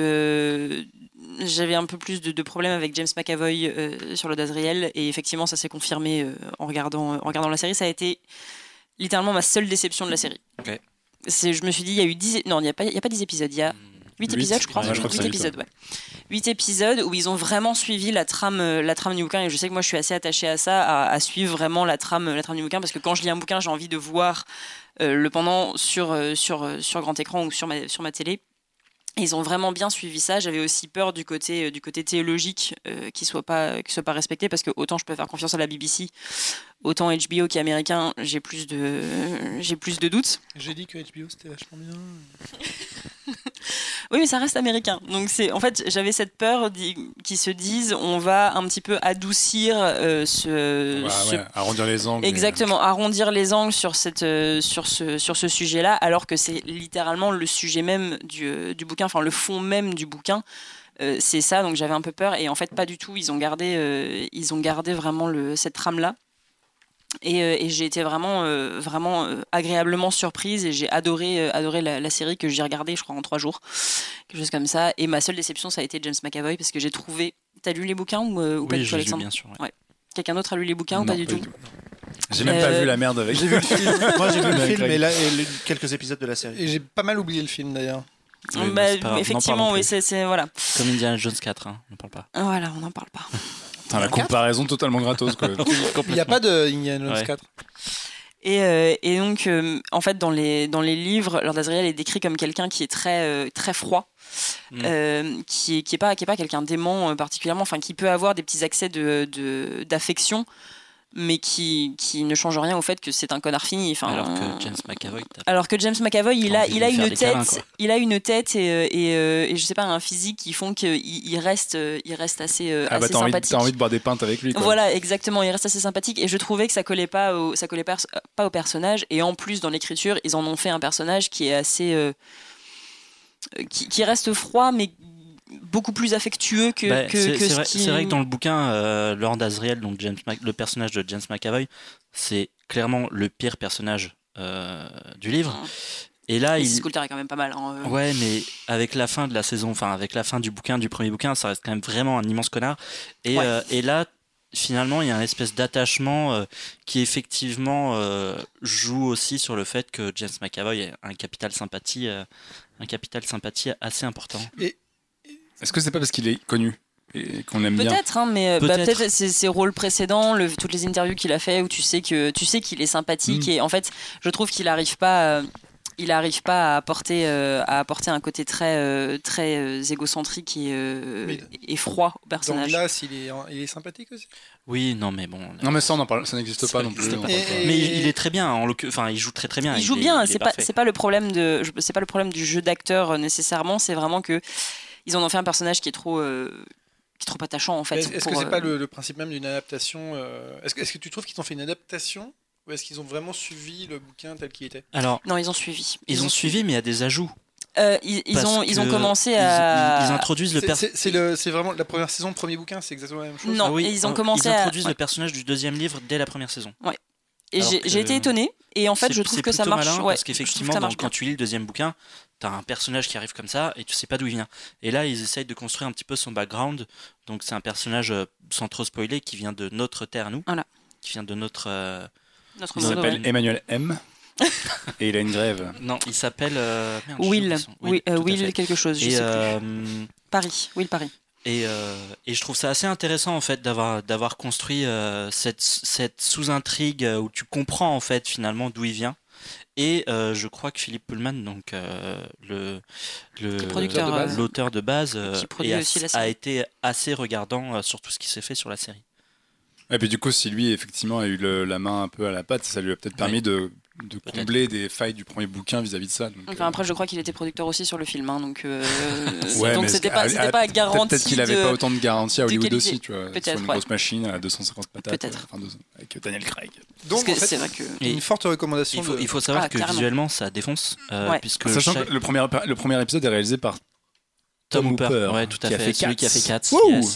un peu plus de problèmes avec James McAvoy sur le d'Azriel, et effectivement ça s'est confirmé en regardant la série. Ça a été littéralement ma seule déception de la série. Okay. Je me suis dit, il y a eu 10... Non, il n'y a pas 10 épisodes, il y a 8 épisodes, je crois. Ouais, 8 épisodes, ouais. 8 épisodes où ils ont vraiment suivi la trame du bouquin, et je sais que moi je suis assez attachée à ça, à suivre vraiment la trame du bouquin, parce que quand je lis un bouquin, j'ai envie de voir le pendant sur grand écran ou sur ma télé. Et ils ont vraiment bien suivi ça. J'avais aussi peur du côté théologique qui soit pas respecté, parce que autant je peux faire confiance à la BBC, autant HBO qui est américain, j'ai plus de doutes. J'ai dit que HBO c'était vachement bien. Oui, mais ça reste américain. Donc en fait, j'avais cette peur qu'ils se disent, on va un petit peu adoucir arrondir les angles. Exactement, arrondir les angles sur ce sujet-là, alors que c'est littéralement le sujet même du bouquin, enfin le fond même du bouquin. C'est ça, donc j'avais un peu peur, et en fait pas du tout. Ils ont gardé vraiment cette trame-là. Et j'ai été vraiment agréablement surprise, et j'ai adoré la série, que j'ai regardée je crois en 3 jours, quelque chose comme ça. Et ma seule déception, ça a été James McAvoy, parce que j'ai trouvé... T'as lu les bouquins ou pas du tout, Alexandre ? Bien sûr. Ouais. Quelqu'un d'autre a lu les bouquins ou pas du tout ? J'ai même pas vu la merde avec. J'ai vu le film. Moi j'ai vu le film et quelques épisodes de la série. Et j'ai pas mal oublié le film d'ailleurs. Effectivement, oui, c'est voilà. Comme Indiana Jones 4, on n'en parle pas. Voilà, on n'en parle pas. Putain, la comparaison totalement gratos, quoi. Il n'y a pas de Indiana Jones 4. Et donc, en fait, dans les livres, Lord Asriel est décrit comme quelqu'un qui est très, très froid, qui est pas quelqu'un d'aimant particulièrement, enfin, qui peut avoir des petits accès d'affection, mais qui ne change rien au fait que c'est un connard fini. Enfin, alors que James McAvoy, il a une tête, il a une tête et je sais pas, un physique qui font qu'il reste assez sympathique. T'as envie de boire des pintes avec lui, quoi. Voilà, exactement, il reste assez sympathique, et je trouvais que ça collait pas au personnage, et en plus dans l'écriture, ils en ont fait un personnage qui est assez qui reste froid, mais beaucoup plus affectueux que c'est vrai que dans le bouquin, Lord Asriel, donc le personnage de James McAvoy, c'est clairement le pire personnage du livre. Et là, Scoulter est quand même pas mal. Ouais, mais avec la fin de la saison, enfin avec la fin du premier bouquin, ça reste quand même vraiment un immense connard. Et là, finalement, il y a une espèce d'attachement qui effectivement joue aussi sur le fait que James McAvoy a un capital sympathie assez important. Est-ce que c'est pas parce qu'il est connu ? et qu'on aime bien. Peut-être, mais peut-être ses rôles précédents, toutes les interviews qu'il a fait où tu sais qu'il est sympathique et en fait, je trouve qu'il n'arrive pas. Il n'arrive pas à apporter un côté très égocentrique et froid au personnage. Donc là, il est sympathique aussi. Oui, non, mais bon. Non, mais ça, on en parle, ça n'existe pas non plus. Mais il est très bien, enfin, il joue très très bien. Il joue bien, c'est pas le problème du jeu d'acteur nécessairement, c'est vraiment que ils en ont fait un personnage qui est trop attachant en fait. Est-ce que c'est pas le principe même d'une adaptation Est-ce que tu trouves qu'ils ont fait une adaptation ou est-ce qu'ils ont vraiment suivi le bouquin tel qu'il était? Alors, non, ils ont suivi. Ils ont suivi, mais il y a des ajouts. Ils ont commencé à. Ils introduisent le personnage. C'est vraiment la première saison, le premier bouquin, c'est exactement la même chose. Non, ils ont commencé à. Ils introduisent le personnage du deuxième livre dès la première saison. Ouais. Et j'ai été étonnée. Et en fait, je trouve que ça marche. Malin, parce qu'effectivement, quand tu lis le deuxième bouquin, t'as un personnage qui arrive comme ça et tu sais pas d'où il vient. Et là, ils essayent de construire un petit peu son background. Donc, c'est un personnage, sans trop spoiler, qui vient de notre terre, nous. Voilà. Qui vient de notre. Il s'appelle Emmanuel M. Et il a une grève. Non, il s'appelle Will quelque chose. Je sais plus. Paris. Et je trouve ça assez intéressant en fait d'avoir construit cette sous-intrigue où tu comprends en fait finalement d'où il vient. Et je crois que Philippe Pullman, donc l'auteur de base, a été assez regardant sur tout ce qui s'est fait sur la série. Et puis du coup, si lui effectivement a eu la main un peu à la pâte, ça lui a peut-être permis de combler des failles du premier bouquin vis-à-vis de ça. Donc, après, je crois qu'il était producteur aussi sur le film, donc c'était pas garanti. Peut-être qu'il n'avait pas autant de garanties à Hollywood aussi, tu vois, sur une grosse machine à 250 patates, avec Daniel Craig. Donc en fait, c'est vrai que une forte recommandation. Il faut savoir que visuellement, ça défonce, puisque sachant que le premier épisode est réalisé par Tom Hooper, ouais, tout à fait, celui qui a fait Cats.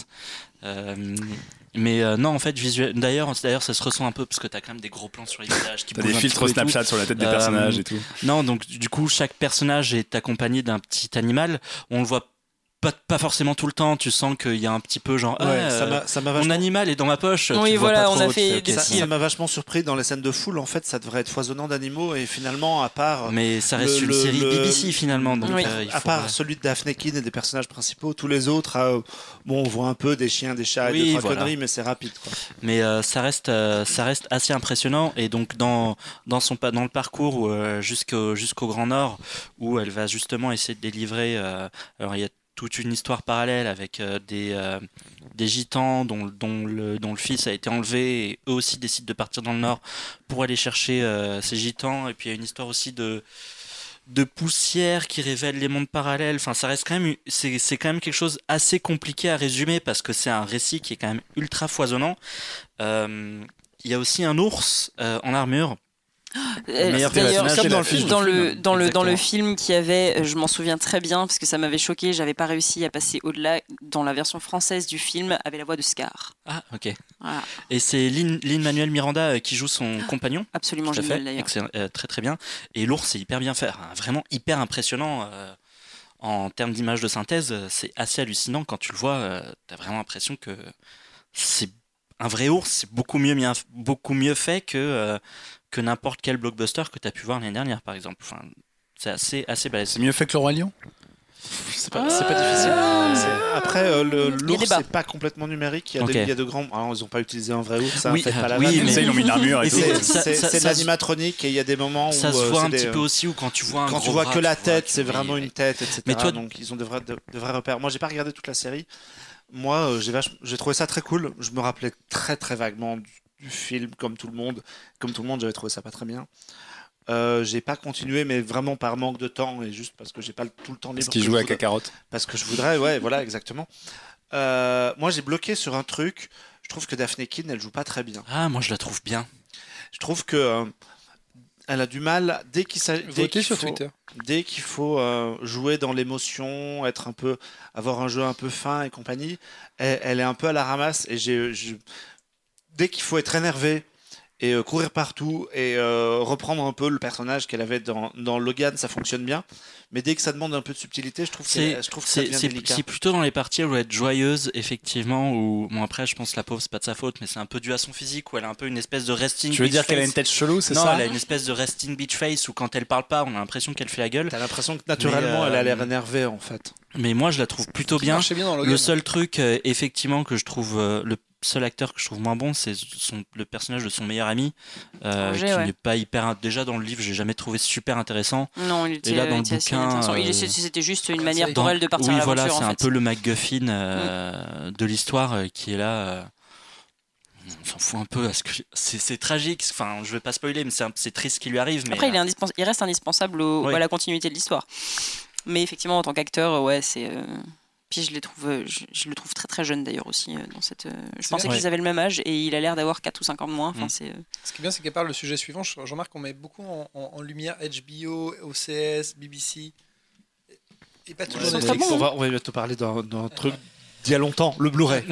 Mais non, en fait, d'ailleurs, ça se ressent un peu parce que t'as quand même des gros plans sur les visages. T'as des filtres Snapchat sur la tête des personnages et tout. Non, donc du coup, chaque personnage est accompagné d'un petit animal. On le voit pas forcément tout le temps. Tu sens qu'il y a un petit peu genre mon animal est dans ma poche. Oui, voilà, on a fait des ça m'a vachement surpris dans les scènes de foule. En fait, ça devrait être foisonnant d'animaux et finalement, à part. Mais ça reste une série BBC finalement. Donc, à part celui de Daphne Keane et des personnages principaux, tous les autres, on voit un peu des chiens, des chats et deux trois conneries, mais c'est rapide, quoi. Mais ça reste assez impressionnant. Et donc dans le parcours jusqu'au Grand Nord, où elle va justement essayer de délivrer. Alors il y a toute une histoire parallèle avec des gitans dont le fils a été enlevé et eux aussi décident de partir dans le nord pour aller chercher ces gitans. Et puis il y a une histoire aussi de poussière qui révèle les mondes parallèles. Enfin, ça reste quand même, c'est quand même quelque chose assez compliqué à résumer parce que c'est un récit qui est quand même ultra foisonnant. Il y a aussi un ours en armure. D'ailleurs, dans le film qui avait, je m'en souviens très bien parce que ça m'avait choqué, j'avais pas réussi à passer au-delà. Dans la version française du film, avait la voix de Scar. Ah, ok. Voilà. Et c'est Lin-Manuel Miranda qui joue son compagnon. Absolument génial d'ailleurs. Excellent, très très bien. Et l'ours, c'est hyper bien fait, vraiment hyper impressionnant. En termes d'image de synthèse, c'est assez hallucinant quand tu le vois. T'as vraiment l'impression que c'est un vrai ours, c'est beaucoup mieux fait que n'importe quel blockbuster que tu as pu voir l'année dernière, par exemple. Enfin, c'est assez balèze. C'est mieux fait que le Roi Lion ? C'est pas difficile. Après, l'ours, c'est pas complètement numérique. Il y a de grands. Alors, ils n'ont pas utilisé un vrai ours. Oui, mais ils ont mis une armure et tout. C'est de l'animatronique et il y a des moments où. Ça se voit un petit peu aussi où quand tu vois quand tu vois que la tête, c'est vraiment une tête, etc. Mais toi, donc, ils ont de vrais repères. Moi, j'ai pas regardé toute la série. Moi, j'ai trouvé ça très cool. Je me rappelais très très vaguement du film, comme tout le monde, j'avais trouvé ça pas très bien. J'ai pas continué, mais vraiment par manque de temps et juste parce que j'ai pas tout le temps libre. Parce qu'il jouait à Kakarot. Parce que je voudrais, ouais, voilà, exactement. Moi, j'ai bloqué sur un truc. Je trouve que Daphne Keane, elle joue pas très bien. Ah, moi, je la trouve bien. Je trouve que elle a du mal dès qu'il faut jouer dans l'émotion, avoir un jeu un peu fin et compagnie. Elle est un peu à la ramasse et dès qu'il faut être énervé et courir partout et reprendre un peu le personnage qu'elle avait dans Logan, ça fonctionne bien. Mais dès que ça demande un peu de subtilité, je trouve que ça devient délicat. C'est plutôt dans les parties où elle doit être joyeuse, effectivement, où bon après je pense que la pauvre c'est pas de sa faute, mais c'est un peu dû à son physique, où elle a un peu une espèce de resting. Tu veux dire face. qu'elle a une tête chelou, c'est non, ça? Elle a une espèce de resting beach face où quand elle parle pas, on a l'impression qu'elle fait la gueule. T'as l'impression que naturellement elle a l'air énervée en fait. Mais moi je la trouve plutôt bien. Bien le seul truc effectivement que je trouve le seul acteur que je trouve moins bon, c'est le personnage de son meilleur ami, qui n'est pas hyper. Déjà dans le livre, j'ai jamais trouvé super intéressant. Non, il était, et là dans le bouquin, c'était juste une manière pour elle de partir à l'aventure. Oui, voilà, c'est en un peu le MacGuffin de l'histoire qui est là. On s'en fout un peu, parce que c'est tragique. Enfin, je vais pas spoiler, mais c'est triste ce qui lui arrive. Mais après, il reste indispensable à la continuité de l'histoire. Mais effectivement, en tant qu'acteur, c'est. Puis je le trouve très très jeune d'ailleurs aussi dans cette. Je pensais qu'ils avaient le même âge et il a l'air d'avoir 4 ou 5 ans de moins. Enfin, Ce qui est bien, c'est qu'à part le sujet suivant, je remarque qu'on met beaucoup en lumière HBO, OCS, BBC. Et pas toujours Netflix. On va bientôt parler d'un truc d'il y a longtemps, le Blu-ray.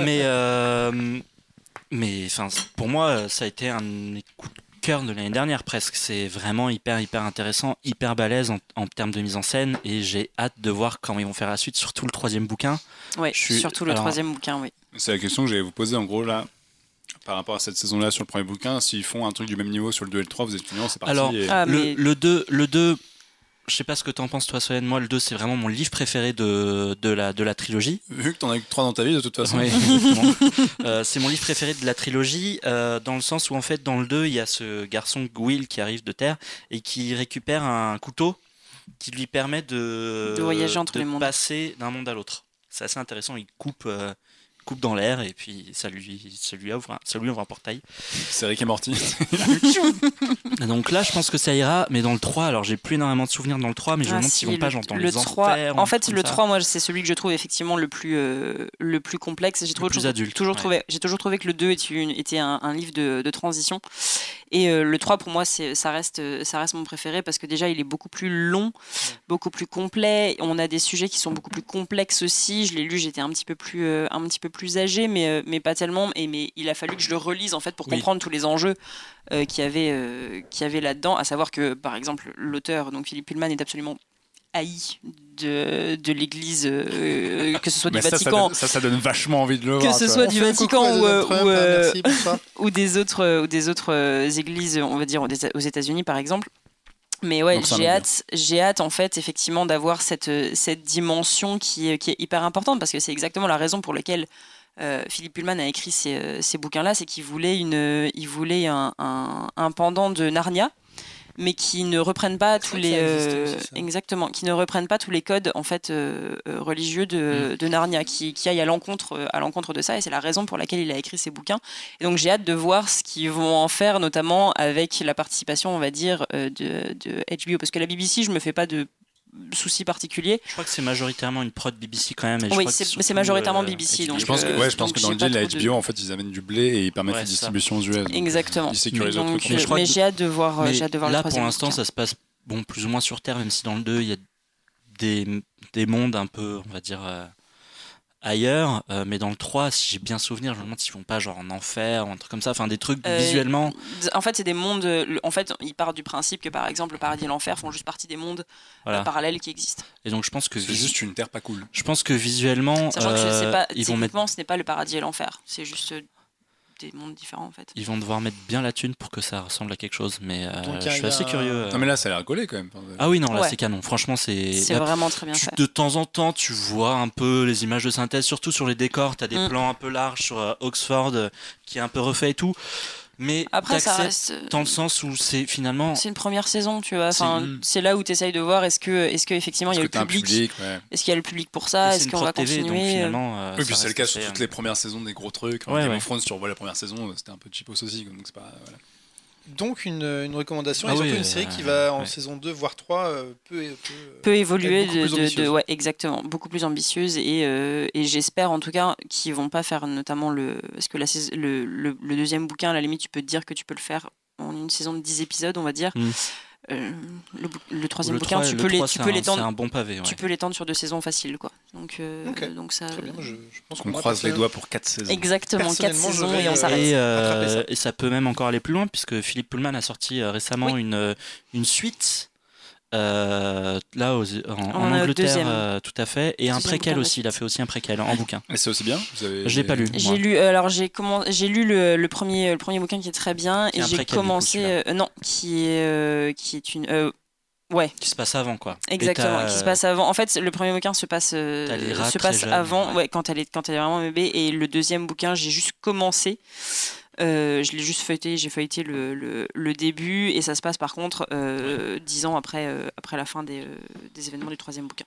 Mais pour moi, ça a été un coup de cœur de l'année dernière presque. C'est vraiment hyper intéressant, hyper balèze en termes de mise en scène, et j'ai hâte de voir comment ils vont faire la suite, surtout le 3e bouquin. Oui, surtout le 3e bouquin, oui. C'est la question que j'allais vous poser en gros là. Par rapport à cette saison-là sur le premier bouquin, s'ils font un truc du même niveau sur le 2 et le 3, vous êtes clients, c'est parti. Alors, le 2, je sais pas ce que t'en penses toi, Solène. Moi, le 2, c'est vraiment mon livre préféré de la trilogie. Vu que t'en as eu que 3 dans ta vie, de toute façon. Oui, exactement. C'est mon livre préféré de la trilogie, dans le sens où, en fait, dans le 2, il y a ce garçon, Will, qui arrive de Terre et qui récupère un couteau qui lui permet de voyager entre les mondes, passer d'un monde à l'autre. C'est assez intéressant. Il coupe dans l'air et puis ça lui ouvre un portail. C'est Rick et Morty. Donc là je pense que ça ira, mais dans le 3, alors j'ai plus énormément de souvenirs dans le 3, mais je me demande s'ils vont pas dans les 3, enfers. En fait le 3, moi c'est celui que je trouve effectivement le plus complexe. J'ai toujours trouvé que le 2 était un livre de transition, et le 3 pour moi ça reste mon préféré, parce que déjà il est beaucoup plus long, beaucoup plus complet, on a des sujets qui sont beaucoup plus complexes aussi. Je l'ai lu, j'étais un petit peu plus âgé, mais pas tellement, mais il a fallu que je le relise en fait pour comprendre tous les enjeux qu'il y avait là-dedans, à savoir que par exemple l'auteur, donc Philippe Pullman, est absolument haï de l'église, que ce soit du Vatican. Ça donne vachement envie de le voir. Que ce soit du Vatican ou des autres églises, on va dire aux États-Unis par exemple. Mais ouais, j'ai hâte en fait effectivement d'avoir cette dimension qui est hyper importante, parce que c'est exactement la raison pour laquelle Philippe Pullman a écrit ces bouquins-là, c'est qu'il voulait un pendant de Narnia, mais qui ne reprennent pas tous les qui ne reprennent pas tous les codes en fait religieux de Narnia, qui aillent à l'encontre de ça, et c'est la raison pour laquelle il a écrit ces bouquins. Et donc j'ai hâte de voir ce qu'ils vont en faire, notamment avec la participation, on va dire, de HBO, parce que la BBC, je me fais pas de souci particulier. Je crois que c'est majoritairement une prod BBC quand même. Oui, c'est majoritairement BBC. Donc, je pense que dans le deal, la HBO, en fait, ils amènent du blé et ils permettent une distribution aux US. Exactement. Ils sécurisent le truc. Mais j'ai hâte de voir le troisième. Là, pour l'instant, ça se passe plus ou moins sur Terre, même si dans le 2, il y a des mondes un peu, on va dire, ailleurs. Mais dans le 3, si j'ai bien souvenir, je me demande s'ils vont pas genre en enfer ou un truc comme ça. Enfin, des trucs visuellement. En fait, c'est des mondes. En fait, ils partent du principe que par exemple, le paradis et l'enfer font juste partie des mondes parallèles qui existent. Et donc, je pense que c'est juste une terre pas cool. Je pense que visuellement, sachant que ils vont mettre. Ce n'est pas le paradis et l'enfer. C'est juste des mondes différents en fait. Ils vont devoir mettre bien la thune pour que ça ressemble à quelque chose, mais je suis assez curieux. Non mais là ça a l'air collé quand même. Ah oui, non, là c'est canon. Franchement, c'est vraiment très bien fait. De temps en temps, tu vois un peu les images de synthèse, surtout sur les décors. T'as des plans un peu larges sur Oxford qui est un peu refait et tout. Mais après, ça reste dans le sens où c'est finalement. C'est une première saison, tu vois. Enfin, c'est là où tu essayes de voir est-ce que effectivement il y a le public. Est-ce qu'il y a le public pour ça? Est-ce qu'on va continuer? Oui, puis c'est le cas sur toutes les premières saisons des gros trucs. Game of Thrones, tu revois la première saison, c'était un peu cheapos aussi, donc c'est pas. Voilà. Donc une recommandation, et surtout une série qui va en saison 2 voire 3 peut évoluer ouais, exactement, beaucoup plus ambitieuse, et j'espère en tout cas qu'ils vont pas faire notamment parce que le deuxième bouquin, à la limite tu peux te dire que tu peux le faire en une saison de 10 épisodes, on va dire. le troisième bouquin, tu peux l'étendre. C'est un bon pavé. Ouais. Tu peux l'étendre sur 2 saisons faciles, quoi. Donc ça. Très bien, je pense qu'on croise les doigts pour 4 saisons. Exactement, 4 saisons et on s'arrête. Et ça peut même encore aller plus loin, puisque Philippe Pullman a sorti récemment une suite. Là en Angleterre, tout à fait, et un préquel aussi. Il a fait aussi un préquel en bouquin. Et c'est aussi bien. Je l'ai pas lu. J'ai lu. J'ai lu le premier bouquin qui est très bien, et j'ai commencé. Non, qui est une. Ouais. Qui se passe avant, quoi. Exactement, qui se passe avant. En fait, le premier bouquin se passe avant, quand elle est vraiment bébé, et le deuxième bouquin, j'ai juste commencé. Je l'ai juste feuilleté, j'ai feuilleté le début, et ça se passe par contre 10 ans après la fin des événements du troisième bouquin.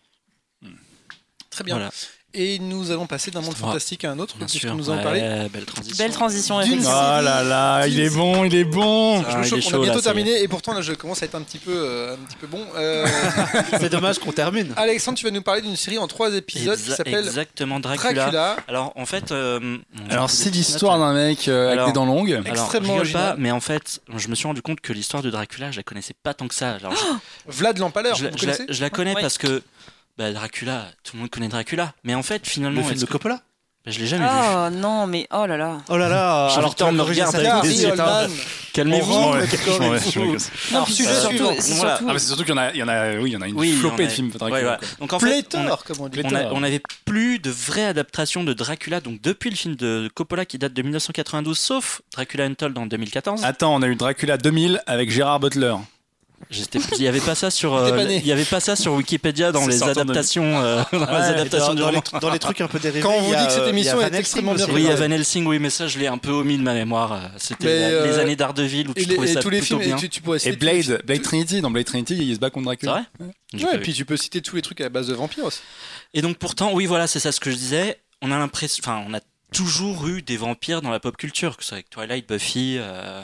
Très bien. Voilà. Et nous allons passer d'un monde fantastique à un autre, puisque nous allons parler. Belle transition. D'une effectivement. série. Oh là là, il est bon. Je me chauffe, on a bientôt terminé, et pourtant là je commence à être un petit peu bon. C'est dommage qu'on termine. Alexandre, tu vas nous parler d'une série en 3 épisodes qui s'appelle exactement Dracula. Alors en fait, c'est l'histoire d'un mec avec des dents longues. Extrêmement original. Mais en fait, je me suis rendu compte que l'histoire de Dracula, je la connaissais pas tant que ça. Alors, Vlad l'Empaleur, vous connaissez ? Je la connais parce que Dracula, tout le monde connaît Dracula, mais en fait finalement le film de Coppola. Je l'ai jamais vu. Oh non, mais oh là là. Oh là là. Alors tu me regardes avec des yeux. Calmez-vous. Alors surtout. C'est surtout qu'il y en a une flopée de films Dracula. Donc en fait, comme on dit. on n'avait plus de vraie adaptation de Dracula, donc depuis le film de Coppola qui date de 1992, sauf Dracula Untold en 2014. Attends, on a eu Dracula 2000 avec Gérard Butler. Il y avait pas ça sur Wikipédia dans les adaptations dans les trucs un peu dérivés. Quand on vous dit que cette émission est extrêmement bien. Oui, il y a Van Helsing, mais ça je l'ai un peu omis de ma mémoire. C'était les années d'Ardeville où tu trouvais ça tous les plutôt films, bien. Et Blade Trinity, dans Blade Trinity, il se bat contre Dracula. C'est vrai. Ouais, et puis tu peux citer tous les trucs à la base de vampires aussi. Et donc pourtant, oui, voilà, c'est ça ce que je disais. On a toujours eu des vampires dans la pop culture, que ce soit avec Twilight, Buffy.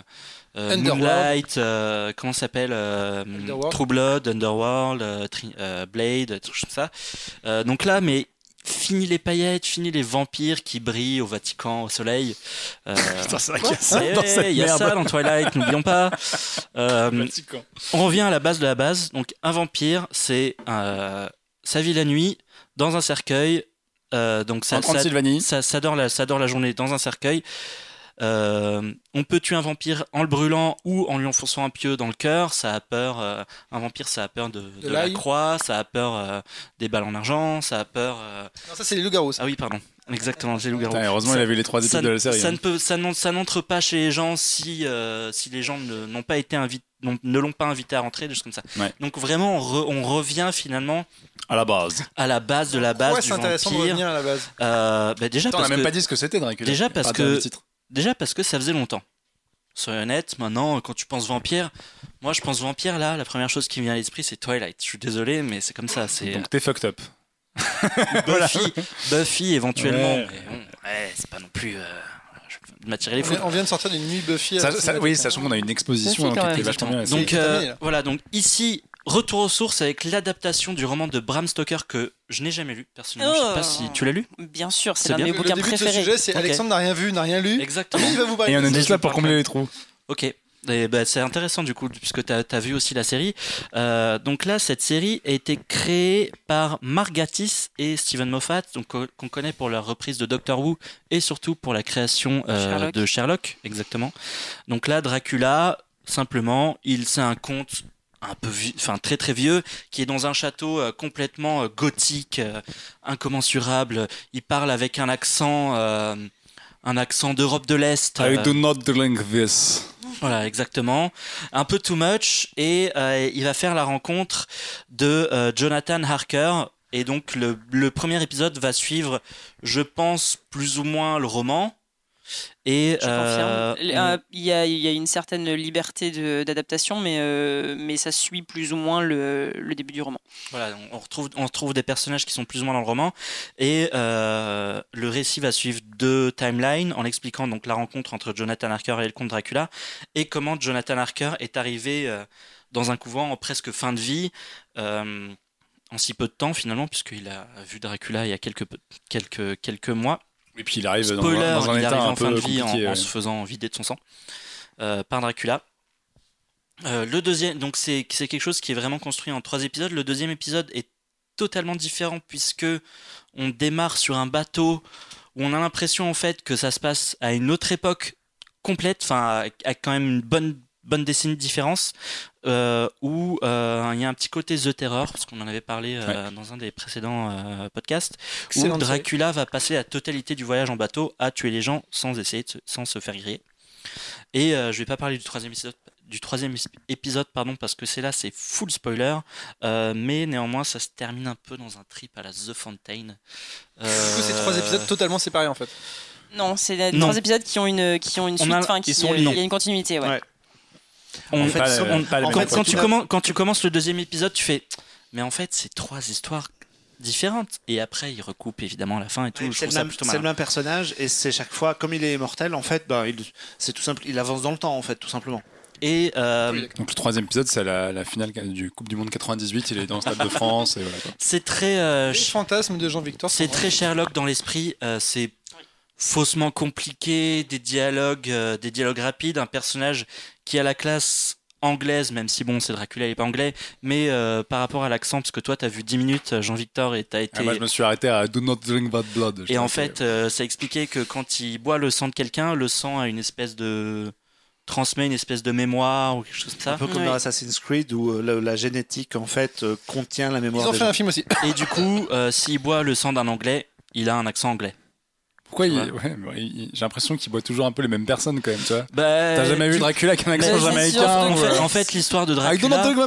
Moonlight, comment ça s'appelle, True Blood, Underworld, Blade, tout ça. Donc là, mais fini les paillettes, fini les vampires qui brillent au Vatican, au soleil. C'est vrai qu'il y a ça dans cette il y a ça dans Twilight, n'oublions pas. Vatican. On revient à la base de la base. Donc un vampire, c'est sa vie la nuit dans un cercueil. Donc ça dort la journée dans un cercueil. On peut tuer un vampire en le brûlant ou en lui enfonçant un pieu dans le cœur. Ça a peur. Un vampire, ça a peur de la croix. Ça a peur des balles en argent. Ça a peur. Non, ça c'est les loups-garous. Ah oui, pardon. Exactement, j'ai loup-garou. Heureusement, il a vu les 3 épisodes de la série. Ça n'entre pas chez les gens si les gens n'ont pas été invités, ne l'ont pas invité à rentrer, des choses comme ça. Ouais. Donc vraiment, on revient finalement à la base de la base du c'est intéressant vampire. de revenir à la base. Déjà, on n'a même pas dit ce que c'était Dracula. Déjà parce que ça faisait longtemps. Soyons honnêtes, maintenant, quand tu penses vampire, moi je pense vampire, là, la première chose qui me vient à l'esprit, c'est Twilight. Je suis désolé, mais c'est comme ça. Donc t'es fucked up. Buffy éventuellement. Mais bon, c'est pas non plus... je m'attirer les fous. On vient de sortir d'une nuit Buffy. Oui, sachant qu'on a une exposition qui était vachement bien. Donc voilà, donc ici... Retour aux sources avec l'adaptation du roman de Bram Stoker que je n'ai jamais lu personnellement. Je sais pas si tu l'as lu. Bien sûr, c'est l'un de mes bouquins préférés. Le début de ce sujet, c'est Alexandre n'a rien vu, n'a rien lu. Exactement. Il va vous parler. Et on est juste là pour combler les trous. Ok. Et c'est intéressant du coup puisque tu as vu aussi la série. Donc là, cette série a été créée par Mark Gatiss et Steven Moffat, donc qu'on connaît pour leur reprise de Doctor Who et surtout pour la création de Sherlock. Exactement. Donc là, Dracula, simplement, c'est un conte un peu très très vieux, qui est dans un château complètement gothique, incommensurable. Il parle avec un accent d'Europe de l'Est. I do not drink this. Voilà, exactement. Un peu too much. Et il va faire la rencontre de Jonathan Harker. Et donc le premier épisode va suivre, je pense, plus ou moins le roman. Et il y a une certaine liberté d'adaptation, mais ça suit plus ou moins le début du roman. Voilà, on retrouve des personnages qui sont plus ou moins dans le roman, et le récit va suivre 2 timelines en expliquant donc la rencontre entre Jonathan Harker et le comte Dracula, et comment Jonathan Harker est arrivé dans un couvent en presque fin de vie, en si peu de temps finalement, puisqu'il a vu Dracula il y a quelques mois. Et puis il arrive Spoiler, dans un état un en peu fin de vie compliqué, en se faisant vider de son sang par Dracula. Le deuxième, donc c'est quelque chose qui est vraiment construit en 3 épisodes. Le deuxième épisode est totalement différent puisque on démarre sur un bateau où on a l'impression en fait que ça se passe à une autre époque complète, enfin avec quand même une bonne décennie de différence, où il y a un petit côté The Terror, parce qu'on en avait parlé dans un des précédents podcasts, où Dracula va passer la totalité du voyage en bateau à tuer les gens sans se faire griller. Et je vais pas parler du troisième épisode, parce que c'est full spoiler, mais néanmoins ça se termine un peu dans un trip à la The Fountain. Du coup, c'est 3 épisodes totalement séparés en fait. Non, c'est 3 épisodes qui ont une suite, enfin il y a une continuité. Ouais. Quand tu commences le deuxième épisode, tu fais, mais en fait c'est 3 histoires différentes, et après il recoupe évidemment à la fin et tout. C'est le même personnage, et c'est chaque fois, comme il est immortel en fait, c'est tout simple, il avance dans le temps en fait, tout simplement. Et donc le 3e épisode, c'est la finale du Coupe du Monde 98. Il est dans le Stade de France. Et voilà, quoi. C'est très fantasme de Jean-Victor. C'est très Sherlock dans l'esprit. C'est faussement compliqué, des dialogues rapides, un personnage qui a la classe anglaise, même si c'est Dracula, il est pas anglais, mais par rapport à l'accent, parce que toi t'as vu 10 minutes Jean-Victor et t'as été... moi je me suis arrêté à Do Not Drink Bad Blood. Et en fait ça expliquait que quand il boit le sang de quelqu'un, le sang a une espèce de... transmet une espèce de mémoire ou quelque chose comme ça. Un peu comme dans Assassin's Creed où la génétique en fait contient la mémoire. Ils ont fait un film aussi. Et du coup, s'il boit le sang d'un anglais, il a un accent anglais. Pourquoi j'ai l'impression qu'il boit toujours un peu les mêmes personnes quand même, tu vois. T'as jamais vu Dracula avec un accent jamaïcain en fait, l'histoire de Dracula.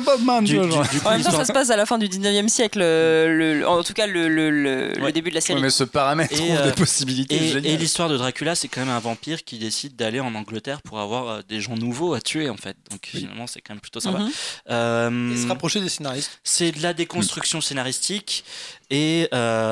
Ça se passe à la fin du 19e siècle, en tout cas le début de la série. Mais ce paramètre trouve des possibilités géniales. Et l'histoire de Dracula, c'est quand même un vampire qui décide d'aller en Angleterre pour avoir des gens nouveaux à tuer en fait. Donc finalement, c'est quand même plutôt sympa. Et se rapprocher des scénaristes. C'est de la déconstruction scénaristique et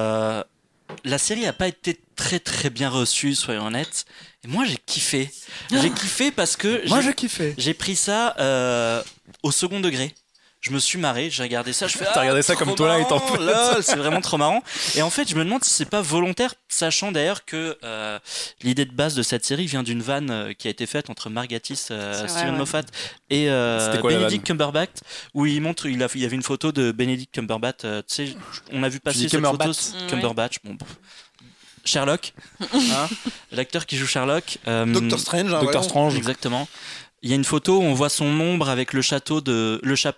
la série n'a pas été très très bien reçue, soyons honnêtes. Et moi j'ai kiffé. J'ai kiffé parce que j'ai pris ça au second degré. Je me suis marré, j'ai regardé ça, t'as regardé ça comme toi là, c'est vraiment trop marrant. Et en fait, je me demande si c'est pas volontaire, sachant d'ailleurs que l'idée de base de cette série vient d'une vanne qui a été faite entre Mark Gatiss, Steven Moffat et Benedict Cumberbatch, où il y avait une photo de Benedict Cumberbatch. Tu sais, on a vu passer cette photo. Cumberbatch, Sherlock, l'acteur qui joue Sherlock. Doctor Strange. Exactement. Il y a une photo où on voit son ombre avec le chapeau de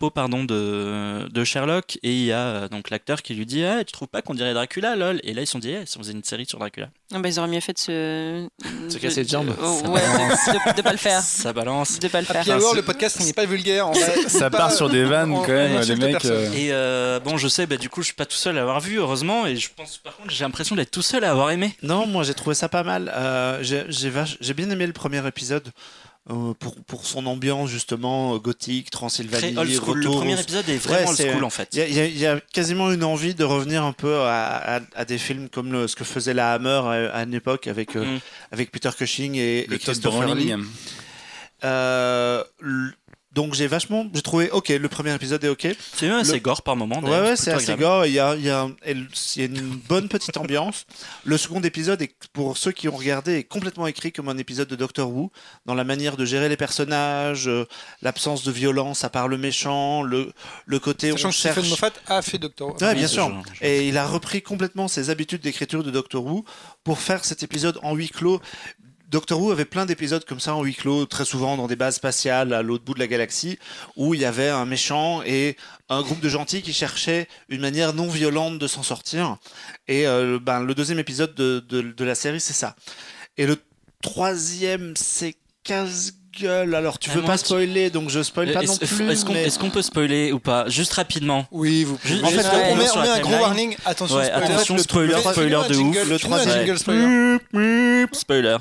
Sherlock, et il y a donc l'acteur qui lui dit tu trouves pas qu'on dirait Dracula lol, et là ils se sont dit si on faisait une série sur Dracula. Ils auraient mieux fait de se casser les jambes. De pas le faire. Ça balance. De pas le faire. Happy Hour, le podcast n'est pas vulgaire. Ça part sur des vannes quand même, les mecs. Et je sais, du coup je suis pas tout seul à avoir vu, heureusement, et je pense par contre j'ai l'impression d'être tout seul à avoir aimé. Non, moi j'ai trouvé ça pas mal. J'ai bien aimé le premier épisode. Pour son ambiance justement gothique, Transylvanie, old school. Le premier épisode est vraiment old school en fait. Il y a quasiment une envie de revenir un peu à des films comme ce que faisait la Hammer à une époque avec Peter Cushing et Christopher Lee. Donc j'ai trouvé le premier épisode est ok. C'est assez gore par moment. Ouais, c'est assez gore. Il y a une bonne petite ambiance. Le second épisode, pour ceux qui ont regardé, est complètement écrit comme un épisode de Doctor Who, dans la manière de gérer les personnages, l'absence de violence à part le méchant, le côté sachant que Stephen Moffat a fait Doctor Who. Ouais, bien sûr. Et il a repris complètement ses habitudes d'écriture de Doctor Who pour faire cet épisode en huis clos. Doctor Who avait plein d'épisodes comme ça en huis clos, très souvent dans des bases spatiales à l'autre bout de la galaxie, où il y avait un méchant et un groupe de gentils qui cherchaient une manière non violente de s'en sortir. Et le deuxième épisode de la série, c'est ça. Et le troisième, c'est casse-gueule. Alors, tu veux pas spoiler, donc je spoil pas non plus. Est-ce qu'on peut spoiler ou pas? Juste rapidement. Oui, vous pouvez. En fait, on met un gros warning. Attention, spoiler de ouf. Le troisième spoiler.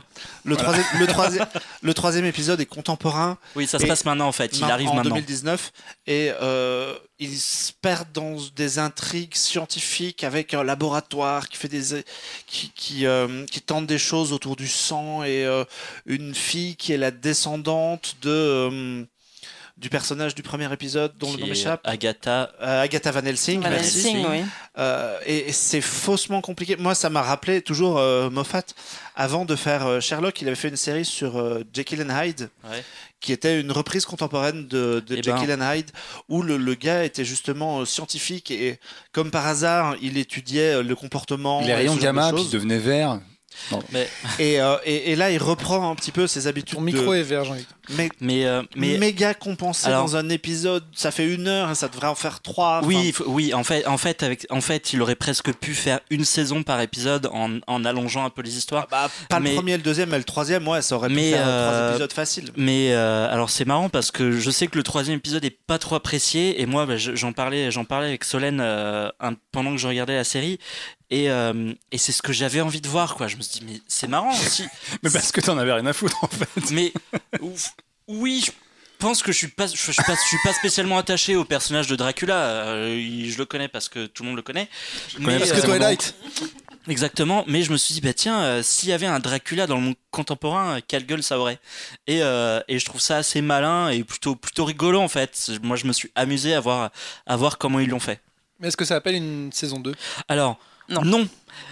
Le troisième épisode est contemporain. Oui, ça se passe maintenant en fait. Il arrive en maintenant. 2019 et il se perd dans des intrigues scientifiques avec un laboratoire qui fait qui tente des choses autour du sang et une fille qui est la descendante de du personnage du premier épisode dont le nom m'échappe. Agatha Van Helsing. Van Helsing, oui. Et c'est faussement compliqué. Moi, ça m'a rappelé toujours Moffat. Avant de faire Sherlock, il avait fait une série sur Jekyll and Hyde, qui était une reprise contemporaine de Jekyll and Hyde, où le gars était justement scientifique et, comme par hasard, il étudiait le comportement. Les rayons gamma, puis il devenait vert. Mais... Et là, il reprend un petit peu ses habitudes. Ton micro est vert, Jean-Luc. Mais méga compensé dans un épisode. Ça fait 1 heure et ça devrait en faire 3. Oui, en fait, il aurait presque pu faire 1 saison par épisode en allongeant un peu les histoires. Pas le premier, le deuxième, mais le troisième, ça aurait pu faire 3 épisodes faciles. Mais alors c'est marrant parce que je sais que le 3e épisode est pas trop apprécié et moi j'en parlais avec Solène pendant que je regardais la série. Et c'est ce que j'avais envie de voir, quoi. Je me suis dit, mais c'est marrant aussi. Mais parce que t'en avais rien à foutre, en fait. Mais oui, je pense que je suis pas spécialement attaché au personnage de Dracula. Je le connais parce que tout le monde le connaît. Parce que Twilight. Exactement. Mais je me suis dit, tiens, s'il y avait un Dracula dans le monde contemporain, quelle gueule ça aurait. Et je trouve ça assez malin et plutôt rigolo, en fait. Moi, je me suis amusé à voir comment ils l'ont fait. Mais est-ce que ça appelle une saison 2 ? Alors. Non.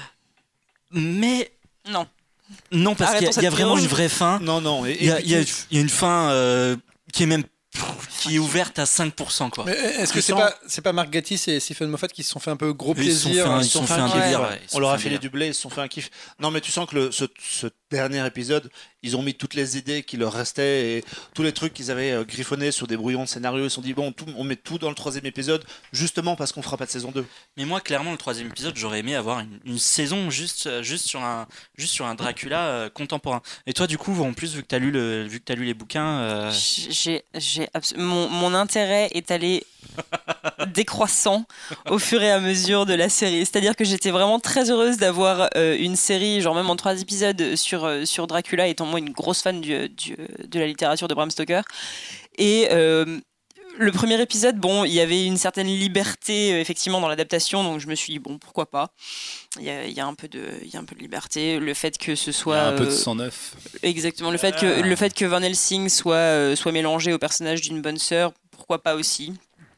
Mais non parce qu'il y a vraiment une vraie fin. Non. Il y a une fin qui est même qui est ouverte à 5%, quoi. Mais est-ce que c'est pas Mark Gatiss et Stephen Moffat qui se sont fait un peu gros plaisir? Ils se sont fait un délire. On leur a filé du blé, ils se sont fait un kiff. Non, mais tu sens que ce dernier épisode, ils ont mis toutes les idées qui leur restaient et tous les trucs qu'ils avaient griffonnés sur des brouillons de scénario. Ils se sont dit, bon, on met tout dans le 3e épisode, justement parce qu'on fera pas de saison 2. Mais moi, clairement, le 3e épisode, j'aurais aimé avoir une saison juste sur un Dracula contemporain. Et toi, du coup, en plus, vu que t'as lu les bouquins... Mon intérêt est allé décroissant au fur et à mesure de la série. C'est-à-dire que j'étais vraiment très heureuse d'avoir une série, genre même en 3 épisodes sur Dracula, étant moi une grosse fan de la littérature de Bram Stoker. Et le premier épisode, bon, il y avait une certaine liberté effectivement dans l'adaptation, donc je me suis dit bon, pourquoi pas. Il y a un peu de liberté, le fait que ce soit il y a un peu de sang neuf. Exactement, le fait que Van Helsing soit mélangé au personnage d'une bonne sœur, pourquoi pas aussi.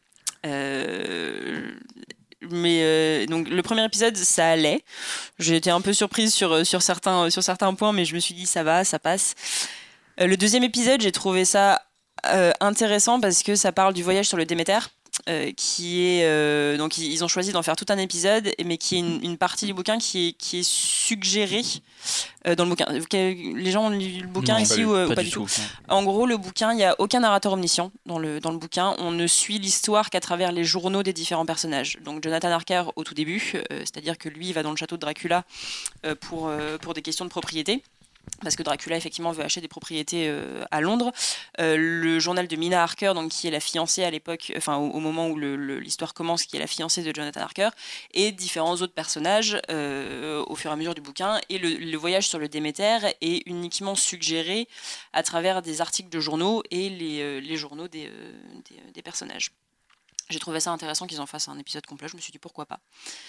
Mais donc le premier épisode ça allait, j'ai été un peu surprise sur certains points, mais je me suis dit ça va, ça passe. Le 2e épisode, j'ai trouvé ça intéressant parce que ça parle du voyage sur le Déméter, qui est donc ils ont choisi d'en faire tout un épisode, mais qui est une partie du bouquin qui est suggérée dans le bouquin. Les gens ont lu le bouquin ici ou pas du tout. En gros, le bouquin, il n'y a aucun narrateur omniscient dans le bouquin. On ne suit l'histoire qu'à travers les journaux des différents personnages. Donc Jonathan Harker au tout début, c'est-à-dire que lui il va dans le château de Dracula pour des questions de propriété. Parce que Dracula effectivement veut acheter des propriétés à Londres. Le journal de Mina Harker, donc qui est la fiancée à l'époque, enfin au moment où l'histoire commence, qui est la fiancée de Jonathan Harker, et différents autres personnages au fur et à mesure du bouquin. Et le voyage sur le Déméter est uniquement suggéré à travers des articles de journaux et les journaux des personnages. J'ai trouvé ça intéressant qu'ils en fassent un épisode complet. Je me suis dit pourquoi pas.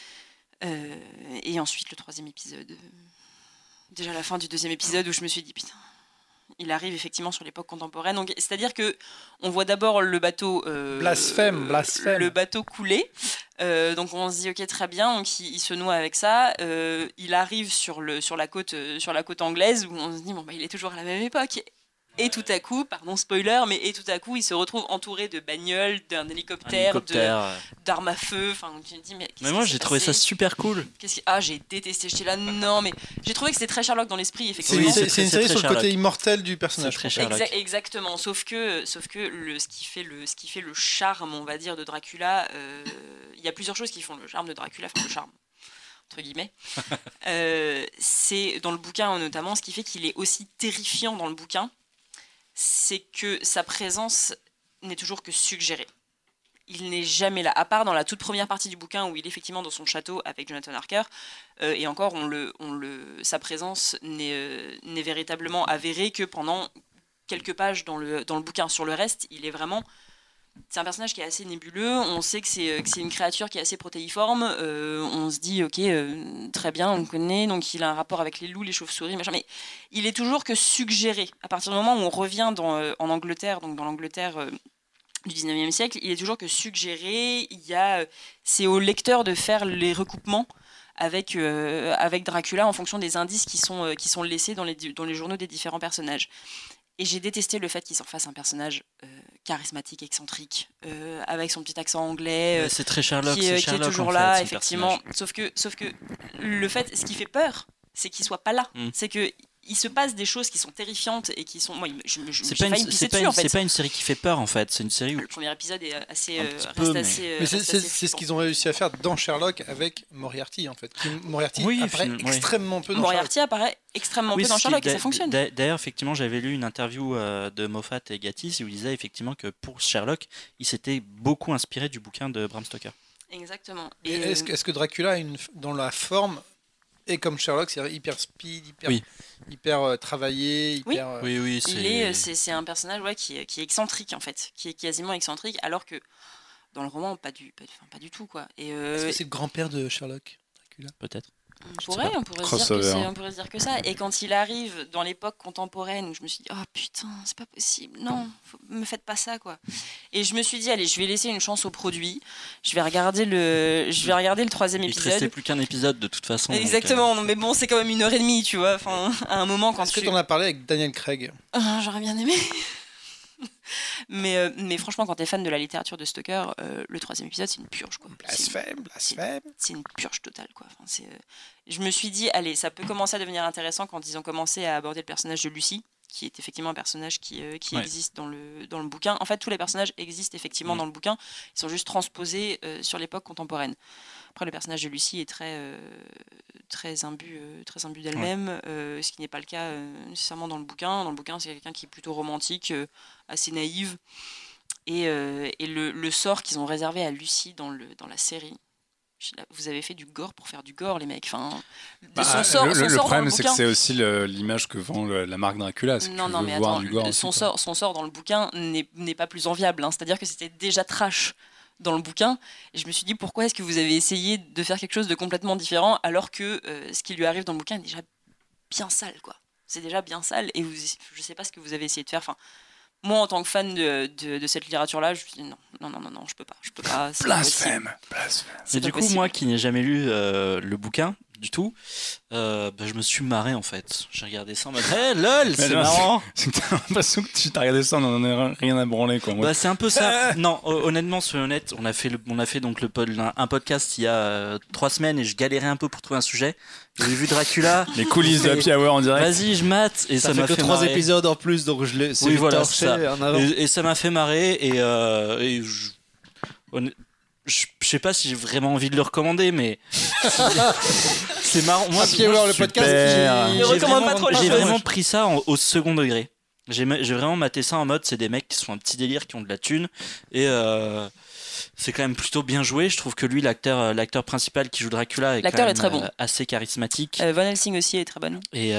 Et ensuite le 3e épisode. Déjà à la fin du 2e épisode où je me suis dit putain, il arrive effectivement sur l'époque contemporaine. Donc c'est-à-dire que on voit d'abord le bateau blasphème. Le bateau couler. Donc on se dit ok, très bien, donc il se noie avec ça. Il arrive sur la côte anglaise où on se dit bon il est toujours à la même époque. Et tout à coup, pardon spoiler, mais tout à coup, il se retrouve entouré de bagnoles, d'un hélicoptère, d'armes à feu. Enfin, tu me dis mais moi j'ai trouvé ça super cool. J'ai détesté. J'étais là non, mais j'ai trouvé que c'était très Sherlock dans l'esprit effectivement. C'est une série sur le côté immortel du personnage. Exactement. Sauf que ce qui fait le charme, on va dire, de Dracula, il y a plusieurs choses qui font le charme de Dracula, le charme entre guillemets. C'est dans le bouquin notamment, ce qui fait qu'il est aussi terrifiant dans le bouquin. C'est que sa présence n'est toujours que suggérée. Il n'est jamais là, à part dans la toute première partie du bouquin où il est effectivement dans son château avec Jonathan Harker, et encore sa présence n'est véritablement avérée que pendant quelques pages dans le bouquin. Sur le reste, il est vraiment... C'est un personnage qui est assez nébuleux, on sait que c'est une créature qui est assez protéiforme, on se dit ok, très bien, on le connaît, donc il a un rapport avec les loups, les chauves-souris, machin, mais il est toujours que suggéré. À partir du moment où on revient en Angleterre, donc dans l'Angleterre du 19e siècle, il est toujours que suggéré, c'est au lecteur de faire les recoupements avec Dracula en fonction des indices qui sont laissés dans les journaux des différents personnages. Et j'ai détesté le fait qu'il s'en fasse un personnage charismatique, excentrique, avec son petit accent anglais, c'est très Sherlock, qui est toujours là, effectivement. Sauf que ce qui fait peur, c'est qu'il soit pas là. C'est que il se passe des choses qui sont terrifiantes et qui sont. Moi, c'est pas une série qui fait peur en fait. C'est une série où le premier épisode est assez. Mais c'est ce qu'ils ont réussi à faire dans Sherlock avec Moriarty en fait. Moriarty apparaît extrêmement peu dans Moriarty apparaît extrêmement peu dans Sherlock et ça fonctionne. D'ailleurs, effectivement, j'avais lu une interview de Moffat et Gatiss où il disait effectivement que pour Sherlock, il s'était beaucoup inspiré du bouquin de Bram Stoker. Exactement. Et est-ce que Dracula dans la forme est comme Sherlock, c'est hyper speed, hyper travaillé, hyper. Oui, c'est un personnage qui est excentrique en fait, qui est quasiment excentrique, alors que dans le roman pas du tout quoi. Est-ce que c'est le grand-père de Sherlock, Dracula ? Peut-être. On pourrait se dire que ça. Et quand il arrive dans l'époque contemporaine où je me suis dit oh putain c'est pas possible, non, me faites pas ça quoi. Et je me suis dit allez, je vais laisser une chance au produit. Je vais regarder le 3e épisode. Il te restait plus qu'un épisode de toute façon. Exactement. Mais bon, c'est quand même 1h30, tu vois. Enfin, à un moment quand. Est-ce que t'en as parlé avec Daniel Craig ? J'aurais bien aimé. Mais franchement, quand t'es fan de la littérature de Stoker, le 3e épisode, c'est une purge, quoi. Blasphème. C'est une purge totale, quoi. Enfin, je me suis dit, allez, ça peut commencer à devenir intéressant quand ils ont commencé à aborder le personnage de Lucy, qui est effectivement un personnage qui existe dans le bouquin. En fait, tous les personnages existent effectivement dans le bouquin. Ils sont juste transposés sur l'époque contemporaine. Après, le personnage de Lucy est très imbu d'elle-même, ce qui n'est pas le cas nécessairement dans le bouquin. Dans le bouquin, c'est quelqu'un qui est plutôt romantique, assez naïve. Et le sort qu'ils ont réservé à Lucy dans la série, vous avez fait du gore pour faire du gore, les mecs. Enfin, le problème, c'est que c'est aussi l'image que vend la marque Dracula. Non, mais attends, son sort dans le bouquin n'est pas plus enviable. Hein. C'est-à-dire que c'était déjà trash dans le bouquin. Et je me suis dit, pourquoi est-ce que vous avez essayé de faire quelque chose de complètement différent alors que ce qui lui arrive dans le bouquin est déjà bien sale, quoi. C'est déjà bien sale. Et je sais pas ce que vous avez essayé de faire. Enfin, moi, en tant que fan de cette littérature-là, je me suis dit non, je peux pas. Blasphème. Et du coup, moi qui n'ai jamais lu le bouquin du tout, je me suis marré en fait. J'ai regardé ça en mode hey, lol, c'est marrant. C'est que t'as l'impression que tu t'as regardé ça, on en a rien à branler quoi. C'est un peu ça. Non, honnêtement, soyons honnêtes, on a fait donc un podcast il y a 3 semaines et je galérais un peu pour trouver un sujet. J'ai vu Dracula, les coulisses de Happy Hour en direct. Vas-y, je mate et ça m'a fait 3 marrer. épisodes en plus, donc je l'ai. Oui, voilà, c'est ça. Et ça m'a fait marrer et je sais pas si j'ai vraiment envie de le recommander, mais c'est marrant. Moi, Happy Hour, le podcast, j'ai vraiment pris ça au second degré. J'ai vraiment maté ça en mode c'est des mecs qui sont un petit délire, qui ont de la thune et c'est quand même plutôt bien joué. Je trouve que lui, l'acteur principal qui joue Dracula est très bon, assez charismatique. Van Helsing aussi est très bonne. Et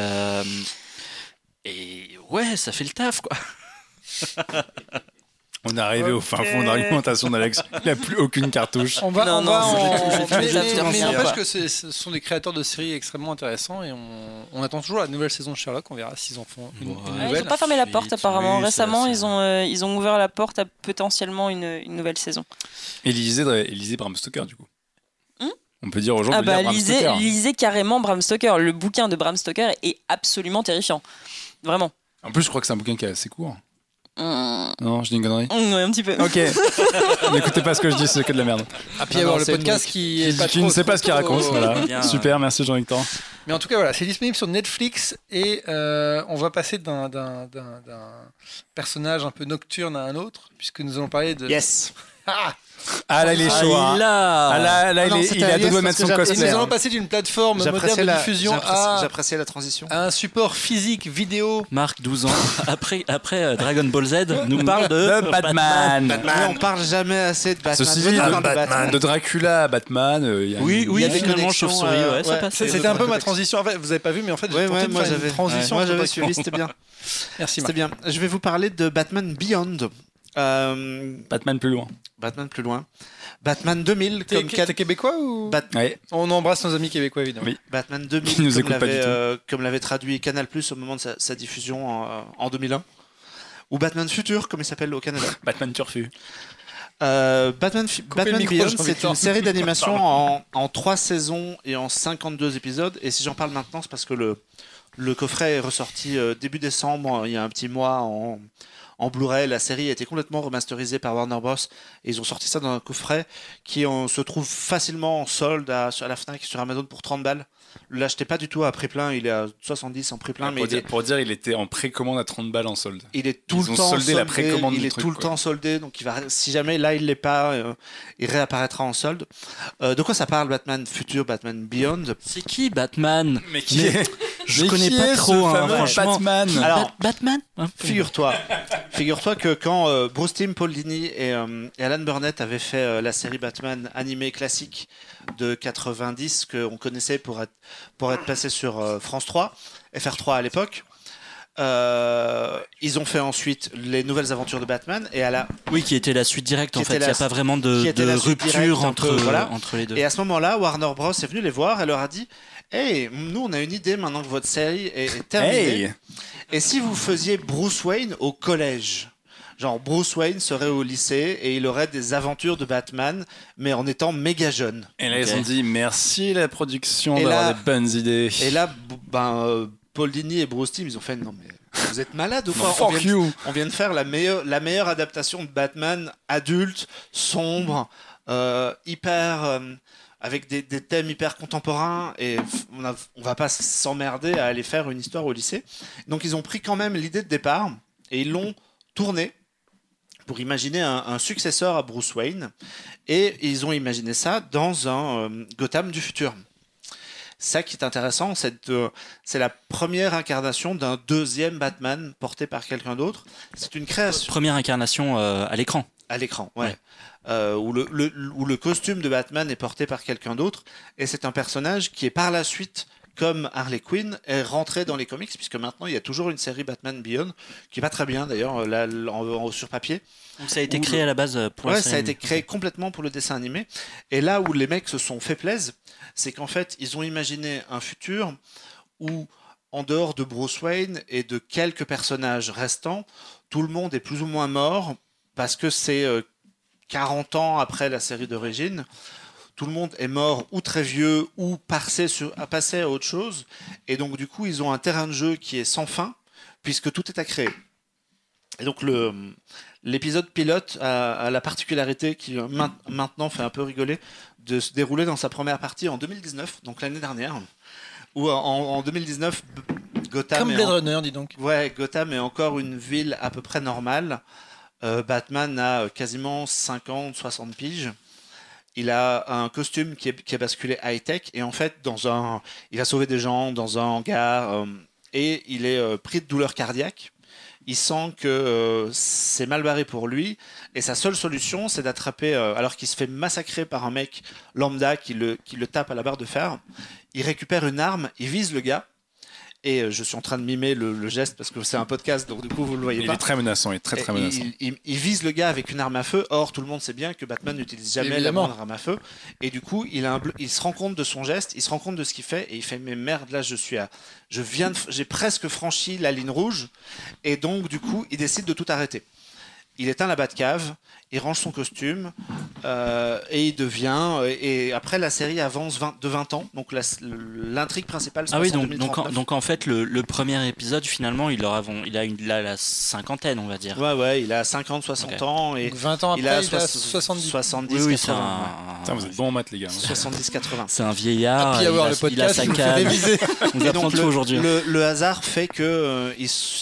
ouais, ça fait le taf quoi. On est arrivé au fin fond d'argumentation d'Alex. Il n'a plus aucune cartouche. Mais n'empêche que ce sont des créateurs de séries extrêmement intéressants et on attend toujours la nouvelle saison de Sherlock. On verra s'ils en font une nouvelle. Ils n'ont pas fermé la porte apparemment. Récemment, ils ont ouvert la porte à potentiellement une nouvelle saison. Et lisez Bram Stoker du coup. On peut dire aux gens de lire Bram Stoker. Lisez carrément Bram Stoker. Le bouquin de Bram Stoker est absolument terrifiant. Vraiment. En plus, je crois que c'est un bouquin qui est assez court. Non, je dis une connerie. Ouais, un petit peu. Ok. N'écoutez pas ce que je dis, c'est que de la merde. Happy Hour, le podcast qui ne sait pas ce qu'il raconte. Voilà. Super, merci Jean-Victor. Mais en tout cas, voilà, c'est disponible sur Netflix et on va passer d'un personnage un peu nocturne à un autre, puisque nous allons parler de. Yes. Ah là il est chaud. Il a deux doigts de mettre son cosplay. Nous allons passer d'une plateforme moderne de diffusion j'appréciais la transition à un support physique vidéo. Marc, 12 ans. Après Dragon Ball Z, nous parle de Batman. On parle jamais assez de Batman. Ceci dit, de Dracula à Batman. Oui, finalement chauve-souris. C'était un peu ma transition. En fait, vous avez pas vu, mais en fait, j'ai tenté de faire une transition. Moi j'avais suivi, c'était bien. Merci. C'était bien. Je vais vous parler de Batman Beyond. Batman plus loin. Batman 2000. T'es québécois ou Ouais. On embrasse nos amis québécois évidemment. Oui. Batman 2000 qui nous écoute pas du tout. Comme l'avait traduit Canal+ au moment de sa diffusion en 2001. ou Batman Futur, comme il s'appelle au Canada. Batman Turfu. Batman Beyond, c'est une série d'animation en 3 saisons et en 52 épisodes. Et si j'en parle maintenant, c'est parce que le coffret est ressorti début décembre, il y a un petit mois, en Blu-ray. La série a été complètement remasterisée par Warner Bros. Et ils ont sorti ça dans un coffret qui se trouve facilement en solde sur la Fnac, sur Amazon pour 30 balles. L'achetez pas du tout à prix plein, il est à 70 en prix plein. Pour dire, il était en précommande à 30 balles en solde. Il est tout le temps soldé, la précommande il est tout le temps soldé, donc si jamais là il l'est pas, il réapparaîtra en solde. De quoi ça parle Batman Future, Batman Beyond? C'est qui Batman? Mais qui est Je connais pas trop, franchement. Batman. Alors, Batman. Figure-toi que quand Bruce Timm, Paul Dini et Alan Burnett avaient fait la série Batman animée classique de 90 qu'on connaissait pour être passé sur France 3, FR3 à l'époque. Ils ont fait ensuite les nouvelles aventures de Batman oui, qui était la suite directe en fait. Il n'y a pas vraiment de rupture entre les deux. Et à ce moment-là, Warner Bros est venu les voir et leur a dit: hey, nous on a une idée maintenant que votre série est terminée. Hey. Et si vous faisiez Bruce Wayne au collège? Genre Bruce Wayne serait au lycée et il aurait des aventures de Batman, mais en étant méga jeune. Et là, ils ont dit merci la production d'avoir des bonnes idées. Et là, Paul Dini et Bruce Timm, ils ont fait non mais vous êtes malade ou quoi? On vient de faire la meilleure adaptation de Batman adulte, sombre, hyper avec des thèmes hyper contemporains, et on va pas s'emmerder à aller faire une histoire au lycée. Donc ils ont pris quand même l'idée de départ et ils l'ont tournée pour imaginer un successeur à Bruce Wayne, et ils ont imaginé ça dans un Gotham du futur. Ça qui est intéressant, c'est la première incarnation d'un deuxième Batman porté par quelqu'un d'autre. C'est une création. Première incarnation à l'écran. À l'écran, ouais. Où le costume de Batman est porté par quelqu'un d'autre, et c'est un personnage qui est par la suite, comme Harley Quinn, est rentré dans les comics, puisque maintenant il y a toujours une série Batman Beyond, qui va très bien d'ailleurs, là, sur papier. Donc ça a été créé à la base pour la série. Ça a été créé complètement pour le dessin animé. Et là où les mecs se sont fait plaisir, c'est qu'en fait, ils ont imaginé un futur où, en dehors de Bruce Wayne et de quelques personnages restants, tout le monde est plus ou moins mort, parce que c'est 40 ans après la série d'origine. Tout le monde est mort ou très vieux ou passé à autre chose. Et donc, du coup, ils ont un terrain de jeu qui est sans fin, puisque tout est à créer. Et donc, l'épisode pilote a la particularité qui maintenant fait un peu rigoler, de se dérouler dans sa première partie en 2019, donc l'année dernière, où en 2019, Gotham... Comme Blade Runner, dis donc. Ouais, Gotham est encore une ville à peu près normale. Batman a quasiment 50, 60 piges. Il a un costume qui a basculé high-tech, et en fait, il va sauver des gens dans un hangar, et il est pris de douleur cardiaque. Il sent que c'est mal barré pour lui, et sa seule solution, c'est d'attraper, alors qu'il se fait massacrer par un mec lambda qui le tape à la barre de fer. Il récupère une arme, il vise le gars, et je suis en train de mimer le geste parce que c'est un podcast, donc du coup vous le voyez pas. Il est très menaçant, il est très menaçant. Il vise le gars avec une arme à feu. Or tout le monde sait bien que Batman n'utilise jamais la moindre arme à feu. Et du coup il se rend compte de son geste, il se rend compte de ce qu'il fait, et il fait mais merde, là j'ai presque franchi la ligne rouge. Et donc du coup il décide de tout arrêter. Il éteint la Batcave, il range son costume, et il devient... Et après, la série avance de 20 ans, donc l'intrigue principale se passe en 2039. Donc en fait, le premier épisode, finalement, il a la cinquantaine, on va dire. Ouais, il a 50, 60 ans. Et donc 20 ans après, il a 70. 70, oui, 80. Putain, vous êtes bons en maths, les gars. 70, 80. C'est un vieillard, Happy Hour, le podcast, il a sa cave. On nous apprend tout aujourd'hui. Le hasard fait que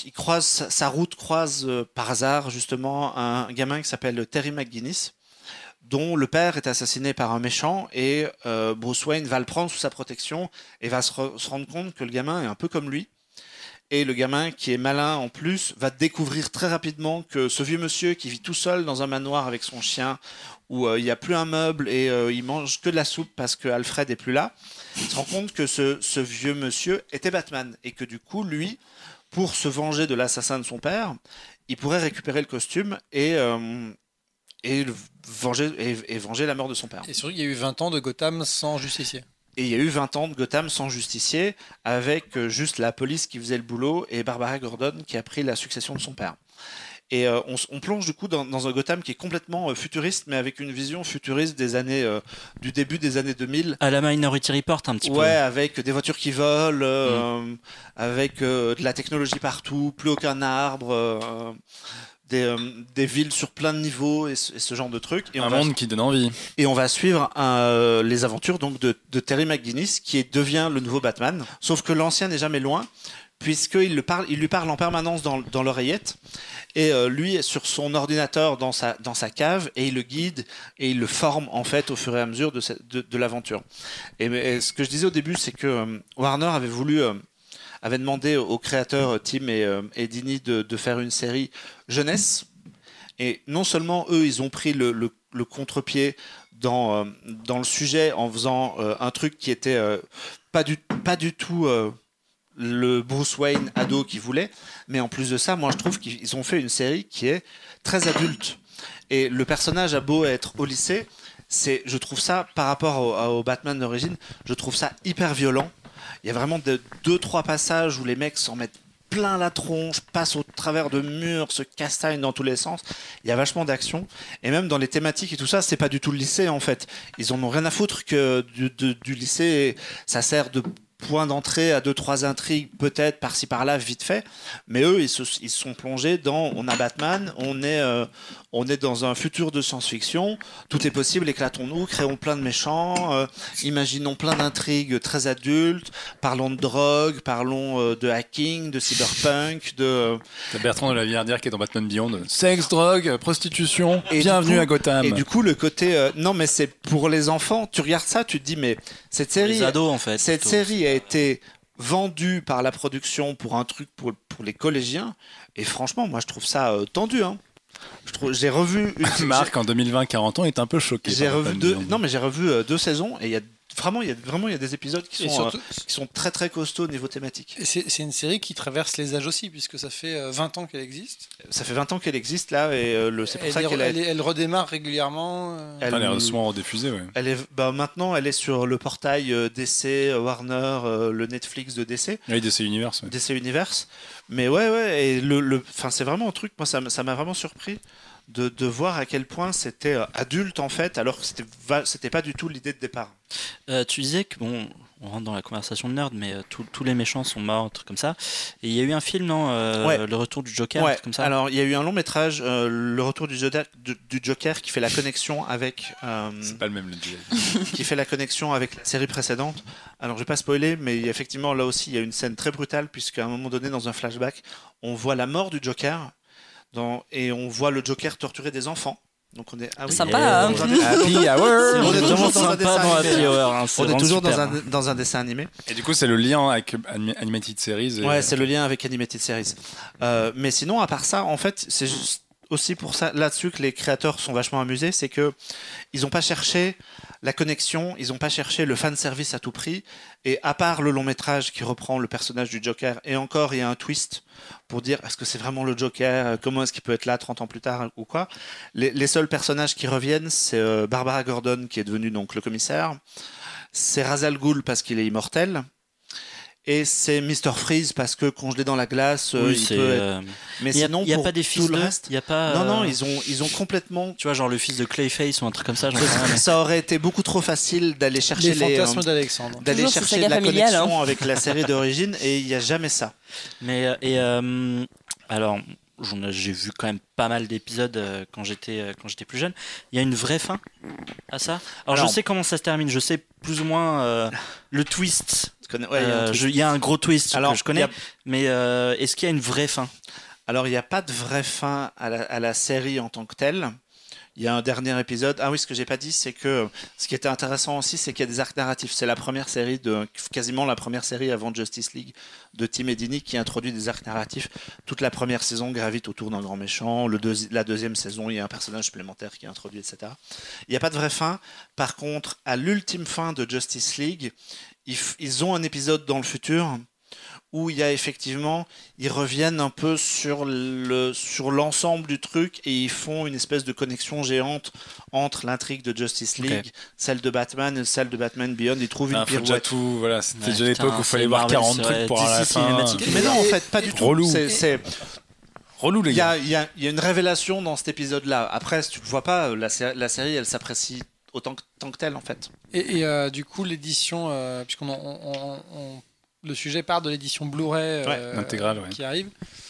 sa route croise par hasard, justement, un gamin qui s'appelle Terry McGinnis, dont le père est assassiné par un méchant, et Bruce Wayne va le prendre sous sa protection et va se rendre compte que le gamin est un peu comme lui. Et le gamin, qui est malin en plus, va découvrir très rapidement que ce vieux monsieur qui vit tout seul dans un manoir avec son chien, où il n'y a plus un meuble et il mange que de la soupe parce que Alfred est plus là, il se rend compte que ce vieux monsieur était Batman, et que du coup, lui, pour se venger de l'assassin de son père, il pourrait récupérer le costume et venger la mort de son père. Et surtout, il y a eu 20 ans de Gotham sans justicier. Et il y a eu 20 ans de Gotham sans justicier, avec juste la police qui faisait le boulot et Barbara Gordon qui a pris la succession de son père. Et on plonge du coup dans un Gotham qui est complètement futuriste, mais avec une vision futuriste du début des années 2000. À la Minority Report, un petit peu. Ouais, avec des voitures qui volent, avec de la technologie partout, plus aucun arbre, des villes sur plein de niveaux et ce genre de trucs. Et un monde qui donne envie. Et on va suivre les aventures donc de Terry McGinnis, qui devient le nouveau Batman. Sauf que l'ancien n'est jamais loin, puisqu'il lui parle en permanence dans l'oreillette. Et lui, sur son ordinateur dans sa cave, et il le guide et il le forme en fait au fur et à mesure de l'aventure. Et ce que je disais au début, c'est que Warner avait demandé aux créateurs Tim et Dini de faire une série jeunesse. Et non seulement eux, ils ont pris le contre-pied dans le sujet en faisant un truc qui était pas du tout le Bruce Wayne ado qu'ils voulaient, mais en plus de ça, moi je trouve qu'ils ont fait une série qui est très adulte. Et le personnage a beau être au lycée, je trouve ça, par rapport au Batman d'origine, je trouve ça hyper violent. Il y a vraiment 2-3 passages où les mecs s'en mettent plein la tronche, passent au travers de murs, se castagnent dans tous les sens. Il y a vachement d'action. Et même dans les thématiques et tout ça, c'est pas du tout le lycée en fait. Ils en ont rien à foutre que du lycée. Ça sert de point d'entrée à 2-3 intrigues, peut-être par-ci par-là, vite fait. Mais eux, ils se sont plongés on a Batman, on est dans un futur de science-fiction, tout est possible, éclatons-nous, créons plein de méchants, imaginons plein d'intrigues très adultes, parlons de drogue, parlons de hacking, de cyberpunk, T'as Bertrand de la Villardière qui est dans Batman Beyond. Sexe, drogue, prostitution, et bienvenue à Gotham. Et du coup, le côté... non, mais c'est pour les enfants. Tu regardes ça, tu te dis, mais cette série... Les ados, en fait. Cette série a été vendue par la production pour un truc pour les collégiens. Et franchement, moi, je trouve ça tendu, hein. J'ai revu... Marc, en 2020, 40 ans, est un peu choqué. J'ai revu deux saisons et il y a des épisodes qui sont très très costauds au niveau thématique. Et c'est une série qui traverse les âges aussi, puisque ça fait 20 ans qu'elle existe. Ça fait 20 ans qu'elle existe là, et c'est pour ça elle redémarre régulièrement. Elle est souvent rediffusée, ouais. Maintenant, elle est sur le portail DC, Warner, le Netflix de DC. Oui, DC Universe. Ouais. DC Universe. Mais ouais, et c'est vraiment un truc, moi ça m'a vraiment surpris de voir à quel point c'était adulte en fait, alors que c'était pas du tout l'idée de départ. Tu disais que, bon, on rentre dans la conversation de nerd, mais tous les méchants sont morts, un truc comme ça. Et il y a eu un film, non Le Retour du Joker, ouais. comme ça. Alors, il y a eu un long métrage, Le Retour du Joker, qui fait la connexion avec... c'est pas le même, le duel. Qui fait la connexion avec la série précédente. Alors, je vais pas spoiler, mais effectivement, là aussi, il y a une scène très brutale, puisqu'à un moment donné, dans un flashback, on voit la mort du Joker, et on voit le Joker torturer des enfants. Donc on est sympa. Happy Hour. On est toujours dans un dessin animé. On est toujours dans un dessin animé. Et du coup, c'est le lien avec Animated Series. Ouais, c'est le lien avec Animated Series. Mais sinon, à part ça, en fait, c'est aussi pour ça là-dessus que les créateurs sont vachement amusés, c'est que ils n'ont pas cherché la connexion, ils n'ont pas cherché le fan service à tout prix. Et à part le long métrage qui reprend le personnage du Joker, et encore il y a un twist pour dire est-ce que c'est vraiment le Joker, comment est-ce qu'il peut être là 30 ans plus tard ou quoi. Les seuls personnages qui reviennent, c'est Barbara Gordon qui est devenue donc le commissaire, c'est Ra's al Ghul parce qu'il est immortel, et c'est Mr. Freeze parce que congelé dans la glace, il peut être... Mais sinon, il n'y a pas des fils tout le reste, y a pas, non, ils ont complètement... Tu vois, genre le fils de Clayface ou un truc comme ça. Ça aurait été beaucoup trop facile d'aller chercher les fantasmes d'Alexandre. D'aller chercher de la connexion avec la série d'origine, et il n'y a jamais ça. Mais alors, j'ai vu quand même pas mal d'épisodes quand j'étais plus jeune. Il y a une vraie fin à ça. Alors je sais comment ça se termine, je sais plus ou moins le twist. Il y a un gros twist que je connais, mais est-ce qu'il y a une vraie fin? Alors il n'y a pas de vraie fin à la série en tant que telle. Il y a un dernier épisode. Ah oui, ce que j'ai pas dit, c'est que ce qui était intéressant aussi, c'est qu'il y a des arcs narratifs. C'est la première série quasiment la première série avant Justice League de Tim et Dini qui introduit des arcs narratifs. Toute la première saison gravite autour d'un grand méchant. La deuxième saison, il y a un personnage supplémentaire qui est introduit, etc. Il n'y a pas de vraie fin. Par contre, à l'ultime fin de Justice League, ils ont un épisode dans le futur où il y a effectivement, ils reviennent un peu sur l'ensemble du truc, et ils font une espèce de connexion géante entre l'intrigue de Justice League, celle de Batman et celle de Batman Beyond. Ils trouvent une pirouette. C'était déjà l'époque où il fallait voir 40 trucs pour avoir la fin. Mais non, en fait, pas du tout. Relou. relou les gars. Il y a une révélation dans cet épisode-là. Après, si tu le vois pas, la série, elle s'apprécie autant que tant que telle en fait. Et du coup, l'édition, le sujet part de l'édition Blu-ray intégrale, qui arrive.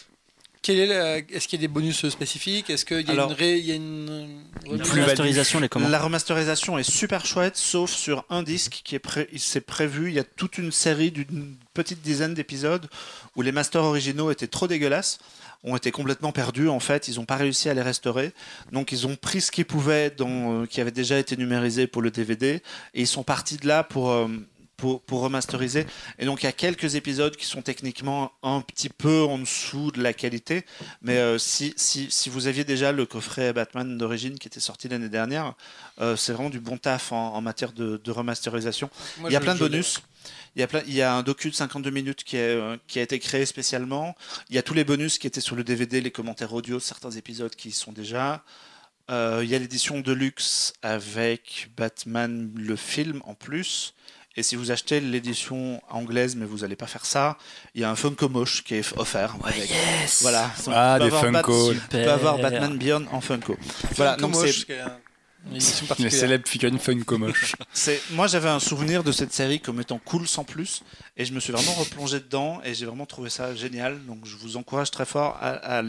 Est-ce qu'il y a des bonus spécifiques? Est-ce qu'il y a une remasterisation, La remasterisation est super chouette, sauf sur un disque qui c'est prévu. Il y a toute une série d'une petite dizaine d'épisodes où les masters originaux étaient trop dégueulasses, ont été complètement perdus en fait. Ils n'ont pas réussi à les restaurer, donc ils ont pris ce qu'ils pouvaient, qui avait déjà été numérisé pour le DVD, et ils sont partis de là pour remasteriser. Et donc il y a quelques épisodes qui sont techniquement un petit peu en dessous de la qualité, mais si vous aviez déjà le coffret Batman d'origine qui était sorti l'année dernière, c'est vraiment du bon taf en matière de remasterisation. Il y a plein de bonus. Il y a un docu de 52 minutes qui a été créé spécialement. Il y a tous les bonus qui étaient sur le DVD, les commentaires audio de certains épisodes qui y sont déjà. Il y a l'édition Deluxe avec Batman le film en plus. Et si vous achetez l'édition anglaise, mais vous n'allez pas faire ça, il y a un Funko moche qui est offert. Avec, voilà. Des Funko. Tu peux avoir Batman Beyond en Funko. Voilà, donc moche, les célèbres figurines Funko moche. Moi, j'avais un souvenir de cette série comme étant cool sans plus, et je me suis vraiment replongé dedans, et j'ai vraiment trouvé ça génial. Donc, je vous encourage très fort à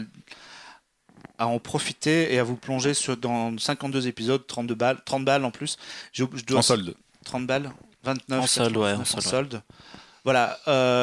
en profiter et à vous plonger dans 52 épisodes, 30 balles en plus. En solde. 30 balles. 29 en solde, en solde. Voilà.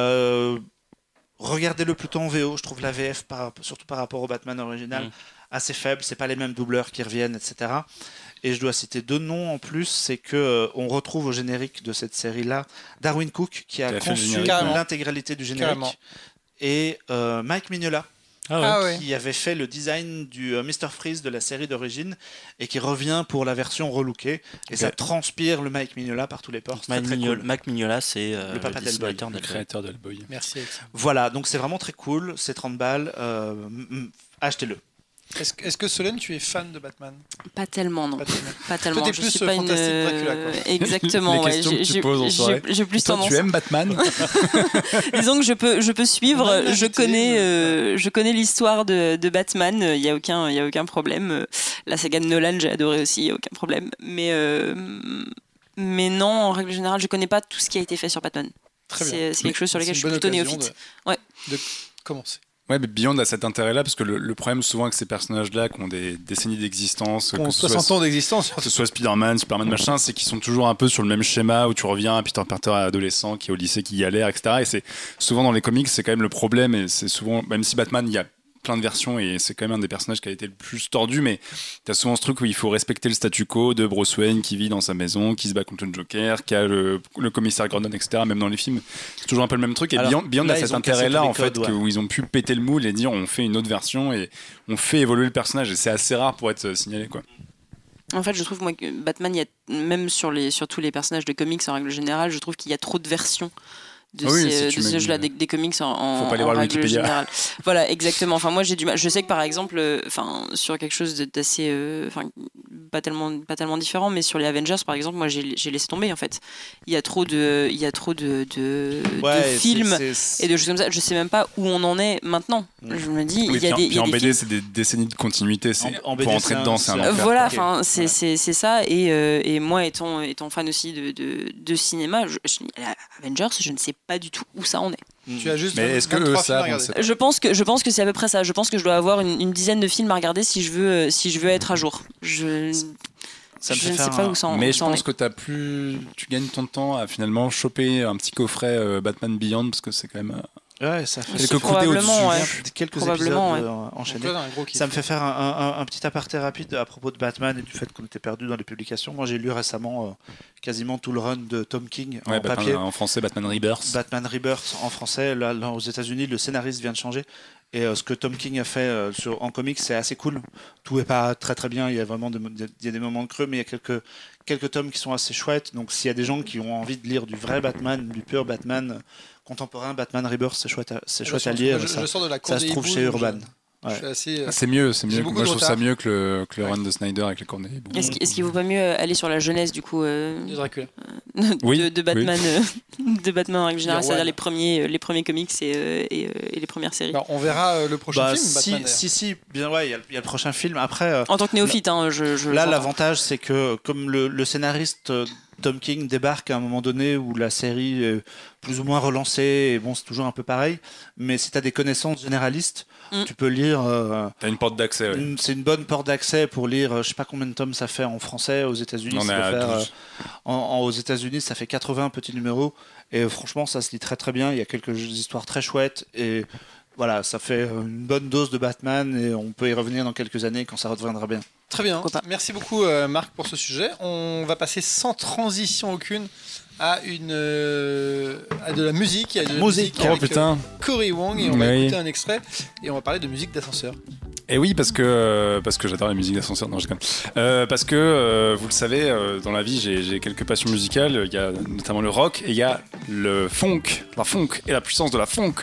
Regardez-le plutôt en VO. Je trouve la VF, surtout par rapport au Batman original, assez faible. C'est pas les mêmes doubleurs qui reviennent, etc. Et je dois citer 2 noms en plus. C'est que on retrouve au générique de cette série-là Darwin Cook qui a conçu l'intégralité du générique. Carrément. Et Mike Mignola. Qui avait fait le design du Mr. Freeze de la série d'origine et qui revient pour la version relookée. Et ça transpire le Mike Mignola par tous les ports. Mike Mignola, c'est le papa d'Hellboy, le créateur d'Hellboy. Merci. Voilà, donc c'est vraiment très cool. C'est 30 balles. Achetez-le. Est-ce que Solène, tu es fan de Batman? Pas tellement, non. Pas tellement. Toi, t'es plus Fantastique Dracula, quoi. Exactement. Les questions que tu poses en soirée. J'ai plus tendance. Tu aimes Batman? Disons que je peux suivre. Je connais l'histoire de Batman. Il y a aucun problème. La saga de Nolan, j'ai adoré aussi. Il y a aucun problème. Mais non, en règle générale, je connais pas tout ce qui a été fait sur Batman. C'est quelque chose sur lequel je suis plutôt néophyte. De commencer. Ouais, mais Beyond a cet intérêt-là parce que le problème souvent avec ces personnages-là qui ont des décennies d'existence, qui ont 60 ans d'existence, que ce soit Spider-Man, Superman, machin, c'est qu'ils sont toujours un peu sur le même schéma où tu reviens à Peter Parker adolescent qui est au lycée, qui galère, etc. Et c'est souvent dans les comics, c'est quand même le problème. Et c'est souvent, même si Batman, il y a plein de versions et c'est quand même un des personnages qui a été le plus tordu, mais t'as souvent ce truc où il faut respecter le statu quo de Bruce Wayne qui vit dans sa maison, qui se bat contre le Joker, qui a le commissaire Gordon, etc. Même dans les films, c'est toujours un peu le même truc. Et Beyond a cet intérêt-là en fait, où ils ont pu péter le moule et dire on fait une autre version et on fait évoluer le personnage, et c'est assez rare pour être signalé, quoi. En fait, je trouve moi que Batman, il y a, même sur tous les personnages de comics en règle générale, je trouve qu'il y a trop de versions de ce jeu-là, des comics en règle générale. Voilà, exactement. Enfin, moi, j'ai du mal. Je sais que par exemple, sur quelque chose d'assez, pas tellement différent, mais sur les Avengers, par exemple, moi, j'ai laissé tomber en fait. Il y a trop de films et de choses comme ça. Je sais même pas où on en est maintenant. Je me dis, il y a des. En BD, c'est des décennies de continuité. Pour entrer dedans, c'est un enfer. Voilà, enfin, c'est ça. Et moi, étant fan aussi de cinéma, Avengers, je ne sais pas du tout où ça en est. Tu as juste mais est-ce que ça je pense que c'est à peu près ça. Je pense que je dois avoir une dizaine de films à regarder si je veux être à jour. Je ne sais pas où ça en est. Mais je pense que tu gagnes ton temps à finalement choper un petit coffret Batman Beyond, parce que c'est quand même ouais, ça fait quelques coudées au-dessus. Quelques épisodes enchaînés. Ça me fait faire un petit aparté rapide à propos de Batman et du fait qu'on était perdu dans les publications. Moi, j'ai lu récemment quasiment tout le run de Tom King en papier. En français, Batman Rebirth. Batman Rebirth en français. Là, aux États-Unis, le scénariste vient de changer. Et ce que Tom King a fait en comics, c'est assez cool. Tout est pas très très bien. Il y a vraiment des moments de creux, mais il y a quelques tomes qui sont assez chouettes. Donc, s'il y a des gens qui ont envie de lire du vrai Batman, du pur Batman contemporain, Batman Rebirth, c'est chouette à lire. Je sors de la ça se trouve chez Urban. Je suis assez, c'est mieux. beaucoup Moi, de je trouve ça retard. mieux que le run de Snyder avec les cornets. Est-ce qu'il vaut pas mieux aller sur la jeunesse du coup de Dracula. de Batman, de Batman en règle générale, Year c'est-à-dire One. les premiers comics et les premières séries. Alors, on verra le prochain film, Batman. Si, bien ouais, il y a le prochain film. Après, En tant que néophyte, là, j'entends. l'avantage, c'est que comme le scénariste Tom King débarque à un moment donné où la série est plus ou moins relancée, et bon, c'est toujours un peu pareil, mais si tu as des connaissances généralistes, tu peux lire. T'as une porte d'accès, ouais. C'est une bonne porte d'accès pour lire. Je sais pas combien de tomes ça fait en français, aux États-Unis. On est à 12. Aux États-Unis, ça fait 80 petits numéros, et franchement, ça se lit très très bien. Il y a quelques histoires très chouettes, et voilà, ça fait une bonne dose de Batman, et on peut y revenir dans quelques années quand ça reviendra bien. Très bien. Merci beaucoup, Marc, pour ce sujet. On va passer sans transition aucune à de la musique. À de la musique Oh avec, putain. Cory Wong, et on va écouter un extrait et on va parler de musique d'ascenseur. Et oui, parce que j'adore la musique d'ascenseur. Non, je déconne. Parce que vous le savez, dans la vie, j'ai quelques passions musicales. Il y a notamment le rock et il y a le funk, la funk et la puissance de la funk.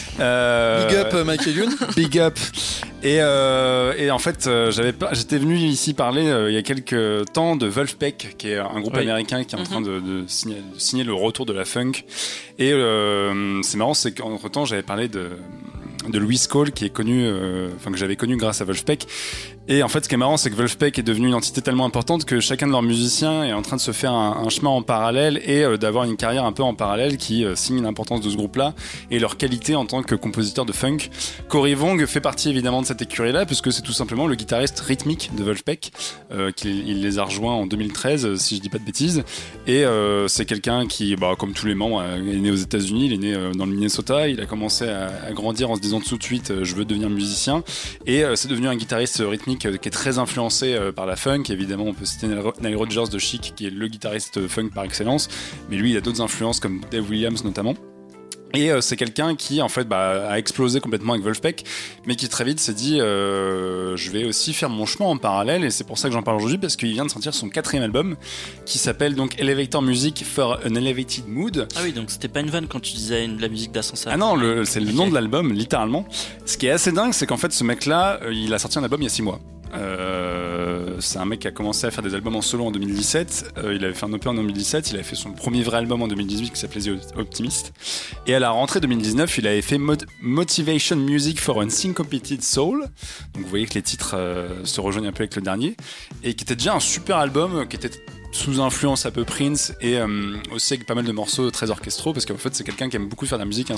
Big up, Michael Youn. Big up. Et en fait, j'étais venu ici parler il y a quelques temps de Wolfpack, qui est un groupe américain qui est en train de signer le retour de la funk. Et c'est marrant, c'est qu'entre temps, j'avais parlé de Louis Cole, qui est connu, que j'avais connu grâce à Wolfpack. Et en fait, ce qui est marrant, c'est que Wolfpack est devenu une entité tellement importante que chacun de leurs musiciens est en train de se faire un chemin en parallèle et d'avoir une carrière un peu en parallèle qui signe l'importance de ce groupe-là et leur qualité en tant que compositeur de funk. Cory Wong fait partie évidemment de cette écurie-là, puisque c'est tout simplement le guitariste rythmique de Wolfpack. Il les a rejoints en 2013, si je dis pas de bêtises. Et c'est quelqu'un qui, comme tous les membres, est né aux États-Unis, il est né dans le Minnesota. Il a commencé à grandir en se disant tout de suite, je veux devenir musicien. Et c'est devenu un guitariste rythmique qui est très influencé par la funk. Évidemment, on peut citer Nile Rodgers de Chic, qui est le guitariste funk par excellence, mais lui il a d'autres influences comme Dave Williams notamment. Et c'est quelqu'un qui en fait a explosé complètement avec Wolfpack, mais qui très vite s'est dit je vais aussi faire mon chemin en parallèle, et c'est pour ça que j'en parle aujourd'hui, parce qu'il vient de sortir son 4e album qui s'appelle donc Elevator Music for an Elevated Mood. Ah oui, donc c'était pas une vanne quand tu disais de la musique d'ascenseur. Ah non, c'est le nom de l'album littéralement. Ce qui est assez dingue, c'est qu'en fait ce mec là il a sorti un album il y a 6 mois. C'est un mec qui a commencé à faire des albums en solo en 2017. Il avait fait un EP en 2017. Il avait fait son premier vrai album en 2018 qui s'appelait The Optimist. Et à la rentrée 2019, il avait fait Motivation Music for a Syncopated Soul. Donc vous voyez que les titres se rejoignent un peu avec le dernier. Et qui était déjà un super album, qui était sous influence un peu Prince, et aussi avec pas mal de morceaux très orchestraux, parce qu'en fait c'est quelqu'un qui aime beaucoup faire de la musique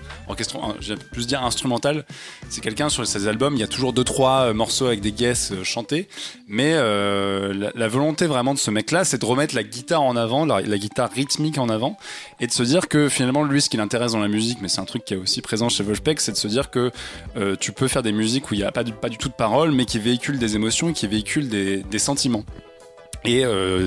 je vais plus dire instrumentale. C'est quelqu'un, sur ses albums il y a toujours 2-3 morceaux avec des guests chantés, mais la volonté vraiment de ce mec là, c'est de remettre la guitare en avant, la guitare rythmique en avant, et de se dire que finalement lui, ce qui l'intéresse dans la musique, mais c'est un truc qui est aussi présent chez Wolfpack, c'est de se dire que tu peux faire des musiques où il n'y a pas du tout de paroles, mais qui véhiculent des émotions et qui véhiculent des sentiments et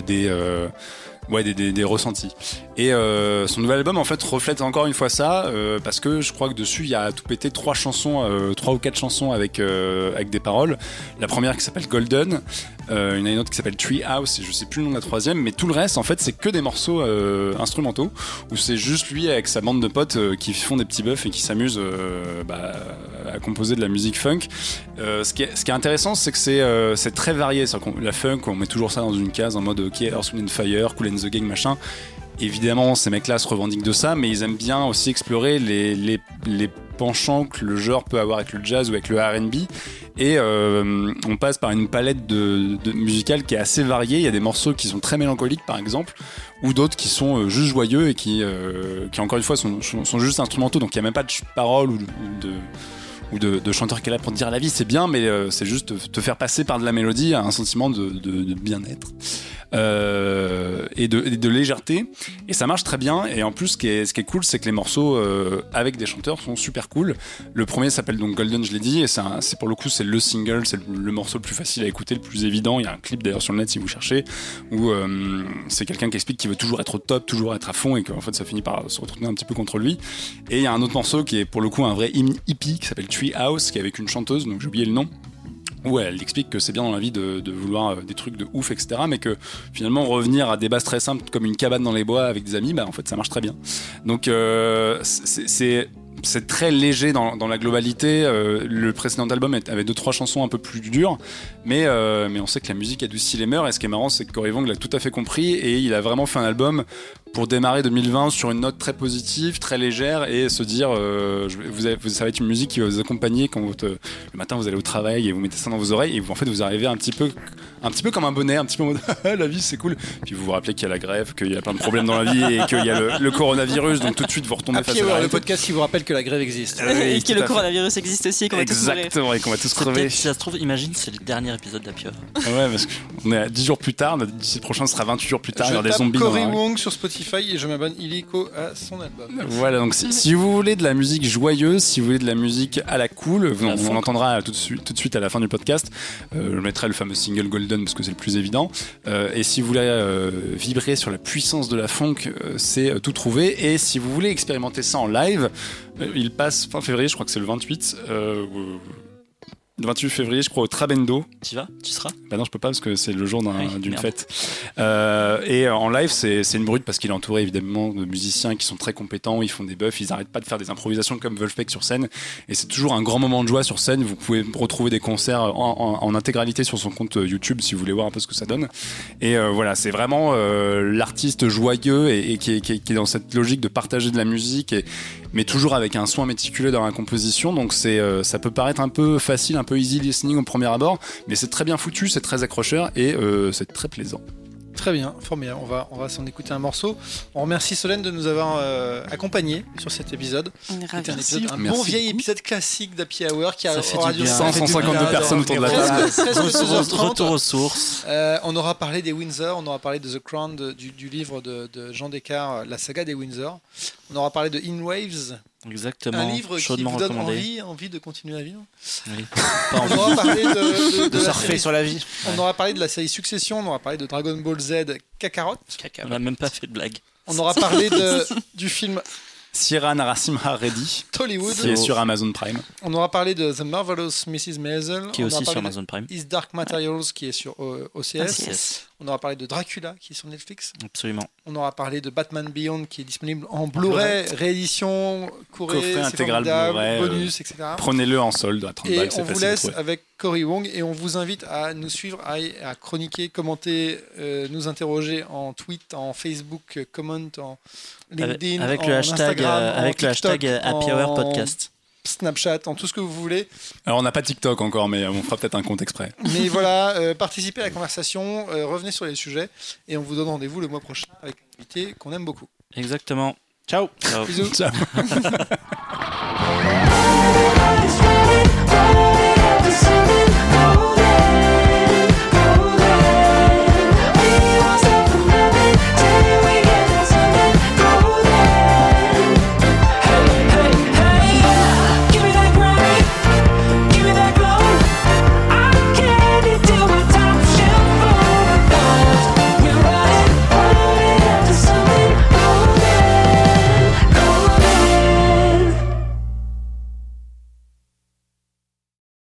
des ressentis. Et son nouvel album en fait reflète encore une fois ça, parce que je crois que dessus il y a à tout péter 3 ou 4 chansons avec des paroles. La première qui s'appelle Golden, il y en a une autre qui s'appelle Treehouse, et je sais plus le nom de la troisième, mais tout le reste en fait c'est que des morceaux instrumentaux, où c'est juste lui avec sa bande de potes qui font des petits buffs et qui s'amusent à composer de la musique funk. Ce qui est intéressant, c'est que c'est très varié. La funk, on met toujours ça dans une case en mode ok, Earth, Wind & Fire, Kool & the Gang, machin. Évidemment, ces mecs-là se revendiquent de ça, mais ils aiment bien aussi explorer les penchants que le genre peut avoir avec le jazz ou avec le R&B. Et on passe par une palette de musicale qui est assez variée. Il y a des morceaux qui sont très mélancoliques, par exemple, ou d'autres qui sont juste joyeux et qui encore une fois sont juste instrumentaux. Donc il n'y a même pas de paroles ou de chanteur qui est là pour te dire la vie c'est bien, mais c'est juste te faire passer par de la mélodie à un sentiment de bien-être et de légèreté, et ça marche très bien. Et en plus ce qui est cool, c'est que les morceaux avec des chanteurs sont super cool. Le premier s'appelle donc Golden, je l'ai dit, et c'est pour le coup c'est le single, c'est le morceau le plus facile à écouter, le plus évident. Il y a un clip d'ailleurs sur le net si vous cherchez, où c'est quelqu'un qui explique qu'il veut toujours être au top, toujours être à fond, et qu'en fait ça finit par se retourner un petit peu contre lui. Et il y a un autre morceau qui est pour le coup un vrai hymne hippie qui s'appelle Treehouse, qui est avec une chanteuse, donc j'ai oublié le nom, où elle explique que c'est bien dans la vie de vouloir des trucs de ouf, etc., mais que finalement revenir à des bases très simples comme une cabane dans les bois avec des amis, en fait ça marche très bien. Donc c'est c'est très léger dans la globalité. Le précédent album avait 2-3 chansons un peu plus dures, mais on sait que la musique adoucit les mœurs. Et ce qui est marrant, c'est que Cory Wong l'a tout à fait compris et il a vraiment fait un album pour démarrer 2020 sur une note très positive, très légère, et se dire ça va être une musique qui va vous accompagner quand le matin vous allez au travail et vous mettez ça dans vos oreilles et en fait vous arrivez un petit peu comme un bonnet, un petit peu en mode la vie c'est cool, puis vous vous rappelez qu'il y a la grève, qu'il y a plein de problèmes dans la vie et qu'il y a le coronavirus, donc tout de suite vous retombez face à la réalité. Le podcast qui vous rappelle que la grève existe. Et que le coronavirus existe aussi et qu'on va tous mourir. Exactement, et qu'on va tous crever. Si ça se trouve, imagine, c'est le dernier épisode d'Happy Hour. Ouais, parce qu'on est à 10 jours plus tard, d'ici le prochain ce sera 28 jours plus tard, il y aura des zombies. Cory Wong sur Spotify et je m'abonne illico à son album. Voilà, donc si vous voulez de la musique joyeuse, si vous voulez de la musique à la cool, on entendra tout de suite à la fin du podcast. Je mettrai le fameux single Golden parce que c'est le plus évident. Et si vous voulez vibrer sur la puissance de la funk, c'est tout trouvé. Et si vous voulez expérimenter ça en live, il passe fin février, je crois que c'est le 28. Le 28 février, je crois, au Trabendo. Tu vas ? Tu seras ? Bah non, je peux pas parce que c'est le jour d'une fête. Et en live, c'est une brute parce qu'il est entouré évidemment de musiciens qui sont très compétents, ils font des buffs, ils arrêtent pas de faire des improvisations comme Wolfpack sur scène. Et c'est toujours un grand moment de joie sur scène. Vous pouvez retrouver des concerts en intégralité sur son compte YouTube si vous voulez voir un peu ce que ça donne. Et voilà, c'est vraiment l'artiste joyeux et qui est dans cette logique de partager de la musique, mais toujours avec un soin méticuleux dans la composition. Donc ça peut paraître un peu facile, un peu easy listening au premier abord, mais c'est très bien foutu, c'est très accrocheur et c'est très plaisant. Très bien, formidable. On va s'en écouter un morceau. On remercie Solène de nous avoir accompagnés sur cet épisode. C'était un bon vieil épisode classique d'Happy Hour qui aura duré 152 personnes autour de la table. Retour aux sources. On aura parlé des Windsor, on aura parlé de The Crown, du livre de Jean Descartes, la saga des Windsor. On aura parlé de In Waves. Exactement. Un livre qui vous donne envie de continuer à vivre. Oui. On aura parlé de surfer sur la vie. On aura parlé de la série Succession, on aura parlé de Dragon Ball Z Kakarot. On n'a même pas fait de blague. On aura parlé du film Sierra Narasimha Reddy, Tollywood, qui est sur Amazon Prime. On aura parlé de The Marvelous Mrs. Maisel, qui est aussi sur Amazon Prime. His Dark Materials, qui est sur OCS. On aura parlé de Dracula, qui est sur Netflix. Absolument. On aura parlé de Batman Beyond, qui est disponible en Blu-ray, réédition, coffret intégral Blu-ray, bonus, etc. Prenez-le en solde à 30 balles, c'est facile. Et on vous laisse avec Cory Wong et on vous invite à nous suivre, à chroniquer, commenter, nous interroger en tweet, en Facebook, comment, en LinkedIn, avec en le hashtag, Instagram, avec en le TikTok, hashtag Happy Hour Podcast. Snapchat, en tout ce que vous voulez. Alors on n'a pas TikTok encore, mais on fera peut-être un compte exprès. Mais voilà, participez à la conversation, revenez sur les sujets et on vous donne rendez-vous le mois prochain avec une invitée qu'on aime beaucoup. Exactement. Ciao. Bisous. Ciao.